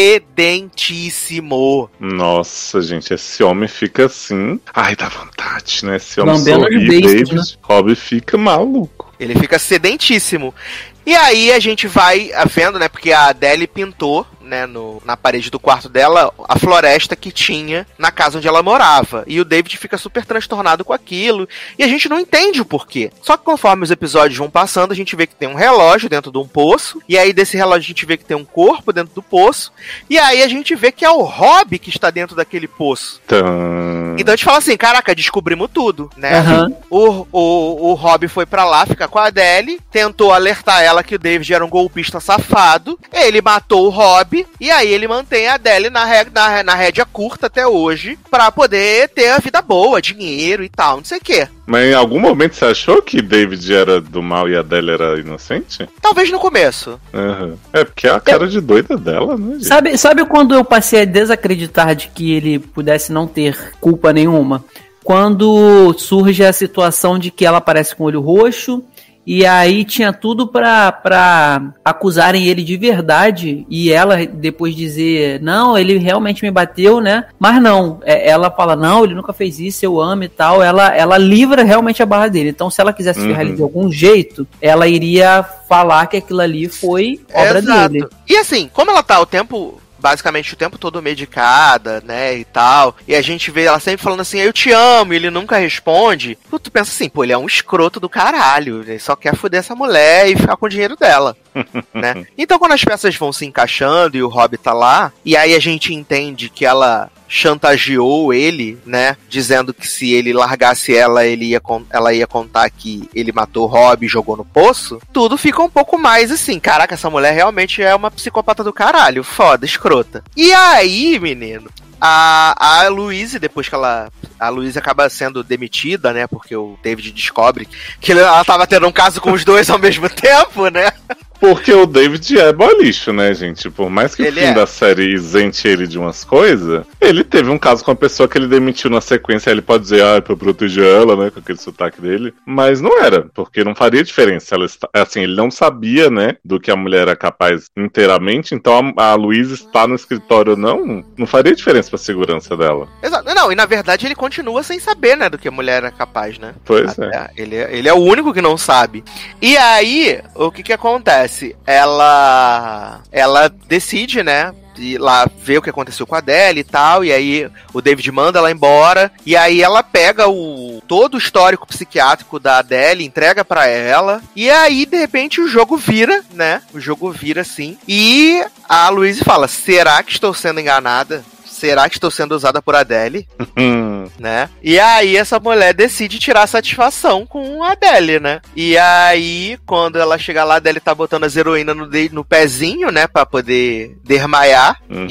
sedentíssimo. Nossa, gente, esse homem fica assim, ai, dá vontade, né, esse homem Lambendo sorri, beijos, David, né? Rob fica maluco. Ele fica sedentíssimo. E aí a gente vai vendo, né, porque a Adele pintou, né, no, na parede do quarto dela, a floresta que tinha na casa onde ela morava. E o David fica super transtornado com aquilo, e a gente não entende o porquê. Só que conforme os episódios vão passando, a gente vê que tem um relógio dentro de um poço, e aí desse relógio a gente vê que tem um corpo dentro do poço, e aí a gente vê que é o Rob que está dentro daquele poço. Tum. Então a gente fala assim, caraca, descobrimos tudo, né? Uhum. O, o, o Rob foi pra lá ficar com a Adele, tentou alertar ela que o David era um golpista safado, ele matou o Rob, e aí ele mantém a Adele na, na, na rédea curta até hoje, pra poder ter a vida boa, dinheiro e tal, não sei o quê. Mas em algum momento você achou que David era do mal e a Adele era inocente? Talvez no começo. Uhum. É porque é a cara eu... de doida dela, né, gente? Sabe, sabe quando eu passei a desacreditar de que ele pudesse não ter culpa nenhuma? Quando surge a situação de que ela aparece com o olho roxo, e aí tinha tudo pra, pra acusarem ele de verdade, e ela depois dizer, não, ele realmente me bateu, né? Mas não, ela fala, não, ele nunca fez isso, eu amo e tal. Ela, ela livra realmente a barra dele. Então se ela quisesse uhum. ferrar ele de algum jeito, ela iria falar que aquilo ali foi obra Exato. dele. E assim, como ela tá o tempo... basicamente o tempo todo medicada, né, e tal, e a gente vê ela sempre falando assim, eu te amo, e ele nunca responde, tu pensa assim, pô, ele é um escroto do caralho, ele só quer foder essa mulher e ficar com o dinheiro dela, né. Então quando as peças vão se encaixando e o Rob tá lá, e aí a gente entende que ela chantageou ele, né? Dizendo que se ele largasse ela, ele ia, ela ia contar que ele matou o Rob e jogou no poço. Tudo fica um pouco mais assim, caraca, essa mulher realmente é uma psicopata do caralho, foda, escrota. E aí, menino, a, a Louise, depois que ela... A Louise acaba sendo demitida, né? Porque o David descobre que ela tava tendo um caso com os dois ao mesmo tempo, né? Porque o David é boy lixo, né, gente? Por mais que ele o fim é. da série isente ele de umas coisas, ele teve um caso com uma pessoa que ele demitiu na sequência. Ele pode dizer, ah, é pra proteger ela, né? Com aquele sotaque dele. Mas não era, porque não faria diferença. Ela está, assim, ele não sabia, né? Do que a mulher era capaz inteiramente. Então a, a Louise está no escritório, não, não faria diferença pra segurança dela. Exato. Não, e na verdade ele continua sem saber, né? Do que a mulher era capaz, né? Pois Até é. Ele, ele é o único que não sabe. E aí, o que que acontece? Ela ela decide, né, ir lá ver o que aconteceu com a Adele e tal, e aí o David manda ela embora, e aí ela pega o todo o histórico psiquiátrico da Adele, entrega pra ela, e aí de repente o jogo vira, né, o jogo vira assim, e a Louise fala, será que estou sendo enganada? Será que estou sendo usada por Adele? Né? E aí essa mulher decide tirar satisfação com a Adele, né? E aí, quando ela chega lá, a Adele tá botando as heroínas no, de- no pezinho, né? Pra poder desmaiar Uhum.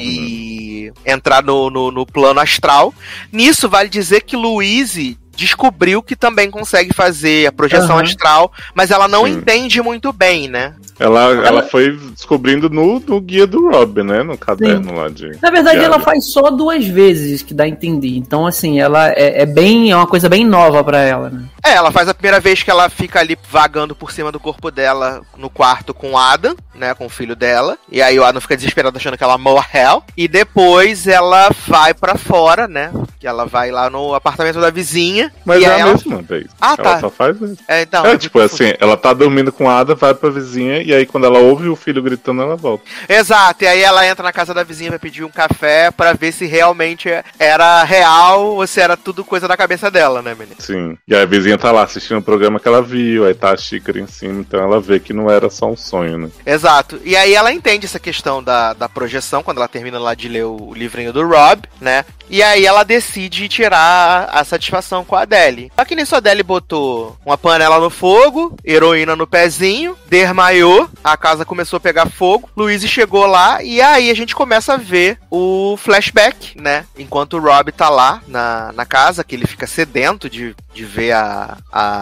e entrar no, no, no plano astral. Nisso, vale dizer que Louise descobriu que também consegue fazer a projeção Uhum. astral, mas ela não Sim. entende muito bem, né? Ela, ela foi descobrindo no, no guia do Rob, né? No caderno Sim. lá de... Na verdade, diário. ela faz só duas vezes, que dá a entender. Então, assim, ela é, é bem. É uma coisa bem nova pra ela, né? É, ela faz a primeira vez que ela fica ali vagando por cima do corpo dela no quarto com o Adam, né, com o filho dela. E aí o Adam fica desesperado achando que ela morreu. E depois ela vai pra fora, né, que ela vai lá no apartamento da vizinha. Mas e é aí a ela... mesma vez. Ah, ela tá. só faz isso. É, então, É, tipo assim, ela tá dormindo com a Ada, vai pra vizinha, e aí quando ela ouve o filho gritando, ela volta. Exato, e aí ela entra na casa da vizinha pra pedir um café pra ver se realmente era real ou se era tudo coisa da cabeça dela, né, menina? Sim. E aí a vizinha tá lá assistindo o programa que ela viu, aí tá a xícara em cima, então ela vê que não era só um sonho, né? Exato. E aí ela entende essa questão da, da projeção, quando ela termina lá de ler o livrinho do Rob, né? E aí ela decide tirar a satisfação com a Adele. Só que nisso a Adele botou uma panela no fogo, heroína no pezinho, desmaiou, a casa começou a pegar fogo, Louise chegou lá e aí a gente começa a ver o flashback, né? Enquanto o Rob tá lá na, na casa, que ele fica sedento de, de ver a,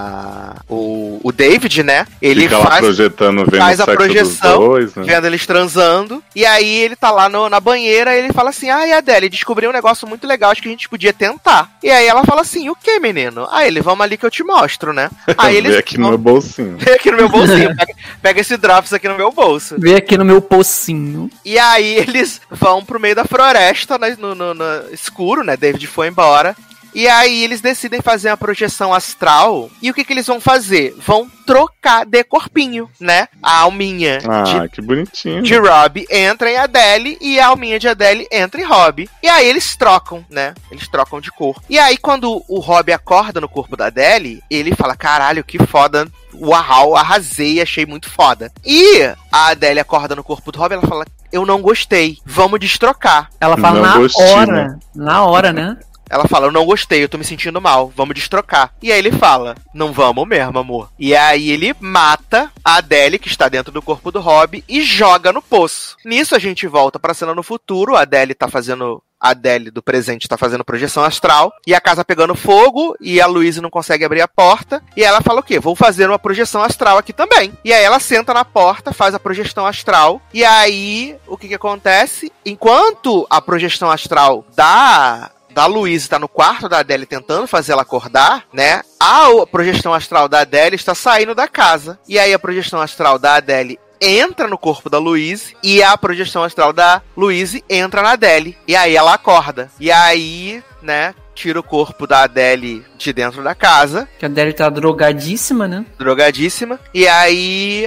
a, o, o David, né? Ele Fica lá faz, projetando, vendo faz o a sexo projeção, dos dois, né? vendo eles transando, e aí ele tá lá no, na banheira e ele fala assim, ah, e a Adele, descobri um negócio muito legal, acho que a gente podia tentar. E aí ela fala assim, o que, menino? Aí ele, vamos ali que eu te mostro, né? Aí eles Vê aqui no meu bolsinho. Vem aqui no meu bolsinho, pega, pega esse drops aqui no meu bolso. Vê aqui no meu pocinho. E aí eles vão pro meio da floresta, né, no, no, no escuro, né? David foi embora. E aí eles decidem fazer uma projeção astral. E o que que eles vão fazer? Vão trocar de corpinho, né? A alminha Ah, de, que bonitinho. de Rob entra em Adele e a alminha de Adele entra em Rob. E aí eles trocam, né? Eles trocam de corpo. E aí quando o Rob acorda no corpo da Adele, ele fala, caralho, que foda. Uau, arrasei, achei muito foda. E a Adele acorda no corpo do Rob e ela fala, eu não gostei, vamos destrocar. Ela fala Não na gostei, hora. né? Na hora, né? Ela fala, eu não gostei, eu tô me sentindo mal, vamos destrocar. E aí ele fala, não vamos mesmo, amor. E aí ele mata a Adele, que está dentro do corpo do Rob, e joga no poço. Nisso a gente volta pra cena no futuro, a Adele tá fazendo... A Adele do presente tá fazendo projeção astral, e a casa pegando fogo, e a Louise não consegue abrir a porta, e ela fala o quê? Vou fazer uma projeção astral aqui também. E aí ela senta na porta, faz a projeção astral, e aí o que que acontece? Enquanto a projeção astral da... da Louise tá no quarto da Adele tentando fazer ela acordar, né? A projeção astral da Adele está saindo da casa. E aí a projeção astral da Adele entra no corpo da Louise e a projeção astral da Louise entra na Adele. E aí ela acorda. E aí, né, tira o corpo da Adele de dentro da casa. Que a Adele tá drogadíssima, né? Drogadíssima. E aí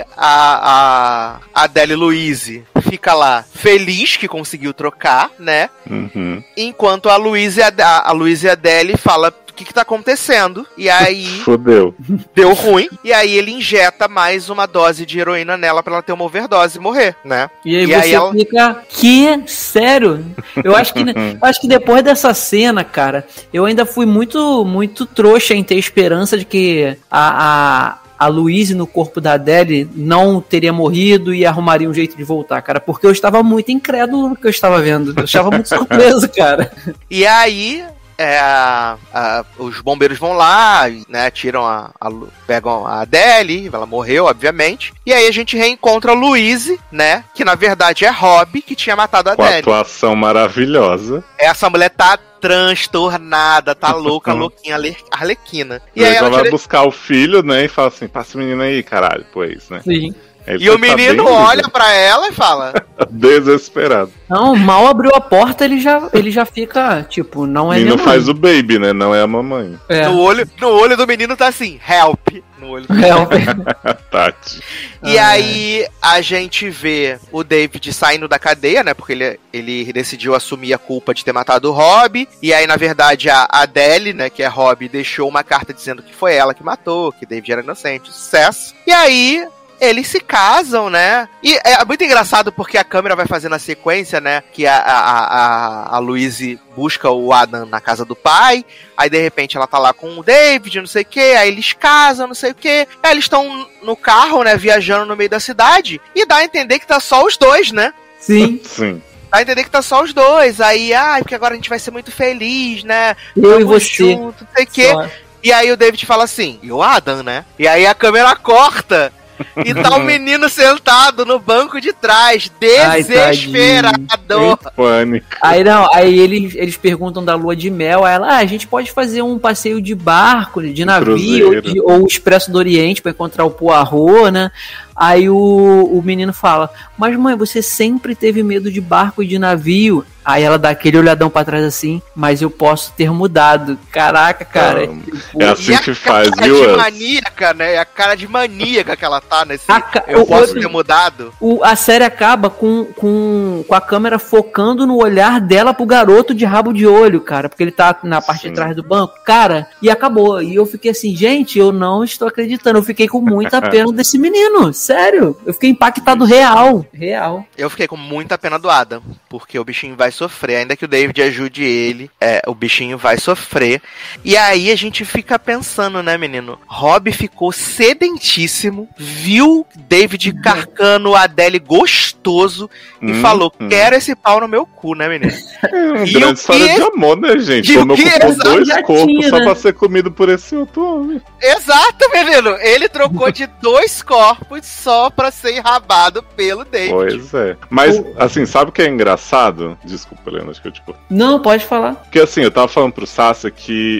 a, a, a Adele Louise fica lá feliz que conseguiu trocar, né? Uhum. Enquanto a Louise e a, a Louise e a Adele fala o que que tá acontecendo? E aí... Fodeu. Deu ruim. E aí ele injeta mais uma dose de heroína nela pra ela ter uma overdose e morrer, né? E aí E você aí ela- fica... Que? Sério? Eu acho que, eu acho que depois dessa cena, cara, eu ainda fui muito, muito trouxa em ter esperança de que a... a a Louise no corpo da Adele não teria morrido e arrumaria um jeito de voltar, cara, porque eu estava muito incrédulo no que eu estava vendo. Eu estava muito surpreso, cara. E aí... É, a- a- os bombeiros vão lá, né, tiram a, a Lu- pegam a Adele, ela morreu, obviamente, e aí a gente reencontra a Louise, né, que na verdade é Rob, que tinha matado a Com a Adele. atuação maravilhosa. Essa mulher tá transtornada, tá louca, louquinha, arle- arlequina. E, E aí aí ela ela vai tira- buscar o filho, né? E fala assim, passa o menino aí, caralho, pois, né? Sim. Aí E o ele tá menino bem olha pra ela e fala: desesperado. Não, mal abriu a porta, ele já, ele já fica, tipo, não é E minha não mãe. faz o baby, né? Não é a mamãe. É. no, olho, no olho do menino tá assim, help. No olho do É, Tati. E Ah, aí a gente vê o David saindo da cadeia, né? Porque ele, ele decidiu assumir a culpa de ter matado o Rob. E aí, na verdade, a Adele, né, que é Rob, deixou uma carta dizendo que foi ela que matou, que David era inocente. Sucesso. E aí... eles se casam, né? E é muito engraçado porque a câmera vai fazendo a sequência, né? Que a, a, a, a Louise busca o Adam na casa do pai. Aí, de repente, ela tá lá com o David, não sei o que. Aí eles casam, não sei o que. Aí eles estão no carro, né? Viajando no meio da cidade. E dá a entender que tá só os dois, né? Sim. Sim. Dá a entender que tá só os dois. Aí, ah, porque agora a gente vai ser muito feliz, né? Eu e Vamos você. junto, não sei o que. Só. E aí o David fala assim, e o Adam, né? E aí a câmera corta e tá o menino sentado no banco de trás, Ai, desesperado. Em pânico. Aí não, aí eles, eles perguntam da lua de mel, aí ela, ah, a gente pode fazer um passeio de barco, de navio, ou, cruzeiro. de- ou Expresso do Oriente pra encontrar o Poirot, né? Aí o, o menino fala, mas mãe, você sempre teve medo de barco e de navio. Aí ela dá aquele olhadão pra trás assim, mas eu posso ter mudado. Caraca, cara. Não, tipo, é assim E a que faz, cara viu, de Us? maníaca, né? A cara de maníaca que ela tá nesse. A ca- Eu o posso outro- ter mudado. O- a série acaba com, com, com a câmera focando no olhar dela pro garoto de rabo de olho, cara, porque ele tá na parte Sim. de trás do banco, cara, e acabou. E eu fiquei assim, gente, eu não estou acreditando. Eu fiquei com muita pena desse menino, sério. Eu fiquei impactado real, real. Eu fiquei com muita pena do Adam, porque o bichinho vai sofrer. Ainda que o David ajude ele, é, o bichinho vai sofrer. E aí a gente fica pensando, né, menino? Rob ficou sedentíssimo, viu David carcando a Adele gostoso e Hum, falou, hum. quero esse pau no meu cu, né, menino? É uma E grande o história que- de amor, né, gente? e o Como que ocupou exato dois já corpos tinha, só né? pra ser comido por esse outro homem. Exato, menino! Ele trocou de dois corpos só pra ser enrabado pelo David. Pois é. Mas, assim, sabe o que é engraçado? Desculpa, Helena, acho que eu te cortei. Não, pode falar. Porque assim, eu tava falando pro Sasha que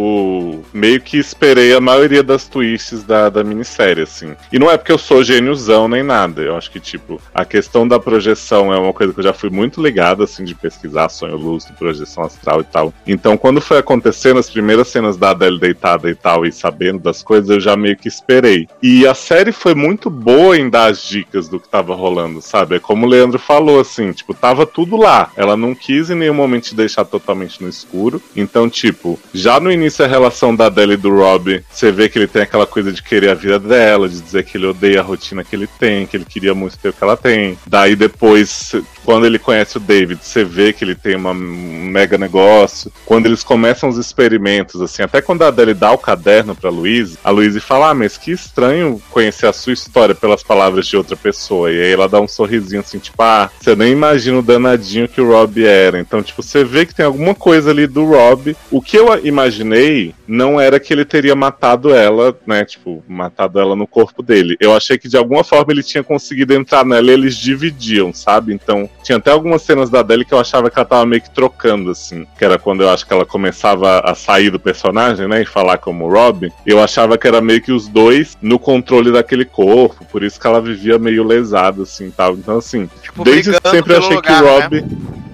eu meio que esperei a maioria das twists da, da minissérie, assim. E não é porque eu sou gêniozão nem nada. Eu acho que, tipo, a questão da projeção é uma coisa que eu já fui muito ligado, assim, de pesquisar sonho lúcido, projeção astral e tal. Então, quando foi acontecendo as primeiras cenas da Adele deitada e tal, e sabendo das coisas, eu já meio que esperei. E a série foi muito boa em dar as dicas do que tava rolando, sabe? É como o Leandro falou, assim, tipo, tava tudo lá. Ela não quis em nenhum momento te deixar totalmente no escuro. Então, tipo, já no início a relação da Adele e do Rob, você vê que ele tem aquela coisa de querer a vida dela, de dizer que ele odeia a rotina que ele tem, que ele queria muito ter o que ela tem. Daí depois, quando ele conhece o David, você vê que ele tem uma, um mega negócio. Quando eles começam os experimentos, assim, até quando a Adele dá o caderno pra Louise, a Louise fala, ah, mas que estranho conhecer a sua história pelas palavras de outra pessoa. E aí ela dá um sorrisinho assim, tipo, ah, você nem imagina o danadinho que o Rob era. Então, tipo, você vê que tem alguma coisa ali do Rob. O que eu imaginei não era que ele teria matado ela, né, tipo, matado ela no corpo dele. Eu achei que de alguma forma ele tinha conseguido entrar nela e eles dividiam, sabe? Então, tinha até algumas cenas da Adele que eu achava que ela tava meio que trocando, assim. Que era quando eu acho que ela começava a sair do personagem, né, e falar como o Rob. Eu achava que era meio que os dois no controle daquele corpo, por isso que ela vivia meio lesada, assim, tal. Então, assim, Tipo, desde brigando sempre eu pelo achei lugar, que o Rob... né?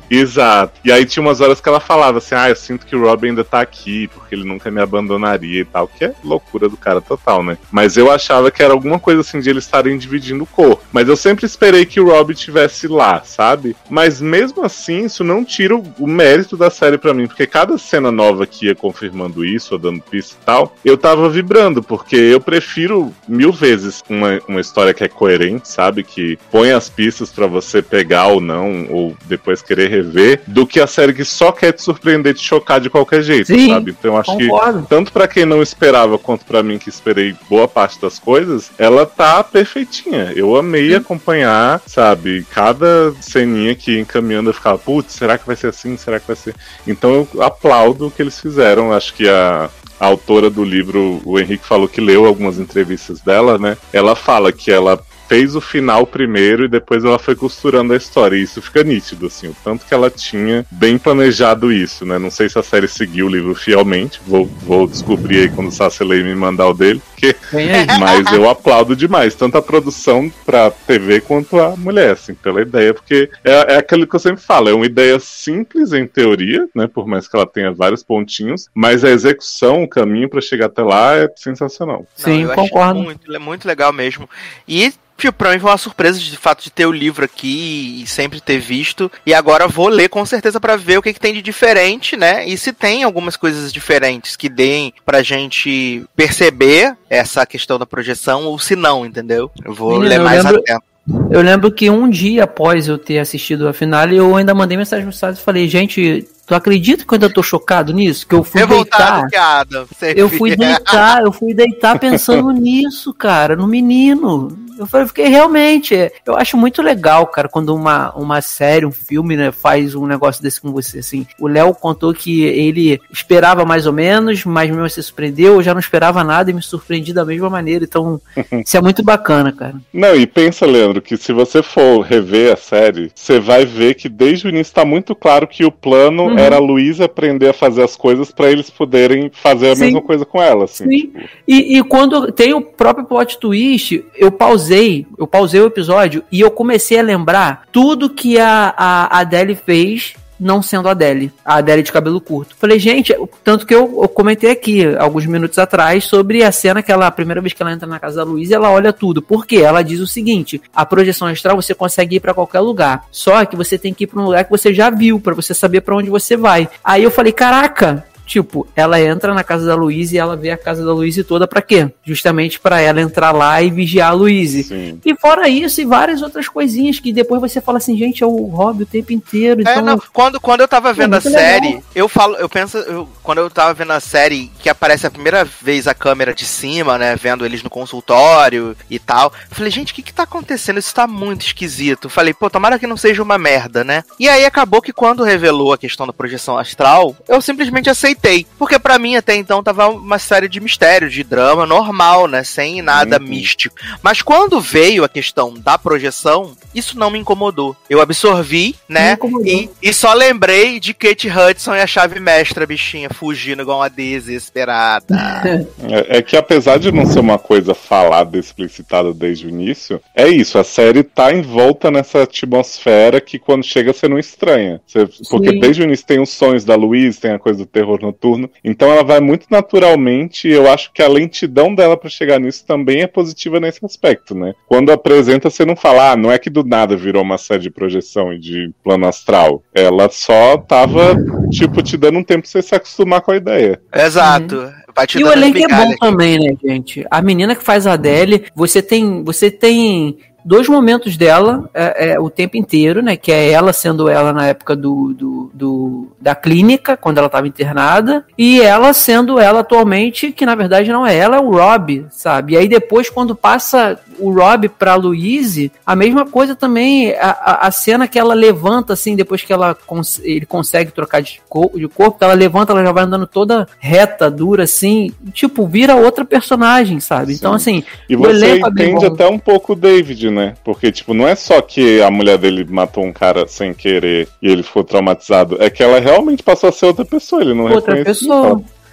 Exato. E aí tinha umas horas que ela falava assim, ah, eu sinto que o Rob ainda tá aqui, porque ele nunca me abandonaria e tal, que é loucura do cara total, né? Mas eu achava que era alguma coisa assim de eles estarem dividindo o corpo. Mas eu sempre esperei que o Rob estivesse lá, sabe? Mas mesmo assim, isso não tira o, o mérito da série pra mim, porque cada cena nova que ia confirmando isso, ou dando pista e tal, eu tava vibrando, porque eu prefiro mil vezes uma, uma história que é coerente, sabe? Que põe as pistas pra você pegar ou não, ou depois querer rever, do que a série que só quer te surpreender, te chocar de qualquer jeito, Sim, sabe? Então eu acho concordo. que, tanto pra quem não esperava, quanto pra mim que esperei boa parte das coisas, ela tá perfeitinha. Eu amei Sim. acompanhar, sabe? Cada ceninha que ia encaminhando eu ficava, putz, será que vai ser assim? Será que vai ser... Então eu aplaudo o que eles fizeram. Acho que a... A autora do livro, o Henrique falou que leu algumas entrevistas dela, né? Ela fala que ela fez o final primeiro e depois ela foi costurando a história. E isso fica nítido, assim, o tanto que ela tinha bem planejado isso, né? Não sei se a série seguiu o livro fielmente, vou, vou descobrir aí quando o Sasselei me mandar o dele, porque... mas eu aplaudo demais, tanto a produção pra T V quanto a mulher, assim, pela ideia, porque é, é aquilo que eu sempre falo, é uma ideia simples em teoria, né? Por mais que ela tenha vários pontinhos, mas a execução, o caminho pra chegar até lá é sensacional. Sim, Não, eu concordo. Muito, muito legal mesmo. E tipo, pra mim foi uma surpresa de fato de ter o livro aqui e sempre ter visto. E agora vou ler com certeza pra ver o que, que tem de diferente, né? E se tem algumas coisas diferentes que deem pra gente perceber essa questão da projeção, ou se não, entendeu? Eu vou Sim, ler eu mais lembro... a tempo. Eu lembro que um dia após eu ter assistido a finale, eu ainda mandei mensagem no site e falei, gente, tu acredita que eu ainda tô chocado nisso? Que eu fui Revoltado, deitar. Eu fui deitar, eu fui deitar pensando nisso, cara, no menino. Eu falei, fiquei realmente. Eu acho muito legal, cara, quando uma, uma série, um filme, né, faz um negócio desse com você, assim. O Léo contou que ele esperava mais ou menos, mas mesmo se surpreendeu, eu já não esperava nada e me surpreendi da mesma maneira. Então, isso é muito bacana, cara. Não, e pensa, Leandro, que se você for rever a série, você vai ver que desde o início tá muito claro que o plano uhum. era a Luísa aprender a fazer as coisas pra eles poderem fazer a Sim. mesma coisa com ela, assim. Sim. Tipo... E, e quando tem o próprio plot twist, eu pausei eu pausei o episódio e eu comecei a lembrar tudo que a, a Adele fez não sendo a Adele, a Adele de cabelo curto. Falei, gente, tanto que eu, eu comentei aqui, alguns minutos atrás, sobre a cena que ela, a primeira vez que ela entra na casa da Luísa, ela olha tudo. Por quê? Ela diz o seguinte, a projeção astral você consegue ir pra qualquer lugar, só que você tem que ir pra um lugar que você já viu, pra você saber pra onde você vai. Aí eu falei, caraca, tipo, ela entra na casa da Luísa e ela vê a casa da Luísa toda pra quê? Justamente pra ela entrar lá e vigiar a Luísa. E fora isso, e várias outras coisinhas que depois você fala assim, gente, é o Rob o tempo inteiro. Então... É, não, quando, quando eu tava vendo é a série, legal. eu falo, eu penso, eu, quando eu tava vendo a série, que aparece a primeira vez a câmera de cima, né, vendo eles no consultório e tal, eu falei, gente, o que que tá acontecendo? Isso tá muito esquisito. Eu falei, pô, tomara que não seja uma merda, né? E aí acabou que quando revelou a questão da projeção astral, eu simplesmente aceitei. Porque pra mim até então tava uma série de mistério, de drama normal, né? Sem nada uhum. místico. Mas quando veio a questão da projeção, isso não me incomodou. Eu absorvi, né? E, e só lembrei de Kate Hudson e a chave mestra, bichinha, fugindo igual uma desesperada. É, é que apesar de não ser uma coisa falada, explicitada desde o início, é isso, a série tá envolta nessa atmosfera que quando chega você não estranha. Você, porque desde o início tem os sonhos da Louise, tem a coisa do terror noturno. Então ela vai muito naturalmente, e eu acho que a lentidão dela pra chegar nisso também é positiva nesse aspecto, né? Quando apresenta, você não fala, ah, não é que do nada virou uma série de projeção e de plano astral. Ela só tava, tipo, te dando um tempo pra você se acostumar com a ideia. Exato. Uhum. E o elenco é bom aqui. Também, né, gente? A menina que faz a Adele, você tem, você tem dois momentos dela é, é, o tempo inteiro, né? Que é ela sendo ela na época do, do, do da clínica, quando ela estava internada, e ela sendo ela atualmente, que na verdade não é ela, é o Rob, sabe? E aí depois, quando passa o Rob pra Louise, a mesma coisa também, a, a, a cena que ela levanta, assim, depois que ela cons- ele consegue trocar de, cor- de corpo, ela levanta, ela já vai andando toda reta, dura, assim, tipo, vira outra personagem, sabe? Sim. Então, assim, e você entende até um pouco o David, né? Porque, tipo, não é só que a mulher dele matou um cara sem querer e ele ficou traumatizado, é que ela realmente passou a ser outra pessoa, ele não outra reconheceu. Pessoa.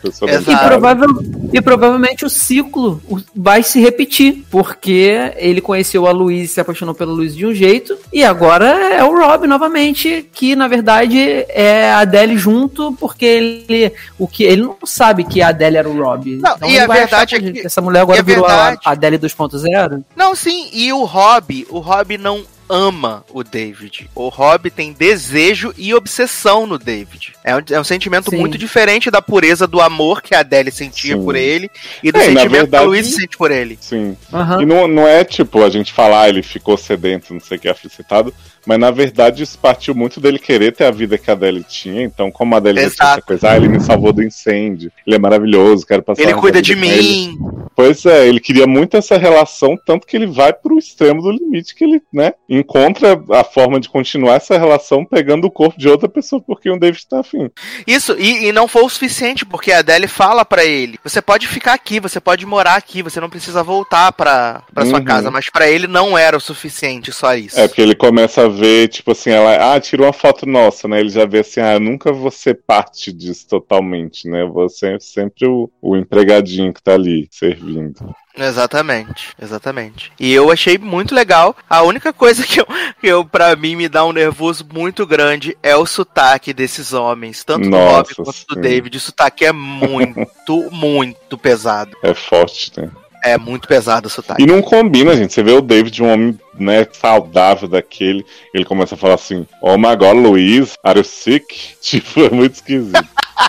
Pessoa Exato. E, bem provável, e provavelmente o ciclo vai se repetir, porque ele conheceu a Louise, se apaixonou pela Louise de um jeito, e agora é o Rob novamente, que na verdade é a Adele junto, porque ele, o que, ele não sabe que a Adele era o Rob. Não, então e ele a vai verdade achar é que- essa mulher agora e a virou verdade- a Adele dois ponto zero. Não, sim, e o Rob, o Rob não ama o David. O Rob tem desejo e obsessão no David. É um, é um sentimento Sim. muito diferente da pureza do amor que a Adele sentia Sim. por ele e do É, e na sentimento que a verdade- Louise sente por ele. Sim. Uhum. E não, não é tipo a gente falar, ah, ele ficou sedento, não sei o que, aflicitado, mas na verdade isso partiu muito dele querer ter a vida que a Adele tinha. Então, como a Adele já tinha Exato. essa coisa, ah, ele me salvou do incêndio, ele é maravilhoso, quero passar Ele uma cuida vida de com ele. mim. Pois é, ele queria muito essa relação, tanto que ele vai pro extremo do limite, que ele, né, encontra a forma de continuar essa relação pegando o corpo de outra pessoa porque o David tá afim. Isso, e, e não foi o suficiente, porque a Adele fala pra ele: você pode ficar aqui, você pode morar aqui, você não precisa voltar pra, pra sua Uhum. casa. Mas pra ele não era o suficiente, só isso. É, porque ele começa a ver, tipo assim, ela, ah, tira uma foto nossa, né? Ele já vê assim, ah, eu nunca vou ser parte disso totalmente, né? Eu vou ser sempre o, o empregadinho que tá ali, servindo. Exatamente, exatamente. E eu achei muito legal. A única coisa que eu, que eu pra mim, me dá um nervoso muito grande é o sotaque desses homens. Tanto do Nossa, Rob quanto do sim. David. O sotaque é muito, muito pesado. É forte, né? É muito pesado o sotaque. E não combina, gente. Você vê o David, um homem, né, saudável daquele, ele começa a falar assim, oh my god, Louise, are you sick? Tipo, é muito esquisito.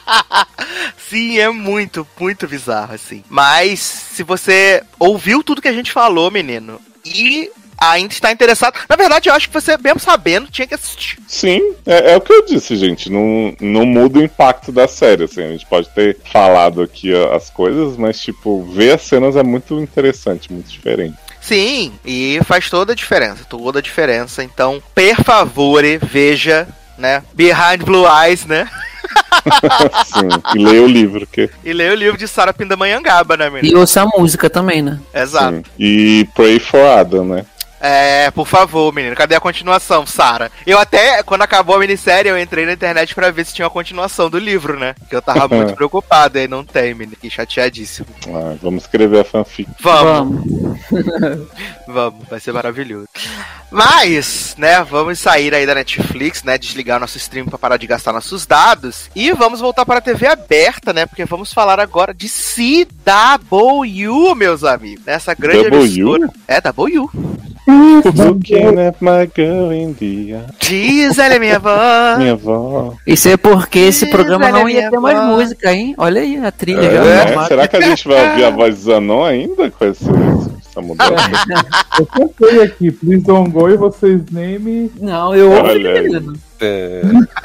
Sim, é muito, muito bizarro, assim. Mas, se você ouviu tudo que a gente falou, menino, e ainda está interessado... Na verdade, eu acho que você, mesmo sabendo, tinha que assistir. Sim, é, é o que eu disse, gente. Não, não muda o impacto da série. Assim, a gente pode ter falado aqui ó, as coisas, mas, tipo, ver as cenas é muito interessante, muito diferente. Sim, e faz toda a diferença, toda a diferença. Então, per favore, veja, né? Behind Blue Eyes, né? Sim, e leia o livro, que... E leia o livro de Sarah Pindamonhangaba, né, menino? E ouça a música também, né? Exato. Sim. E Pray for Adam, né? É, por favor, menino, cadê a continuação, Sarah? Eu até, quando acabou a minissérie, eu entrei na internet pra ver se tinha uma continuação do livro, né? Que eu tava muito preocupado, aí não tem, menino, que chateadíssimo. Ah, vamos escrever a fanfic. Vamos, vamos, vamos, vai ser maravilhoso. Mas, né, vamos sair aí da Netflix, né, desligar nosso stream pra parar de gastar nossos dados e vamos voltar para a T V aberta, né, porque vamos falar agora de C W, meus amigos. Essa grande W? emissora. É, W. Looking at my girl in the eye. Diz ela, minha avó. Minha avó. Isso é porque esse Ih, programa velho, não ia minha ter mais avó. música, hein? Olha aí a trilha É, já. né? arrumada. Será que a gente vai ouvir a voz de Zanon ainda com esse, essa mudança? Eu cantei aqui, Please Don't Go, e vocês nem me... Não, eu Olha ouvi, aí. menino. É,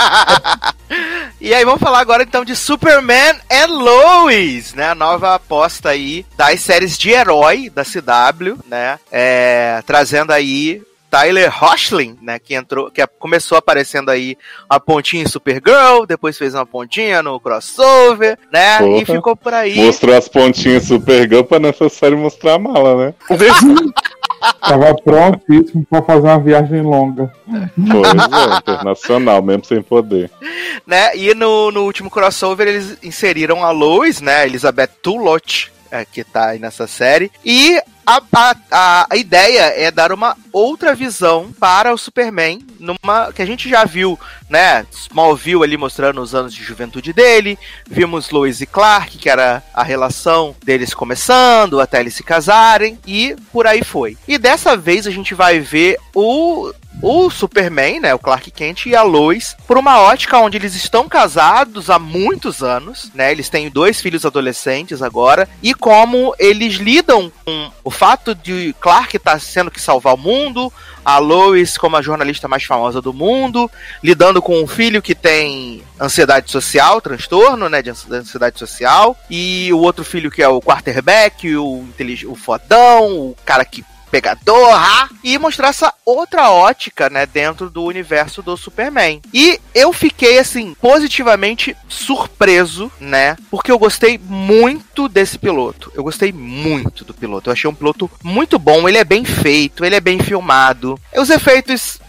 E aí vamos falar agora então de Superman and Lois, né? A nova aposta aí das séries de herói da C W, né? É, trazendo aí Tyler Hoechlin, né, que entrou, que começou aparecendo aí uma pontinha em Supergirl, depois fez uma pontinha no crossover, né, Porra. e ficou por aí. Mostrou as pontinhas Supergirl pra nessa série mostrar a mala, né? Tava prontíssimo pra fazer uma viagem longa. Pois é, internacional, mesmo sem poder. Né, e no, no último crossover eles inseriram a Lois, né, Elizabeth Tulloch, é, que tá aí nessa série, e a, a, a ideia é dar uma outra visão para o Superman, numa que a gente já viu, né, Smallville ali mostrando os anos de juventude dele, vimos Lois e Clark, que era a relação deles começando, até eles se casarem, e por aí foi. E dessa vez a gente vai ver o... o Superman, né, o Clark Kent e a Lois, por uma ótica onde eles estão casados há muitos anos, né, eles têm dois filhos adolescentes agora, e como eles lidam com o fato de Clark estar sendo que salvar o mundo, a Lois como a jornalista mais famosa do mundo, lidando com um filho que tem ansiedade social, transtorno, né, de ansiedade social, e o outro filho que é o quarterback, o, o fodão, o cara que pegador, ah, e mostrar essa outra ótica, né, dentro do universo do Superman. E eu fiquei, assim, positivamente surpreso, né, porque eu gostei muito desse piloto. Eu gostei muito do piloto. Eu achei um piloto muito bom, ele é bem feito, ele é bem filmado. Os efeitos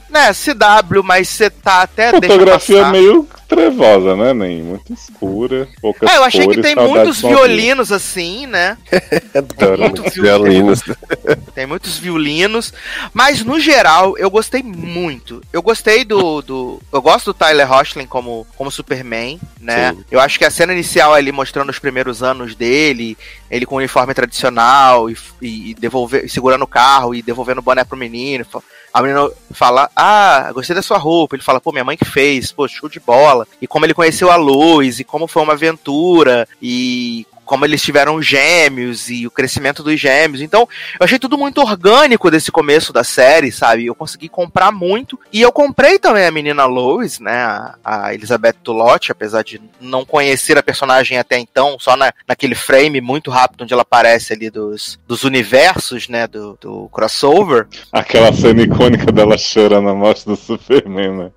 né, C W, mas você tá até... Fotografia meio trevosa, né, nem muito escura, poucas É, eu achei cores, que tem saudade muitos de Smallville. violinos, assim, né? Adoro muito muitos violino. violinos. Tem muitos violinos, mas no geral eu gostei muito. Eu gostei do, do eu gosto do Tyler Hoechlin como como Superman, né? Sim. Eu acho que a cena inicial ali mostrando os primeiros anos dele, ele com o uniforme tradicional e, e devolver, segurando o carro e devolvendo o boné pro menino. A menina fala, ah, gostei da sua roupa. Ele fala, pô, minha mãe que fez, pô, show de bola. E como ele conheceu a Lois, e como foi uma aventura, e como eles tiveram gêmeos, e o crescimento dos gêmeos. Então, eu achei tudo muito orgânico desse começo da série, sabe? Eu consegui comprar muito. E eu comprei também a menina Lois, né? A, a Elizabeth Tulloch, apesar de não conhecer a personagem até então, só na, naquele frame muito rápido onde ela aparece ali dos, dos universos, né? Do, do crossover. Aquela cena icônica dela chorando a morte do Superman, né?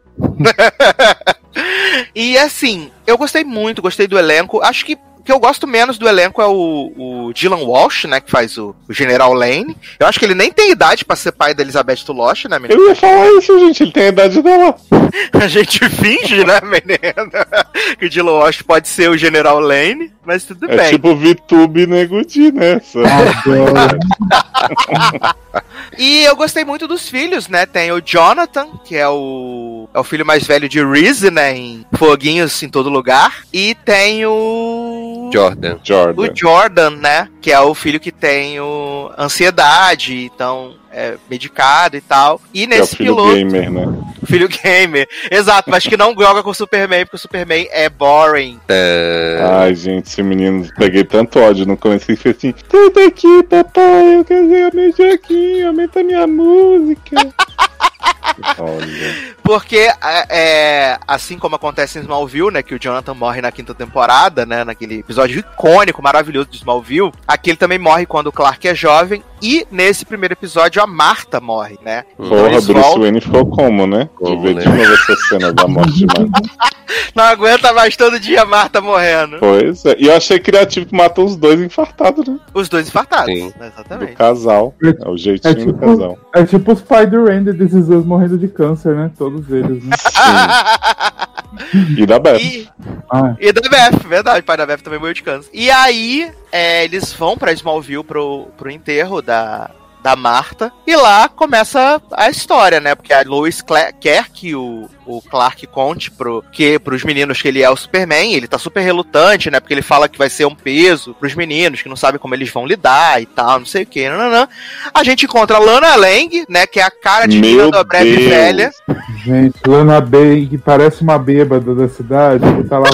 E assim, eu gostei muito, gostei do elenco. Acho que o que eu gosto menos do elenco é o, o Dylan Walsh, né, que faz o, o General Lane. Eu acho que ele nem tem idade pra ser pai da Elizabeth Tulloch, né, menina? Eu ia falar isso, gente, ele tem a idade dela. A gente finge, né, menina, que o Dylan Walsh pode ser o General Lane, mas tudo É bem. tipo VTube Negudi, né? Só... E eu gostei muito dos filhos, né? Tem o Jonathan, que é o, é o filho mais velho de Reese, né? Em Foguinhos em Todo Lugar. E tem o... Jordan. Jordan. O Jordan, né? Que é o filho que tem o ansiedade, então é medicado e tal. E Que é o nesse filho piloto... gamer, né? Filho gamer. Exato, mas que não joga com o Superman, porque o Superman é boring. É... Ai, gente, esse menino, peguei tanto ódio no começo que fez assim: sai daqui, papai, eu quero jogar meu joguinho, aumenta minha música. Olha. Porque, é, é, assim como acontece em Smallville, né, que o Jonathan morre na quinta temporada, né, naquele episódio icônico, maravilhoso de Smallville, aqui ele também morre quando o Clark é jovem, e nesse primeiro episódio a Martha morre, né? Porra, eles Bruce voltam- Wayne ficou como, né? Como, De ver né? de novo essa cena da morte de Marta. Não aguenta mais todo dia a Martha morrendo. Pois é. E eu achei criativo que matou os dois infartados, né? Os dois infartados. Sim. Do Exatamente. casal. É o jeitinho É do tipo, casal. é tipo os pais do Randy desses dois morrendo de câncer, né? Todos eles, né? E da Beth. E, Ah, e da Beth, verdade, o pai da Beth também morreu de câncer. E aí, é, eles vão pra Smallville pro, pro enterro da, da Martha, e lá começa a história, né? Porque a Lois Cla- quer que o, o Clark conte pro, que, pros meninos que ele é o Superman, ele tá super relutante, né? Porque ele fala que vai ser um peso pros meninos, que não sabe como eles vão lidar e tal, não sei o que, nananã. A gente encontra a Lana Lang, né? Que é a cara de Meu da breve Deus. velha. gente, Lana Bay, que parece uma bêbada da cidade, que tá lá.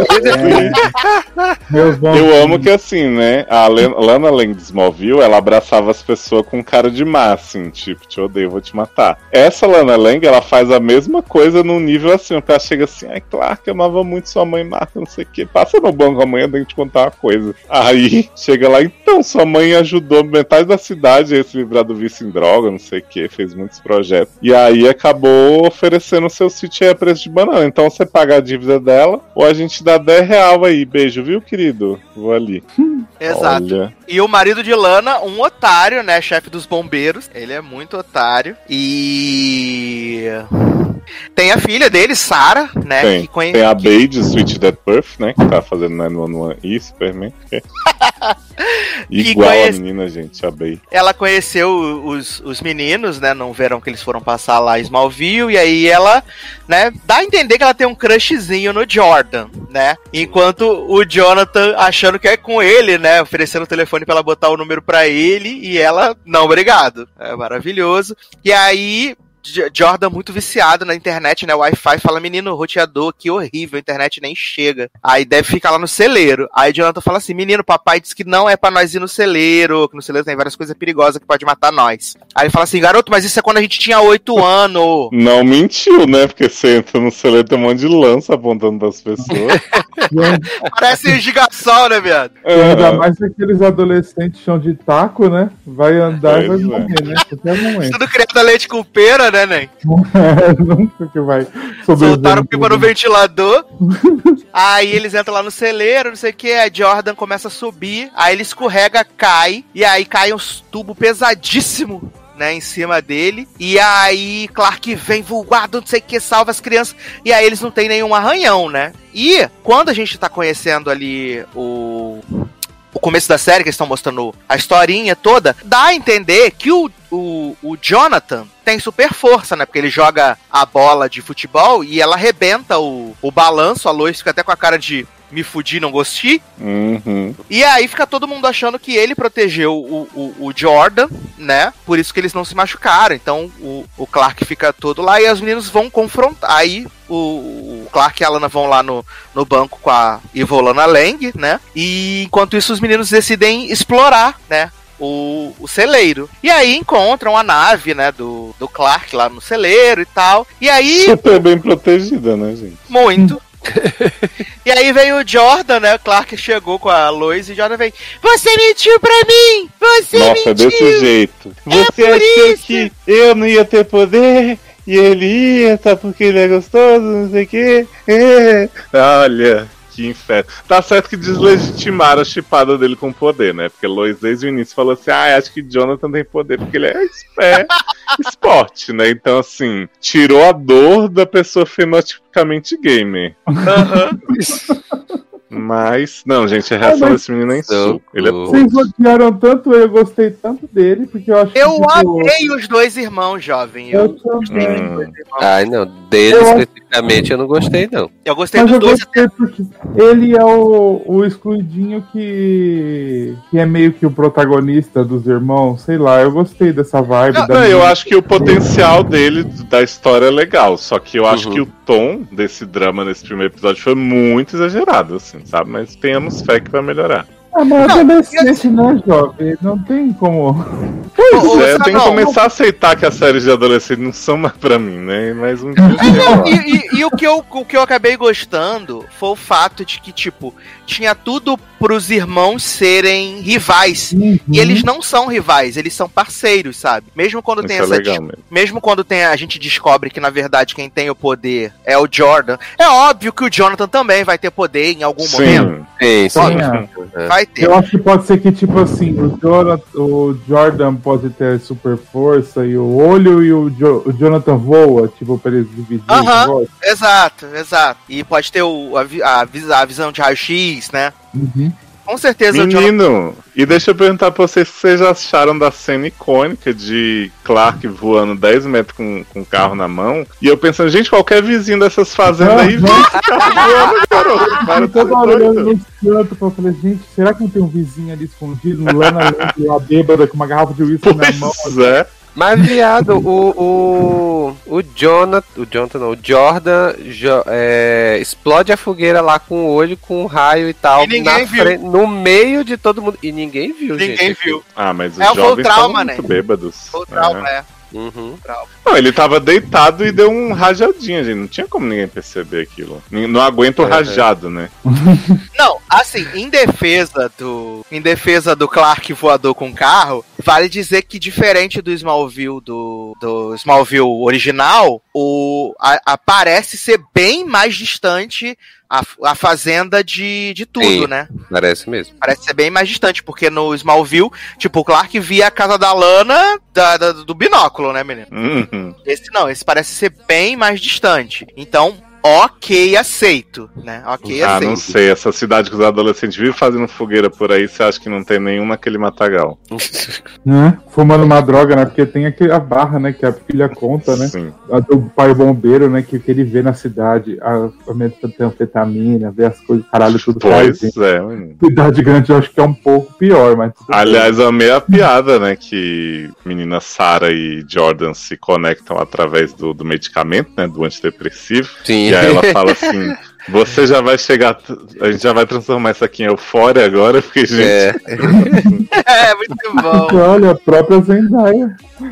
É, meus bons Eu amo que assim, né? A Len- Lana Lang de Smallville, ela abraçava as pessoas com cara de má, assim, tipo, te odeio, vou te matar. Essa Lana Lang, ela faz a mesma coisa num nível assim, o cara chega assim, ai, claro que amava muito sua mãe, Marta, não sei o que, passa no banco amanhã pra gente contar uma coisa. Aí, chega lá, então, sua mãe ajudou metade da cidade a se livrar do vício em droga, não sei o que, fez muitos projetos. E aí, acabou oferecendo o seu sítio aí a preço de banana. Então, você paga a dívida dela, ou a gente dá dez real aí, beijo, viu, querido? Vou ali. Exato. Olha. E o marido de Lana, um otário, né? Chefe dos bombeiros. Ele é muito otário. E. Tem a filha dele, Sarah, né? Tem, que conhe... tem a que- Bey de Sweet Dead Birth, né? Que tá fazendo nove um um e Superman. Igual conhece- a menina, gente, a Bey. Ela conheceu os, os meninos, né? No verão que eles foram passar lá em Smallville. E aí ela, né? Dá a entender que ela tem um crushzinho no Jordan, né? Enquanto o Jonathan achando que é com ele, né? Oferecendo o telefone pra ela botar o número pra ele. E ela, não, obrigado. É maravilhoso. E aí... J- Jordan muito viciado na internet, né? Wi-Fi, fala, menino, roteador, que horrível, a internet nem chega. Aí deve ficar lá no celeiro. Aí Jonathan fala assim, menino, papai disse que não é pra nós ir no celeiro, que no celeiro tem várias coisas perigosas que pode matar nós. Aí ele fala assim, garoto, mas isso é quando a gente tinha oito anos. Não mentiu, né? Porque você entra no celeiro, tem um monte de lança apontando das pessoas. gente, Parece um gigassol, né, viado? ainda Ah, mais aqueles adolescentes chão de taco, né? Vai andar e vai Pois é. morrer, né? Qualquer momento. Tudo criado a leite com pera, né, Nen? É, nunca que vai sobreviver. Soltaram pipa no ventilador. Aí eles entram lá no celeiro, não sei o que. A Jordan começa a subir. Aí ele escorrega, cai. E aí cai uns tubos pesadíssimos né, em cima dele. E aí Clark vem voado, não sei o que, salva as crianças. E aí eles não tem nenhum arranhão, né? E quando a gente tá conhecendo ali o... o começo da série, que eles estão mostrando a historinha toda, dá a entender que o, o, o Jonathan tem super força, né? Porque ele joga a bola de futebol e ela arrebenta o, o balanço, a Lois fica até com a cara de me fudi, não gostei. Uhum. E aí fica todo mundo achando que ele protegeu o, o, o Jordan, né? Por isso que eles não se machucaram. Então o, o Clark fica todo lá e os meninos vão confrontar. Aí o, o Clark e a Lana vão lá no, no banco com a Ivolana Lang, né? E enquanto isso os meninos decidem explorar, né? O, o celeiro. E aí encontram a nave, né, do, do Clark lá no celeiro e tal. E aí... super bem protegida, né, gente? Muito. E aí vem o Jordan, né? O Clark chegou com a Lois e o Jordan vem: você mentiu pra mim! Você Nossa, mentiu! desse jeito. Você por achou isso. que eu não ia ter poder e ele ia, só porque ele é gostoso, não sei o quê. É. Olha, que inferno. Tá certo que deslegitimaram a chipada dele com poder, né? Porque Lois desde o início falou assim: ah, acho que Jonathan tem poder porque ele é, é esporte, né? Então, assim, tirou a dor da pessoa fenotipicamente gamer. Uhum. Mas, não, gente, a reação Ah, mas- desse menino é insulto. Ele é Vocês odiaram tanto, eu gostei tanto dele, porque eu acho Eu que. tipo, amei os dois irmãos, jovem. Eu Eu gostei também. dos dois irmãos. Ai, não, dele Eu acho- especificamente eu não gostei, não. Eu gostei Mas dos eu dois. gostei porque ele é o, o excluidinho que, que é meio que o protagonista dos irmãos, sei lá, eu gostei dessa vibe. Não, da não, eu menina. acho que o potencial dele, da história, é legal. Só que eu acho Uhum. que o tom desse drama nesse primeiro episódio foi muito exagerado, assim, sabe? Mas tenhamos fé que vai melhorar. Ah, mas Não, adolescente, né, jovem? Não tem como. Pois Ô, ô, é, eu tenho que Sanão. começar a aceitar que as séries de adolescente não são mais pra mim, né? Mas um dia eu Não, chego lá. e, e- e o, que eu, o que eu acabei gostando foi o fato de que, tipo, tinha tudo pros irmãos serem rivais. Uhum. E eles não são rivais, eles são parceiros, sabe? Mesmo quando tem Isso é essa legal dis- mesmo. mesmo quando tem, a gente descobre que, na verdade, quem tem o poder é o Jordan. É óbvio que o Jonathan também vai ter poder em algum momento. Sim. Sim, sim. Olha, É. Vai ter. Eu acho que pode ser que, tipo assim, o Jordan, o Jordan pode ter super força e o olho e o, jo, o Jonathan voa, tipo, pra eles dividirem. Aham. igual. Exato, exato. E pode ter o, a, vi- a, vis- a visão de raio-x, né? Uhum. Com certeza o Jonathan. Menino, e deixa eu perguntar pra vocês se vocês já acharam da cena icônica de Clark voando dez metros com, com o carro na mão. E eu pensando, gente, qualquer vizinho dessas fazendas aí viu esse carro voando, garoto. Para Eu de toda ser hora olhando doido. no canto, eu falei, gente, será que não tem um vizinho ali escondido, lá na lente, lá bêbada, com uma garrafa de uísque na mão? Pois é. Mas, viado, o, o, o Jonathan, o Jonathan não, o Jordan jo- é, explode a fogueira lá com o olho, com o raio e tal, E ninguém na viu. frente- no meio de todo mundo. E ninguém viu, Ninguém gente. viu. Ah, mas os É, foi o jovens trauma, estavam né? muito bêbados. Foi o trauma, É. é. Uhum. Não, ele tava deitado e deu um rajadinho, gente. Não tinha como ninguém perceber aquilo. Não aguenta o É, rajado, né? Não, assim, em defesa do. Em defesa do Clark voador com carro, vale dizer que, diferente do Smallville do, do Smallville original, o, a, a parece ser bem mais distante a, a fazenda de, de tudo, Sim. né? Parece mesmo. Parece ser bem mais distante, porque no Smallville, tipo, o Clark via a casa da Lana da, da- do binóculo, né, menino? Uhum. Esse não, esse parece ser bem mais distante. Então, ok, aceito, né? Ok, Ah, aceito. não sei. Essa cidade que os adolescentes vivem fazendo fogueira por aí, você acha que não tem nenhum naquele matagal? Né? Fumando uma droga, né? Porque tem aquele, a barra, né? Que a filha conta, né? Sim. A do pai bombeiro, né? Que, que ele vê na cidade, a, a metanfetamina, vê as coisas, caralho, tudo faz. Pois é, menino. Cidade grande eu acho que é um pouco pior, mas. tudo bem. Aliás, eu amei a piada, né? Que menina Sarah e Jordan se conectam através do, do medicamento, né? Do antidepressivo. Sim. E aí ela fala assim: você já vai chegar. A gente já vai transformar isso aqui em eufória agora, porque, gente. É. É, muito bom. Olha, a própria Zendaya.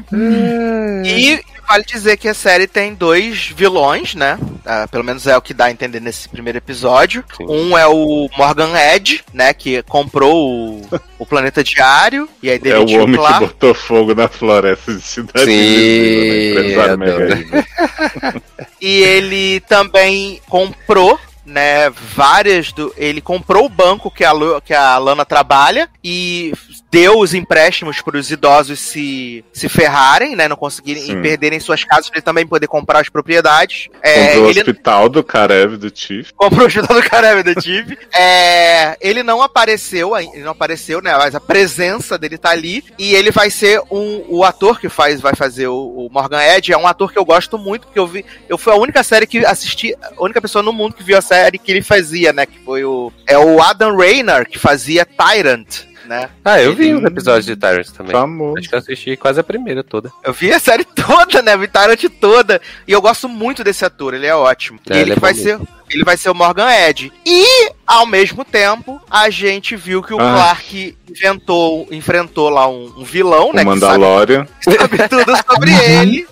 E vale dizer que a série tem dois vilões, né? Ah, pelo menos é o que dá a entender nesse primeiro episódio. Sim. Um é o Morgan Edge, né? Que comprou o, o Planeta Diário. E aí É o demitiu o homem que Clark. botou fogo na floresta de Cidade Sim, Invisível, né? Empresário adoro. mega rico. E ele também comprou, né, várias do... Ele comprou o banco que a, Lu- que a Lana trabalha e deu os empréstimos para os idosos se, se ferrarem, né? Não conseguirem Sim. e perderem suas casas para ele também poder comprar as propriedades. É, Comprou o ele hospital do Karev do Tiff. comprou o hospital do Karev do Tiff. É, ele não apareceu, ai- ele não apareceu, né? Mas a presença dele tá ali. E ele vai ser um, o ator que faz, vai fazer o, o Morgan Edge. É um ator que eu gosto muito, porque eu vi. Eu fui a única série que assisti, a única pessoa no mundo que viu a série que ele fazia, né? Que foi o. É o Adam Rayner, que fazia Tyrant, né? Ah, eu vi Ele- os episódios de Tyrant também. Famoso. Acho que eu assisti quase a primeira toda. Eu vi a série toda, né? Vi Tyrant toda. E eu gosto muito desse ator, ele é ótimo. É, e ele, ele é que vai bom ser. Ele vai ser o Morgan Edge. E, ao mesmo tempo, a gente viu que o Ah. Clark inventou, enfrentou lá um, um vilão, né? O Que sabe, Mandalorian. sabe tudo sobre ele.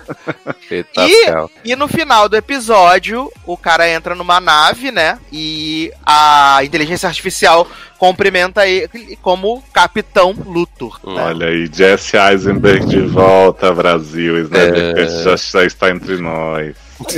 Eita, E no final do episódio, o cara entra numa nave, né? E a inteligência artificial cumprimenta ele como Capitão Luthor. né? Olha aí, Jesse Eisenberg de volta, Brasil. Snydercast já, já está entre nós.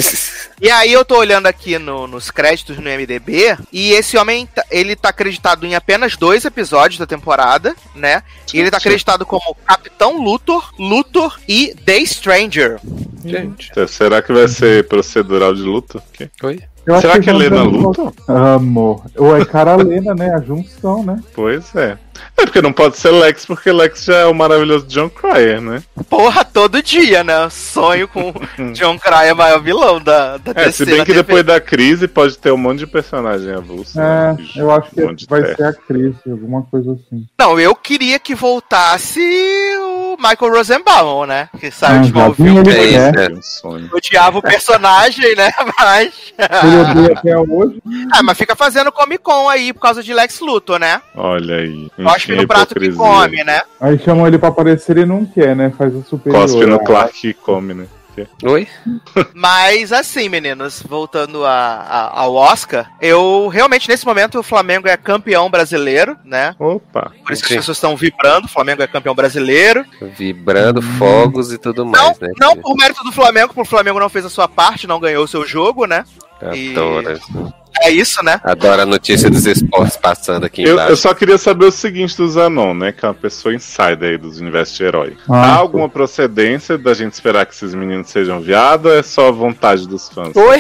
E aí eu tô olhando aqui no- nos créditos no I M D B, e esse homem, tá- ele tá acreditado em apenas dois episódios da temporada, né? E ele tá acreditado como Capitão Luthor, Luthor e The Stranger. Gente, Será que vai ser procedural de luta? Que- oi? Eu Será acho que a vão Helena dando- luta? Amor. Ou é cara Lena, né? A junção, né? Pois é. É porque não pode ser Lex, porque Lex já é o maravilhoso John Cryer, né? Porra, todo dia, né? Sonho com John Cryer, maior vilão da, da É, D C se bem na que T V. depois da crise pode ter um monte de personagem avulso. É, né? eu acho que Um monte de vai terra. ser a crise, alguma coisa assim. Não, eu queria que voltasse o Michael Rosenbaum, né? Que saiu Ah, de já Smallville. vi ele É quer. isso, é. Um sonho. Eu odiava o personagem, né? Mas. Ele odeia até hoje. Ah, mas fica fazendo Comic Con aí por causa de Lex Luthor, né? Olha aí. Cospe enfim, no prato que hipocrisia. come, né? Aí chamam ele pra aparecer e não quer, né? Faz o superior. Cospe no Ah, Clark e come, né? Oi? Mas assim, meninos, voltando a, a- ao Oscar, eu realmente nesse momento o Flamengo é campeão brasileiro, né? Opa. Por isso que Sim. as pessoas estão vibrando, o Flamengo é campeão brasileiro. Vibrando, fogos e tudo Não, mais, né? não por mérito do Flamengo, porque o Flamengo não fez a sua parte, não ganhou o seu jogo, né? e- Adoro. É isso, né? Adoro a notícia dos esportes passando aqui Eu, embaixo. eu só queria saber o seguinte do Zanon, né? Que é uma pessoa insider aí dos universos de herói. Ah, Há alguma procedência da gente esperar que esses meninos sejam viados ou é só a vontade dos fãs? Oi?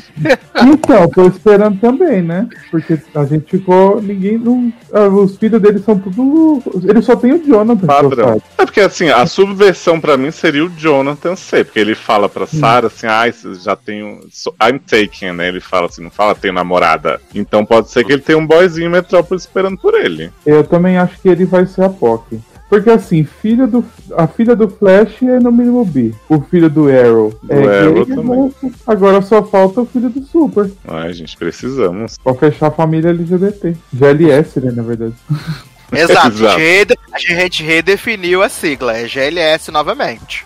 Então, tô esperando também, né? Porque a gente ficou. Ninguém. Não, ah, os filhos deles são tudo. Ele só tem o Jonathan. Padrão. gostado. É porque assim, a subversão pra mim seria o Jonathan ser, porque ele fala pra Sarah assim, ah, já tenho. so- I'm taken, né? Ele fala assim, não fala tenho namorada. Então pode ser que ele tenha um boyzinho em Metrópolis esperando por ele. Eu também acho que ele vai ser a P O C. Porque assim, filho do, a filha do Flash é no mínimo bi. O filho do Arrow Do é Arrow gay, também. moço. Agora só falta o filho do Super. Ai, gente, precisamos. Pra fechar a família L G B T. G L S, né, na verdade. Exato. Exato. Rede- A gente redefiniu a sigla, é G L S novamente.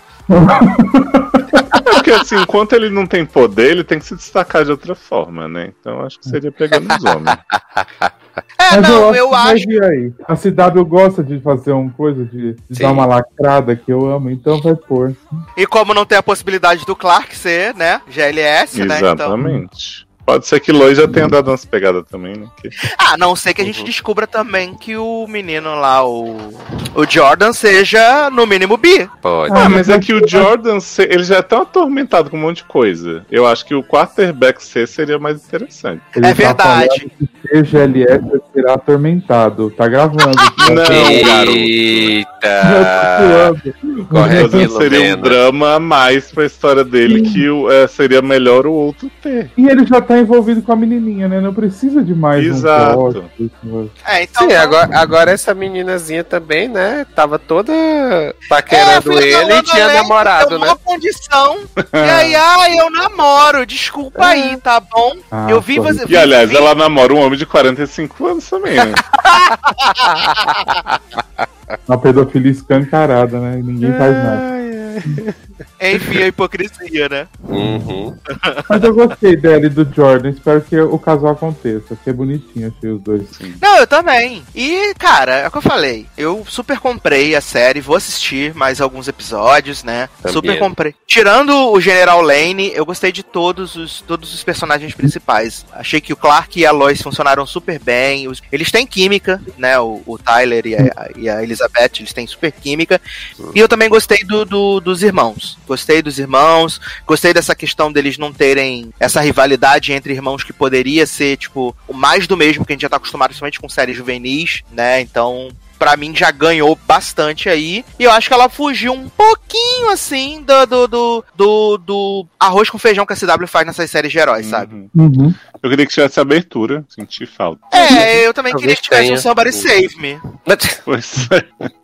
É porque assim, enquanto ele não tem poder, ele tem que se destacar de outra forma, né? Então acho que seria pegando os homens. É, Mas não, acho eu que vai acho. vir aí. A C W gosta de fazer uma coisa, de, de Sim. dar uma lacrada que eu amo, então vai pôr. E como não tem a possibilidade do Clark ser, né? G L S, né? Então... Exatamente. Pode ser que Lois já tenha dado umas pegadas também, né? Que- Ah, a não ser que a gente Uhum. descubra também que o menino lá, o, o Jordan, seja no mínimo bi. Pode. Ah, mas é que o Jordan, se- ele já é tão atormentado com um monte de coisa. Eu acho que o quarterback C seria mais interessante. Ele É tá verdade. falando que ser G L S será atormentado. Tá gravando. Não, garoto. Eita! Corre Mas aqui, seria um Lumena. drama a mais pra história dele que o- é, seria melhor o outro ter. E ele já tá envolvido com a menininha, né? Não precisa de mais Exato. um plot. É, então. Sim, agora, agora essa meninazinha também, né? Tava toda paquerando filha da ele e Lana tinha Lang namorado, deu né? uma condição. E aí, ah, eu namoro. Desculpa aí, tá bom? Ah, eu vi sorry. você. E aliás, vi- ela namora um homem de quarenta e cinco anos também, né? Uma pedofilia escancarada, né? E ninguém faz nada. Ai, ai. Enfim, a hipocrisia, né? Uhum. Mas eu gostei dela e do Jordan. Espero que o casal aconteça. Que é bonitinho, achei os dois. Sim. Não, eu também. E, cara, é o que eu falei. Eu super comprei a série, vou assistir mais alguns episódios, né? Também. Super comprei. Tirando o General Lane, eu gostei de todos os, todos os personagens principais. Achei que o Clark e a Lois funcionaram super bem. Os, eles têm química, né? O, o Tyler e a, e a Elizabeth, eles têm super química. E eu também gostei do, do, dos irmãos. Gostei dos irmãos. Gostei dessa questão deles não terem essa rivalidade entre irmãos que poderia ser, tipo, o mais do mesmo que a gente já tá acostumado, principalmente com séries juvenis, né? Então, pra mim já ganhou bastante aí. E eu acho que ela fugiu um pouquinho, assim, do, do, do, do, do arroz com feijão que a C W faz nessas séries de heróis, Uhum. sabe? Uhum. Eu queria que tivesse abertura, senti falta. É, eu também Talvez queria que tivesse tenha. um Somebody Save Me. Pois é.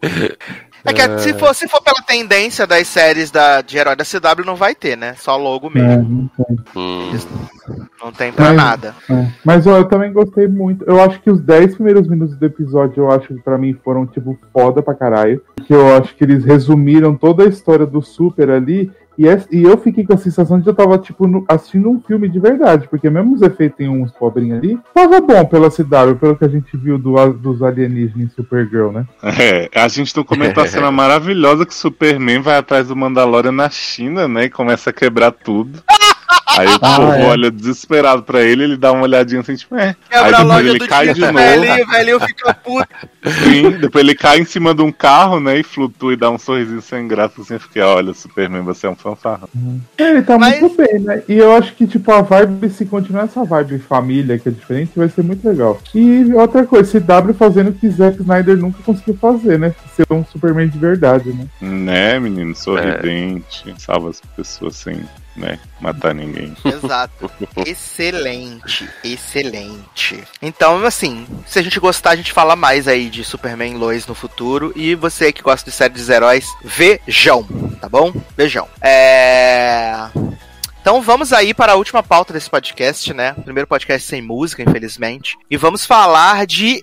É que se for, se for pela tendência das séries da, de herói da C W, não vai ter, né? Só logo É, mesmo. não tem. Hum. Não tem pra Mas- nada. É. Mas ó, eu também gostei muito. Eu acho que os dez primeiros minutos do episódio, eu acho que pra mim foram, tipo, foda pra caralho. Que eu acho que eles resumiram toda a história do Super ali. E, é- e eu fiquei com a sensação de que eu tava, tipo, no- assistindo um filme de verdade. Porque mesmo os efeitos em uns pobrinhos ali, tava bom pela C W, pelo que a gente viu do, dos alienígenas em Supergirl, né? É, a gente não comentou a cena maravilhosa que o Superman vai atrás do Mandalorian na China, né? E começa a quebrar tudo. Aí o Ah, povo é. olha desesperado pra ele, ele dá uma olhadinha assim, tipo, é. Aí Quebra a depois loja ele do cai tio, de novo. velhinho, velhinho fica puto. Sim, depois ele cai em cima de um carro, né? E flutua e dá um sorrisinho sem graça, assim, eu fiquei, olha, Superman, você é um fanfarrão. Ele tá Mas- muito bem, né? E eu acho que, tipo, a vibe, se continuar essa vibe família, que é diferente, vai ser muito legal. E outra coisa, C W fazendo o que Zack Snyder nunca conseguiu fazer, né? Ser um Superman de verdade, né? Né, menino? Sorridente, salva as pessoas sem, né, matar ninguém. Exato. Excelente, excelente. Então, assim, se a gente gostar, a gente fala mais aí de Superman e Lois no futuro. E você que gosta de séries de heróis, vejam, tá bom? Vejam. É... Então vamos aí para a última pauta desse podcast, né? Primeiro podcast sem música, infelizmente. E vamos falar de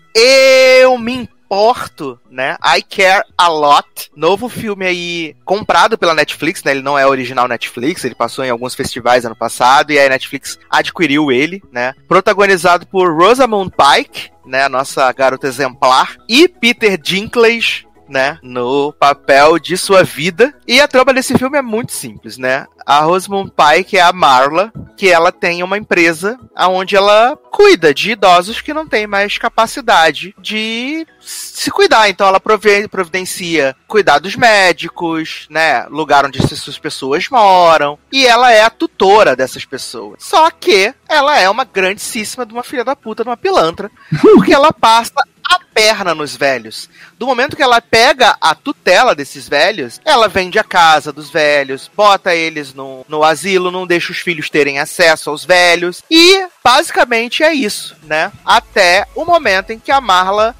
Eu Me Importo, né? I Care A Lot. Novo filme aí comprado pela Netflix, né? Ele não é original Netflix, ele passou em alguns festivais ano passado e a Netflix adquiriu ele, né? Protagonizado por Rosamund Pike, né? A nossa garota exemplar. E Peter Dinklage, né, no papel de sua vida. E a trama desse filme é muito simples, né? A Rosamund Pike é a Marla, que ela tem uma empresa onde ela cuida de idosos que não têm mais capacidade de se cuidar. Então ela prove- providencia cuidados médicos, né, lugar onde essas pessoas moram, e ela é a tutora dessas pessoas. Só que ela é uma grandíssima de uma filha da puta, de uma pilantra, porque ela passa a perna nos velhos. Do momento que ela pega a tutela desses velhos, ela vende a casa dos velhos, bota eles no, no asilo, não deixa os filhos terem acesso aos velhos, e basicamente é isso, né? Até o momento em que a Marla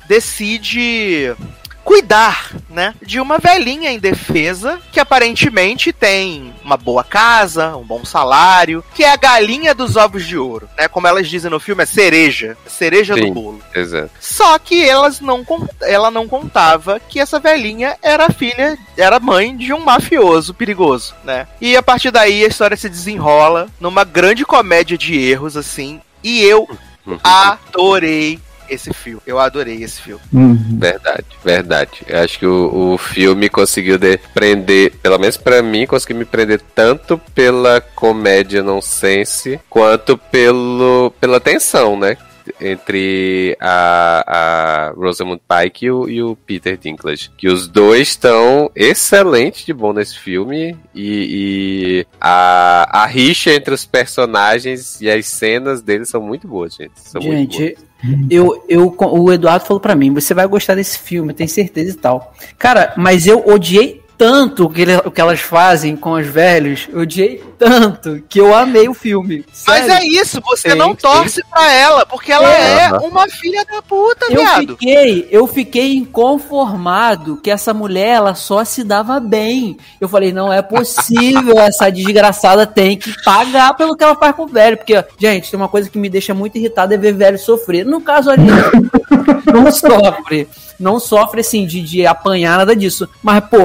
decide cuidar, né, de uma velhinha indefesa que aparentemente tem uma boa casa, um bom salário, que é a galinha dos ovos de ouro, né, como elas dizem no filme, é cereja, cereja Sim. do bolo. Exato. Só que elas não, con- ela não contava que essa velhinha era filha, era mãe de um mafioso perigoso, né? E a partir daí a história se desenrola numa grande comédia de erros, assim, e eu adorei esse filme. Eu adorei esse filme. Uhum. Verdade, verdade. Eu acho que o, o filme conseguiu de prender, pelo menos pra mim, conseguiu me prender tanto pela comédia nonsense, quanto pelo, pela tensão, né? Entre a, a Rosamund Pike e o, e o Peter Dinklage. Que os dois estão excelentes de bom nesse filme. E, e a, a rixa entre os personagens e as cenas deles são muito boas, gente. São muito boas. Gente, eu, eu, o Eduardo falou pra mim, você vai gostar desse filme, eu tenho certeza e tal. Cara, mas eu odiei tanto o que, ele- o que elas fazem com os velhos, eu odiei tanto que eu amei o filme. Mas Sério. é isso, você Sim, não sim. torce pra ela, porque ela é, Aham. uma filha da puta, Eu viado. fiquei, eu fiquei inconformado que essa mulher, ela só se dava bem. Eu falei, não é possível, essa desgraçada tem que pagar pelo que ela faz com o velho. Porque, gente, tem uma coisa que me deixa muito irritado é ver velho sofrer. No caso ali, não sofre. Não sofre, assim, de, de apanhar nada disso. Mas, pô, é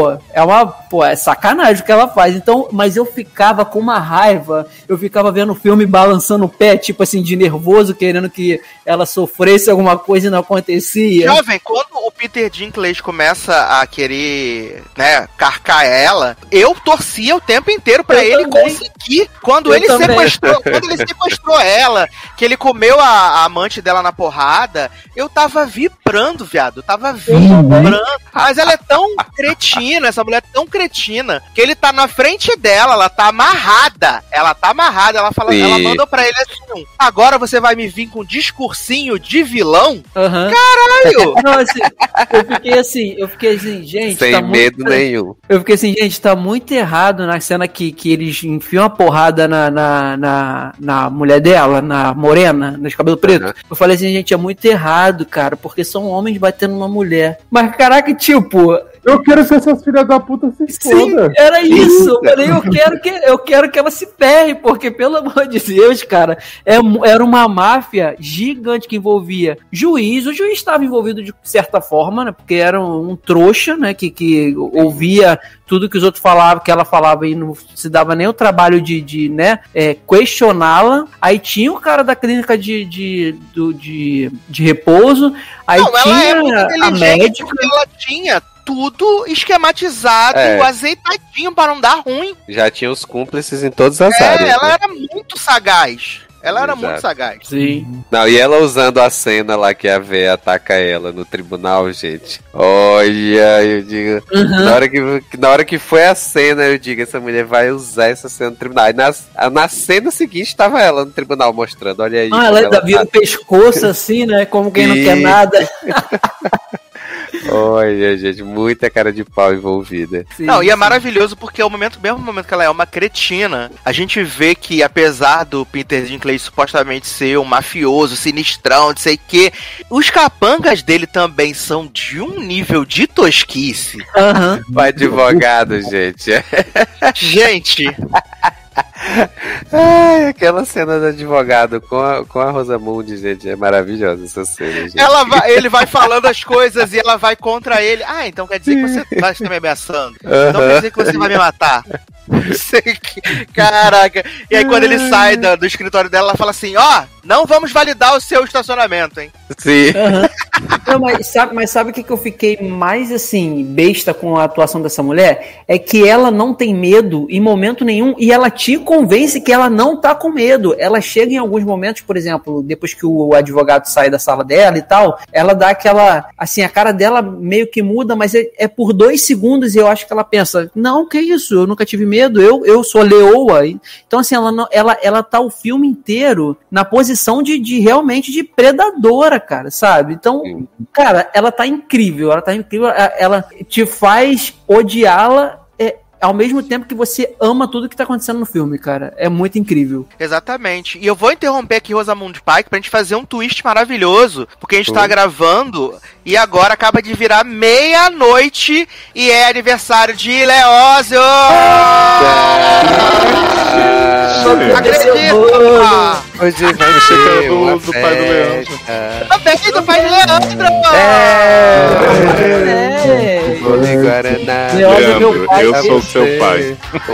uma, pô, é sacanagem o que ela faz. Então, mas eu ficava com uma raiva, eu ficava vendo o filme balançando o pé, tipo assim, de nervoso, querendo que ela sofresse alguma coisa e não acontecia. Jovem, quando o Peter Dinklage começa a querer, né, carcar ela, eu torcia o tempo inteiro pra Eu ele também. conseguir. Quando Eu ele também. sequestrou, quando ele sequestrou ela, que ele comeu a, a amante dela na porrada, eu tava vibrando, viado. Eu tava vibrando. Mas ela é tão cretina, essa mulher é tão cretina, que ele tá na frente dela, ela tá amarrada. Ela tá amarrada, ela fala, E- ela mandou pra ele assim: agora você vai me vir com um discursinho de vilão? Aham. Caralho! Não, assim, eu fiquei assim, eu fiquei assim, gente, Sem tá medo muito... nenhum. Eu fiquei assim, gente, tá muito errado na cena que, que eles enfiam a porrada na, na, na, na mulher dela, na morena, nos cabelos pretos. Uhum. Eu falei assim, gente, é muito errado, cara, porque são homens batendo numa mulher. Mas, caraca, tipo... Eu quero que essas filhas da puta se Sim, foda. era isso. Eu falei, eu quero que, eu quero que ela se ferre, porque, pelo amor de Deus, cara, é, mu- era uma máfia gigante que envolvia juiz. O juiz estava envolvido de certa forma, né? Porque era um, um trouxa, né? Que, que ouvia tudo que os outros falavam, que ela falava e não se dava nem o trabalho de, de né, é, questioná-la. Aí tinha o cara da clínica de, de, do- de, de repouso. Aí Não, ela tinha é muito a inteligente médica. porque ela tinha tudo esquematizado, É. azeitadinho pra não dar ruim. Já tinha os cúmplices em todas as É, áreas. ela né? era muito sagaz. Ela era Exato. muito sagaz. Sim. Não, e ela usando a cena lá que a véia ataca ela no tribunal, gente. Olha, eu digo. Uhum. Na, hora que, na hora que foi a cena, eu digo, essa mulher vai usar essa cena no tribunal. Aí na, na cena seguinte tava ela no tribunal mostrando, olha aí. Ah, como ela ainda tá. vira o pescoço assim, né? Como quem não Sim. quer nada. Olha, gente, muita cara de pau envolvida. Sim, Não, e é sim. maravilhoso porque o momento, mesmo momento que ela é uma cretina, a gente vê que apesar do Peter Dinklage supostamente ser um mafioso, sinistrão, não sei o que, os capangas dele também são de um nível de tosquice. Aham. O advogado, gente. Gente, Ai, aquela cena do advogado com a, com a Rosamunde, gente, é maravilhosa essa cena, gente. ela vai, ele vai falando as coisas e ela vai contra ele. Ah, então quer dizer que você vai estar me ameaçando? Então quer dizer que você vai me matar? Não sei que- Caraca. E aí quando ele sai do, do escritório dela, ela fala assim, ó, não vamos validar o seu estacionamento, hein? Sim. Aham. Não, mas sabe, mas sabe o que, que eu fiquei mais assim, besta com a atuação dessa mulher? É que ela não tem medo em momento nenhum e ela te convence que ela não tá com medo. Ela chega em alguns momentos, por exemplo, depois que o advogado sai da sala dela e tal, ela dá aquela, assim, a cara dela meio que muda, mas é, é por dois segundos e eu acho que ela pensa, não, que isso, eu nunca tive medo, eu, eu sou leoa. Então, assim, ela, não, ela, ela tá o filme inteiro na posição de, de realmente de predadora, cara, sabe? Então, cara, ela tá incrível, ela tá incrível, ela- ela te faz odiá-la é, ao mesmo tempo que você ama tudo que tá acontecendo no filme, cara. É muito incrível. Exatamente. E eu vou interromper aqui Rosamund Pike pra gente fazer um twist maravilhoso, porque a gente tá Ui. gravando e agora acaba de virar meia-noite e é aniversário de Leózio! Não acredito! Ah, Hoje vai Achei que era ser do- uma do pai do festa. também do pai de Leandro! É! É. Bolo de Guaraná. Leandro é meu Leandro, pai. eu sou seu pai.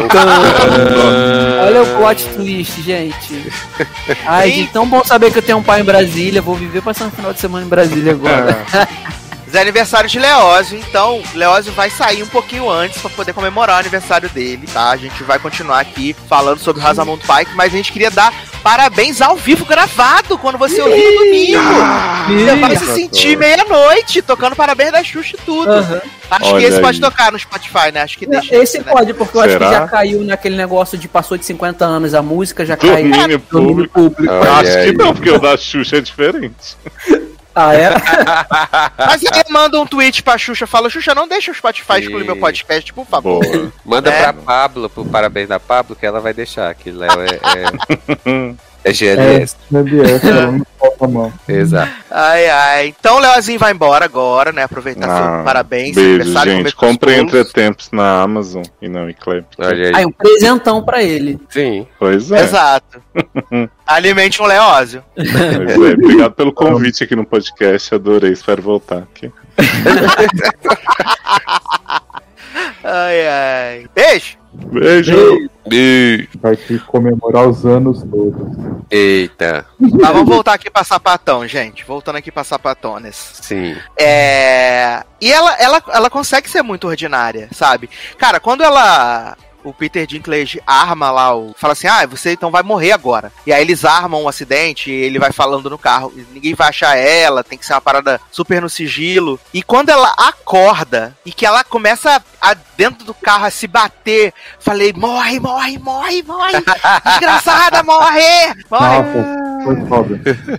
Olha o plot twist, gente. Ai, Sim. gente, tão bom saber que eu tenho um pai em Brasília. Vou viver passando o final de semana em Brasília agora. É aniversário de Leózio, então Leózio vai sair um pouquinho antes pra poder comemorar o aniversário dele, tá? A gente vai continuar aqui falando sobre Rosamund Pike, mas a gente queria dar parabéns ao vivo gravado quando você ouvir no domingo. Você vai se sentir meia-noite tocando parabéns da Xuxa e tudo. Aham. Acho Olha que esse aí. pode tocar no Spotify, né? Acho que deixa. Esse né? pode, porque eu acho Será? que já caiu naquele negócio de passou de cinquenta anos a música, já Domínio caiu público. público. Olha Acho aí. que não, porque o da Xuxa é diferente. Ah, é? Mas aí manda um tweet pra Xuxa, fala, Xuxa, não deixa o Spotify excluir Sim. meu podcast, por favor. Boa. Manda É. pra Pablo, pro parabéns da Pablo, que ela vai deixar. Que Léo é, é, é G L É, S. G L S, ela não falta a mão. Exato. Ai, ai. Então o Leozinho vai embora agora, né? Aproveitar Ah, seu parabéns, Beijo, aniversário, comer gente. com os Comprem bolos. Entretempos na Amazon e não em Clep. Olha aí. Aí, um presentão pra ele. Sim. Pois é. Exato. Alimente um Leózio. Pois é. Obrigado pelo convite aqui no podcast. Adorei. Espero voltar aqui. Ai, ai. Beijo! Beijo! Beijo! Vai ter que comemorar os anos todos. Eita. Mas vamos voltar aqui pra sapatão, gente. Voltando aqui pra sapatones. Sim. É... E ela, ela, ela consegue ser muito ordinária, sabe? Cara, quando ela... O Peter Dinklage arma lá o... Fala assim, ah, você então vai morrer agora. E aí eles armam um acidente e ele vai falando no carro. Ninguém vai achar ela, tem que ser uma parada super no sigilo. E quando ela acorda e que ela começa a, dentro do carro a se bater, falei, morre, morre, morre, morre. Desgraçada, morre! Morre! Nossa, foi foda.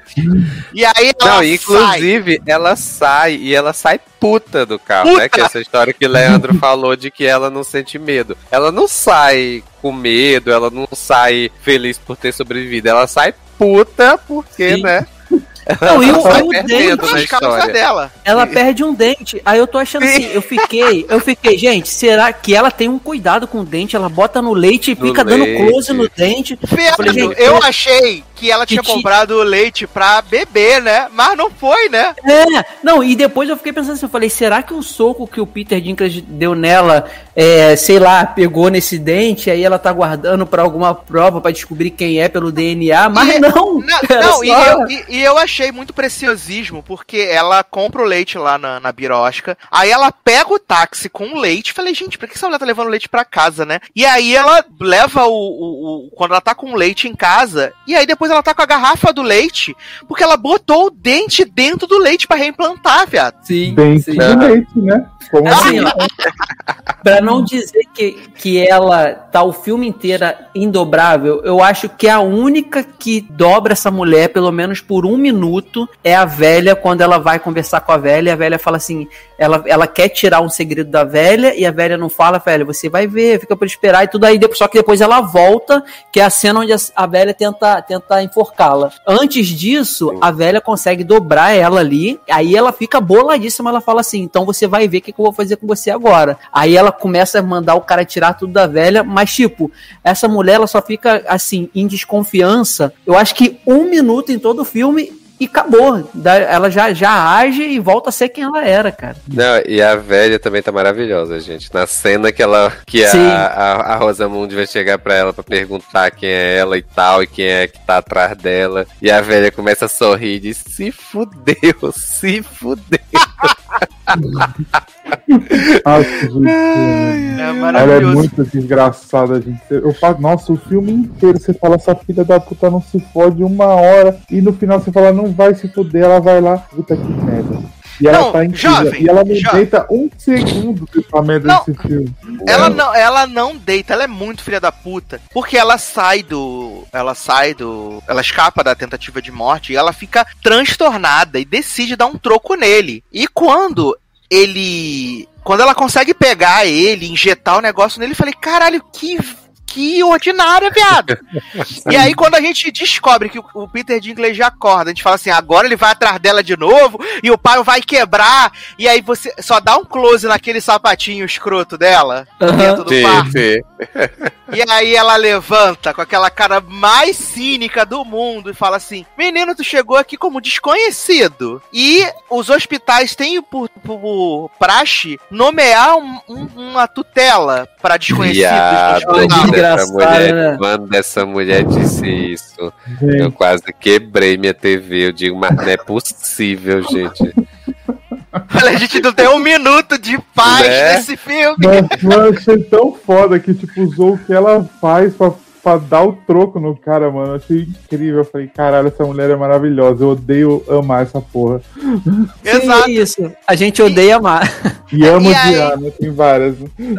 E aí ela Não, sai. inclusive, ela sai e ela sai puta do carro, Puta. né? Que é essa história que Leandro falou de que ela não sente medo. Ela não sai com medo, ela não sai feliz por ter sobrevivido. Ela sai puta porque, Sim. né? Não, e o, sai o perdendo dente, na As calças história. dela. ela perde um dente. Aí eu tô achando assim, eu fiquei, eu fiquei, gente, será que ela tem um cuidado com o dente? Ela bota no leite e No fica dando leite. close no dente. Fernando, falei, gente, eu é- achei que ela tinha que ti- comprado leite pra beber, né? Mas não foi, né? É, não, e depois eu fiquei pensando assim, eu falei, será que o soco que o Peter Dinklage deu nela, é, sei lá, pegou nesse dente, aí ela tá guardando pra alguma prova pra descobrir quem é pelo D N A, mas E- não, Não, era não, e, só- eu, e- e eu achei muito preciosismo, porque ela compra o leite lá na, na birosca, aí ela pega o táxi com o leite, falei, gente, por que essa mulher tá levando leite pra casa, né? E aí ela leva o, o, o- quando ela tá com o leite em casa, e aí depois ela tá com a garrafa do leite, porque ela botou o dente dentro do leite pra reimplantar, viado. Sim, Dente sim. de leite, né? Como Assim, ó, pra não dizer que, que ela tá o filme inteiro indobrável, eu acho que a única que dobra essa mulher, pelo menos por um minuto, é a velha, quando ela vai conversar com a velha, a velha fala assim, ela, ela quer tirar um segredo da velha, e a velha não fala, velha, você vai ver, fica por esperar e tudo aí, depois, só que depois ela volta, que é a cena onde a, a velha tenta, tenta enforcá-la. Antes disso, a velha consegue dobrar ela ali, aí ela fica boladíssima, ela fala assim, então você vai ver o que, que eu vou fazer com você agora. Aí ela começa a mandar o cara tirar tudo da velha, mas tipo, essa mulher, ela só fica assim, em desconfiança, eu acho que um minuto em todo o filme e acabou. Da- Ela já, já age e volta a ser quem ela era, cara. Não, e a velha também tá maravilhosa, gente. Na cena que ela que Sim. a, a, a Rosamund vai chegar pra ela pra perguntar quem é ela e tal, e quem é que tá atrás dela. E a velha começa a sorrir e diz, se fudeu, se fudeu. Nossa, gente, É ela é maravilhoso. muito desgraçada, gente. Eu falo, nossa, o filme inteiro você fala, essa filha da puta não se fode uma hora, e no final você fala, não vai se fuder, ela vai lá, puta que merda. E ela Não, tá incrível. jovem, E ela não jovem. deita um segundo dessa merda Não. desse filme. Ela não, ela não deita, ela é muito filha da puta. Porque ela sai do. Ela sai do. Ela escapa da tentativa de morte e ela fica transtornada e decide dar um troco nele. E quando ele. Quando ela consegue pegar ele, injetar o negócio nele, eu falei, caralho, que. Que ordinária, viado. E aí, quando a gente descobre que o, o Peter Dinklage acorda, a gente fala assim, agora ele vai atrás dela de novo, e o pai vai quebrar, e aí você só dá um close naquele sapatinho escroto dela, Aham. dentro do quarto. sim. E aí ela levanta com aquela cara mais cínica do mundo e fala assim, menino, tu chegou aqui como desconhecido. E os hospitais têm por, por praxe nomear um- um- uma tutela para desconhecidos no Viado, hospital. desgraçado, essa mulher, né? quando essa mulher disse isso, eu Gente, quase quebrei minha T V. Eu digo, mas não é possível, gente. Olha, a gente não tem um minuto de paz Né? nesse filme. mas eu achei tão foda que, tipo, usou o que ela faz pra, pra dar o troco no cara, mano. Eu achei incrível. Eu falei, caralho, essa mulher é maravilhosa. Eu odeio amar essa porra. Exato. Sim, isso. A gente odeia amar. E amo E aí- odiar, né? Tem várias.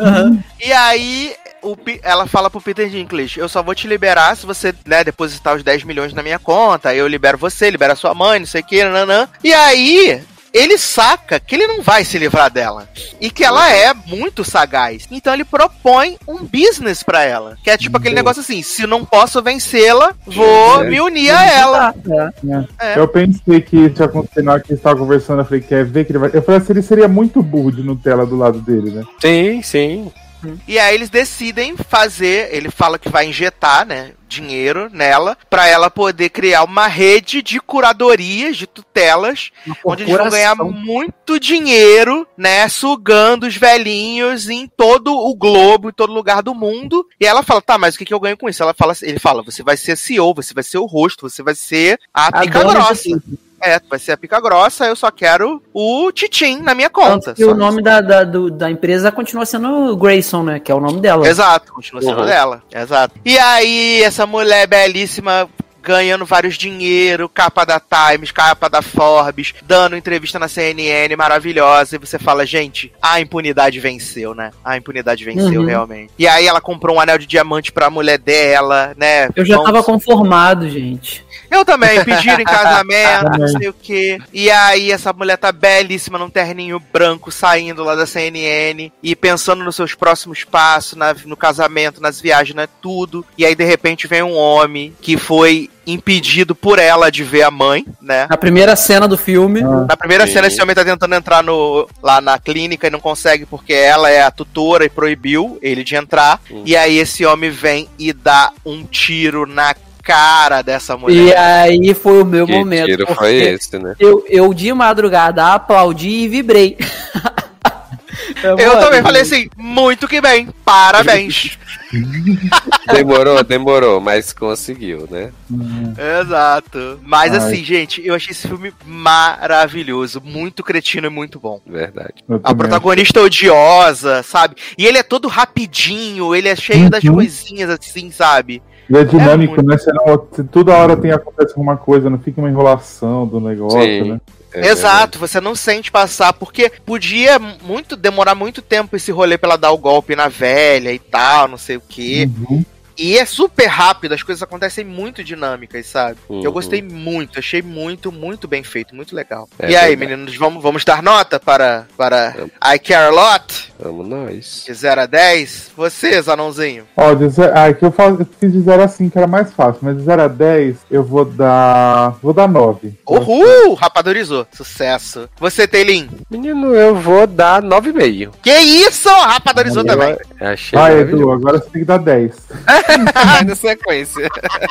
E aí, o Pi- ela fala pro Peter Dinklage, eu só vou te liberar se você, né, depositar os dez milhões na minha conta, eu libero você, libero a sua mãe, não sei o que, nanã. E aí, ele saca que ele não vai se livrar dela. E que ela é muito sagaz. Então ele propõe um business pra ela. Que é tipo aquele negócio assim, se não posso vencê-la, vou me unir a ela. É. É. Eu pensei que isso ia acontecer na hora que eles estavam conversando. Eu falei, quer ver que ele vai. Eu falei assim, ele seria muito burro de Nutella do lado dele, né? Sim, sim. Hum. E aí eles decidem fazer, ele fala que vai injetar, né, dinheiro nela, pra ela poder criar uma rede de curadorias, de tutelas, onde eles vão ganhar muito dinheiro, né, sugando os velhinhos em todo o globo, em todo lugar do mundo. E ela fala, tá, mas o que, que eu ganho com isso? Ela fala, ele fala, você vai ser C E O, você vai ser o rosto, você vai ser a, a pica grossa. É, vai ser a pica grossa, eu só quero o Titim na minha conta. E o nome da, da, do, da empresa continua sendo Grayson, né? Que é o nome dela. Exato, continua sendo Uhum. dela. Exato. E aí, essa mulher belíssima ganhando vários dinheiro, capa da Times, capa da Forbes, dando entrevista na C N N maravilhosa, e você fala, gente, a impunidade venceu, né? A impunidade venceu, Uhum. realmente. E aí ela comprou um anel de diamante pra mulher dela, né? Eu já Vamos- tava conformado, gente. Eu também, pediram em casamento, não sei o quê. E aí essa mulher tá belíssima num terninho branco, saindo lá da C N N e pensando nos seus próximos passos, na- no casamento, nas viagens, né, tudo. E aí de repente vem um homem que foi impedido por ela de ver a mãe, né? Na primeira cena do filme. Na primeira Sim. cena, esse homem tá tentando entrar no, lá na clínica e não consegue porque ela é a tutora e proibiu ele de entrar. Hum. E aí esse homem vem e dá um tiro na cara dessa mulher. E aí foi o meu Que momento. tiro porque foi esse, né? Eu, eu de madrugada aplaudi e vibrei. Eu também falei assim, muito que bem, parabéns. Demorou, demorou, mas conseguiu, né? Exato. Mas Ai. assim, gente, eu achei esse filme maravilhoso, muito cretino e muito bom. Verdade. Eu A também protagonista odiosa, sabe? E ele é todo rapidinho, ele é cheio das Uhum. coisinhas assim, sabe? E é dinâmico, É muito- né? Você não, se toda hora tem acontece alguma coisa, não fica uma enrolação do negócio, Sim. né? É Exato, você não sente passar, porque podia muito demorar muito tempo esse rolê pra ela dar o golpe na velha e tal, não sei o quê. Uhum. E é super rápido, as coisas acontecem muito dinâmicas, sabe? Uhum. Eu gostei muito, achei muito, muito bem feito, muito legal. É e aí, verdade. meninos, vamos, vamos dar nota para, para I Care a Lot? Vamos nós. De zero a dez? Vocês, anãozinho? Ó, de zero, ah, é que eu, faz, eu fiz de zero a cinco, era mais fácil, mas de zero a dez eu vou dar. Vou dar nove. Uhul! Rapadorizou. Sucesso. Você, Teilin? Menino, eu vou dar nove e meio. Que isso? Rapadorizou Eu- também. Achei Vai, Edu, maravilhoso. agora você tem que dar dez. Na sequência.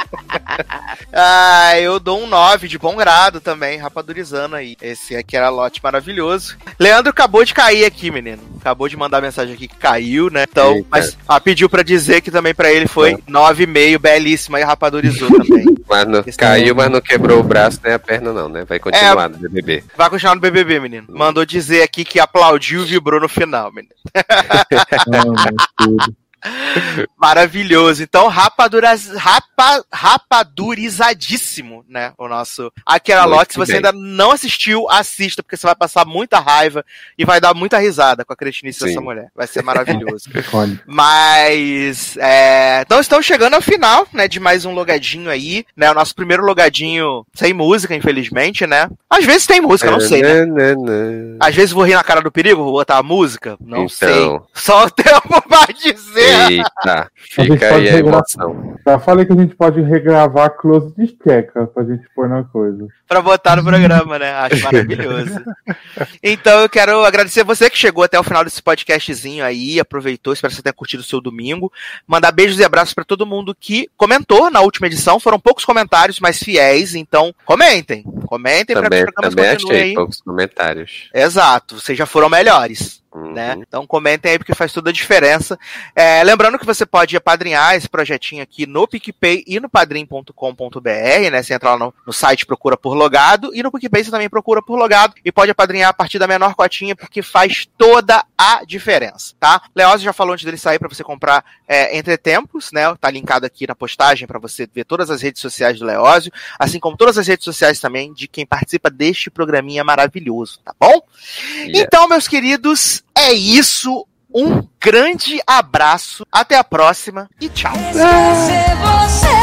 Ah, eu dou um nove de bom grado também, rapadorizando aí. Esse aqui era lote maravilhoso. Leandro acabou de cair aqui, menino. Acabou de mandar mensagem aqui que caiu, né? Então, Eita. mas ah, pediu pra dizer que também pra ele foi É. nove e meio, belíssima, e rapadorizou também. Mas não, Esse caiu, não- mas não quebrou o braço nem a perna, não, né? Vai continuar no B B B. Vai continuar no B B B, menino. Mandou dizer aqui que aplaudiu e vibrou no final, menino. Amo tudo. Maravilhoso. Então, rapaduraz, rapa, rapadurizadíssimo, né? O nosso Aquela Muito Lot. Se você bem. ainda não assistiu, assista, porque você vai passar muita raiva e vai dar muita risada com a cretinice Sim. dessa mulher. Vai ser maravilhoso. Olha. Mas, é... então estamos chegando ao final, né, de mais um logadinho aí, né, o nosso primeiro logadinho sem música, infelizmente, né. Às vezes tem música, não sei, né. Né, né, né. Às vezes vou rir na cara do perigo, vou botar a música, não Então. sei. Só o tempo vai dizer. Eita, gente fica pode aí a regra- emoção. Já falei que a gente pode regravar Close de Checa pra gente pôr na coisa. Pra botar no programa, né? Acho maravilhoso. Então eu quero agradecer você que chegou até o final desse podcastzinho aí, aproveitou, espero que você tenha curtido o seu domingo. Mandar beijos e abraços pra todo mundo que comentou na última edição. Foram poucos comentários, mas fiéis, então comentem. Comentem pra que Também, os programas também continuem achei aí. poucos comentários. Exato, vocês já foram melhores. Uhum. Né? Então comentem aí porque faz toda a diferença. É, lembrando que você pode apadrinhar esse projetinho aqui no PicPay e no padrim ponto com ponto b r, né? Você entra lá no, no site, procura por logado, e no PicPay você também procura por logado e pode apadrinhar a partir da menor cotinha porque faz toda a diferença, tá? Leózio já falou antes dele sair para você comprar é, Entretempos, né? Tá linkado aqui na postagem para você ver todas as redes sociais do Leózio, assim como todas as redes sociais também de quem participa deste programinha maravilhoso, tá bom? Yeah. Então, meus queridos, é isso. Um grande abraço. Até a próxima e tchau. Esquecer você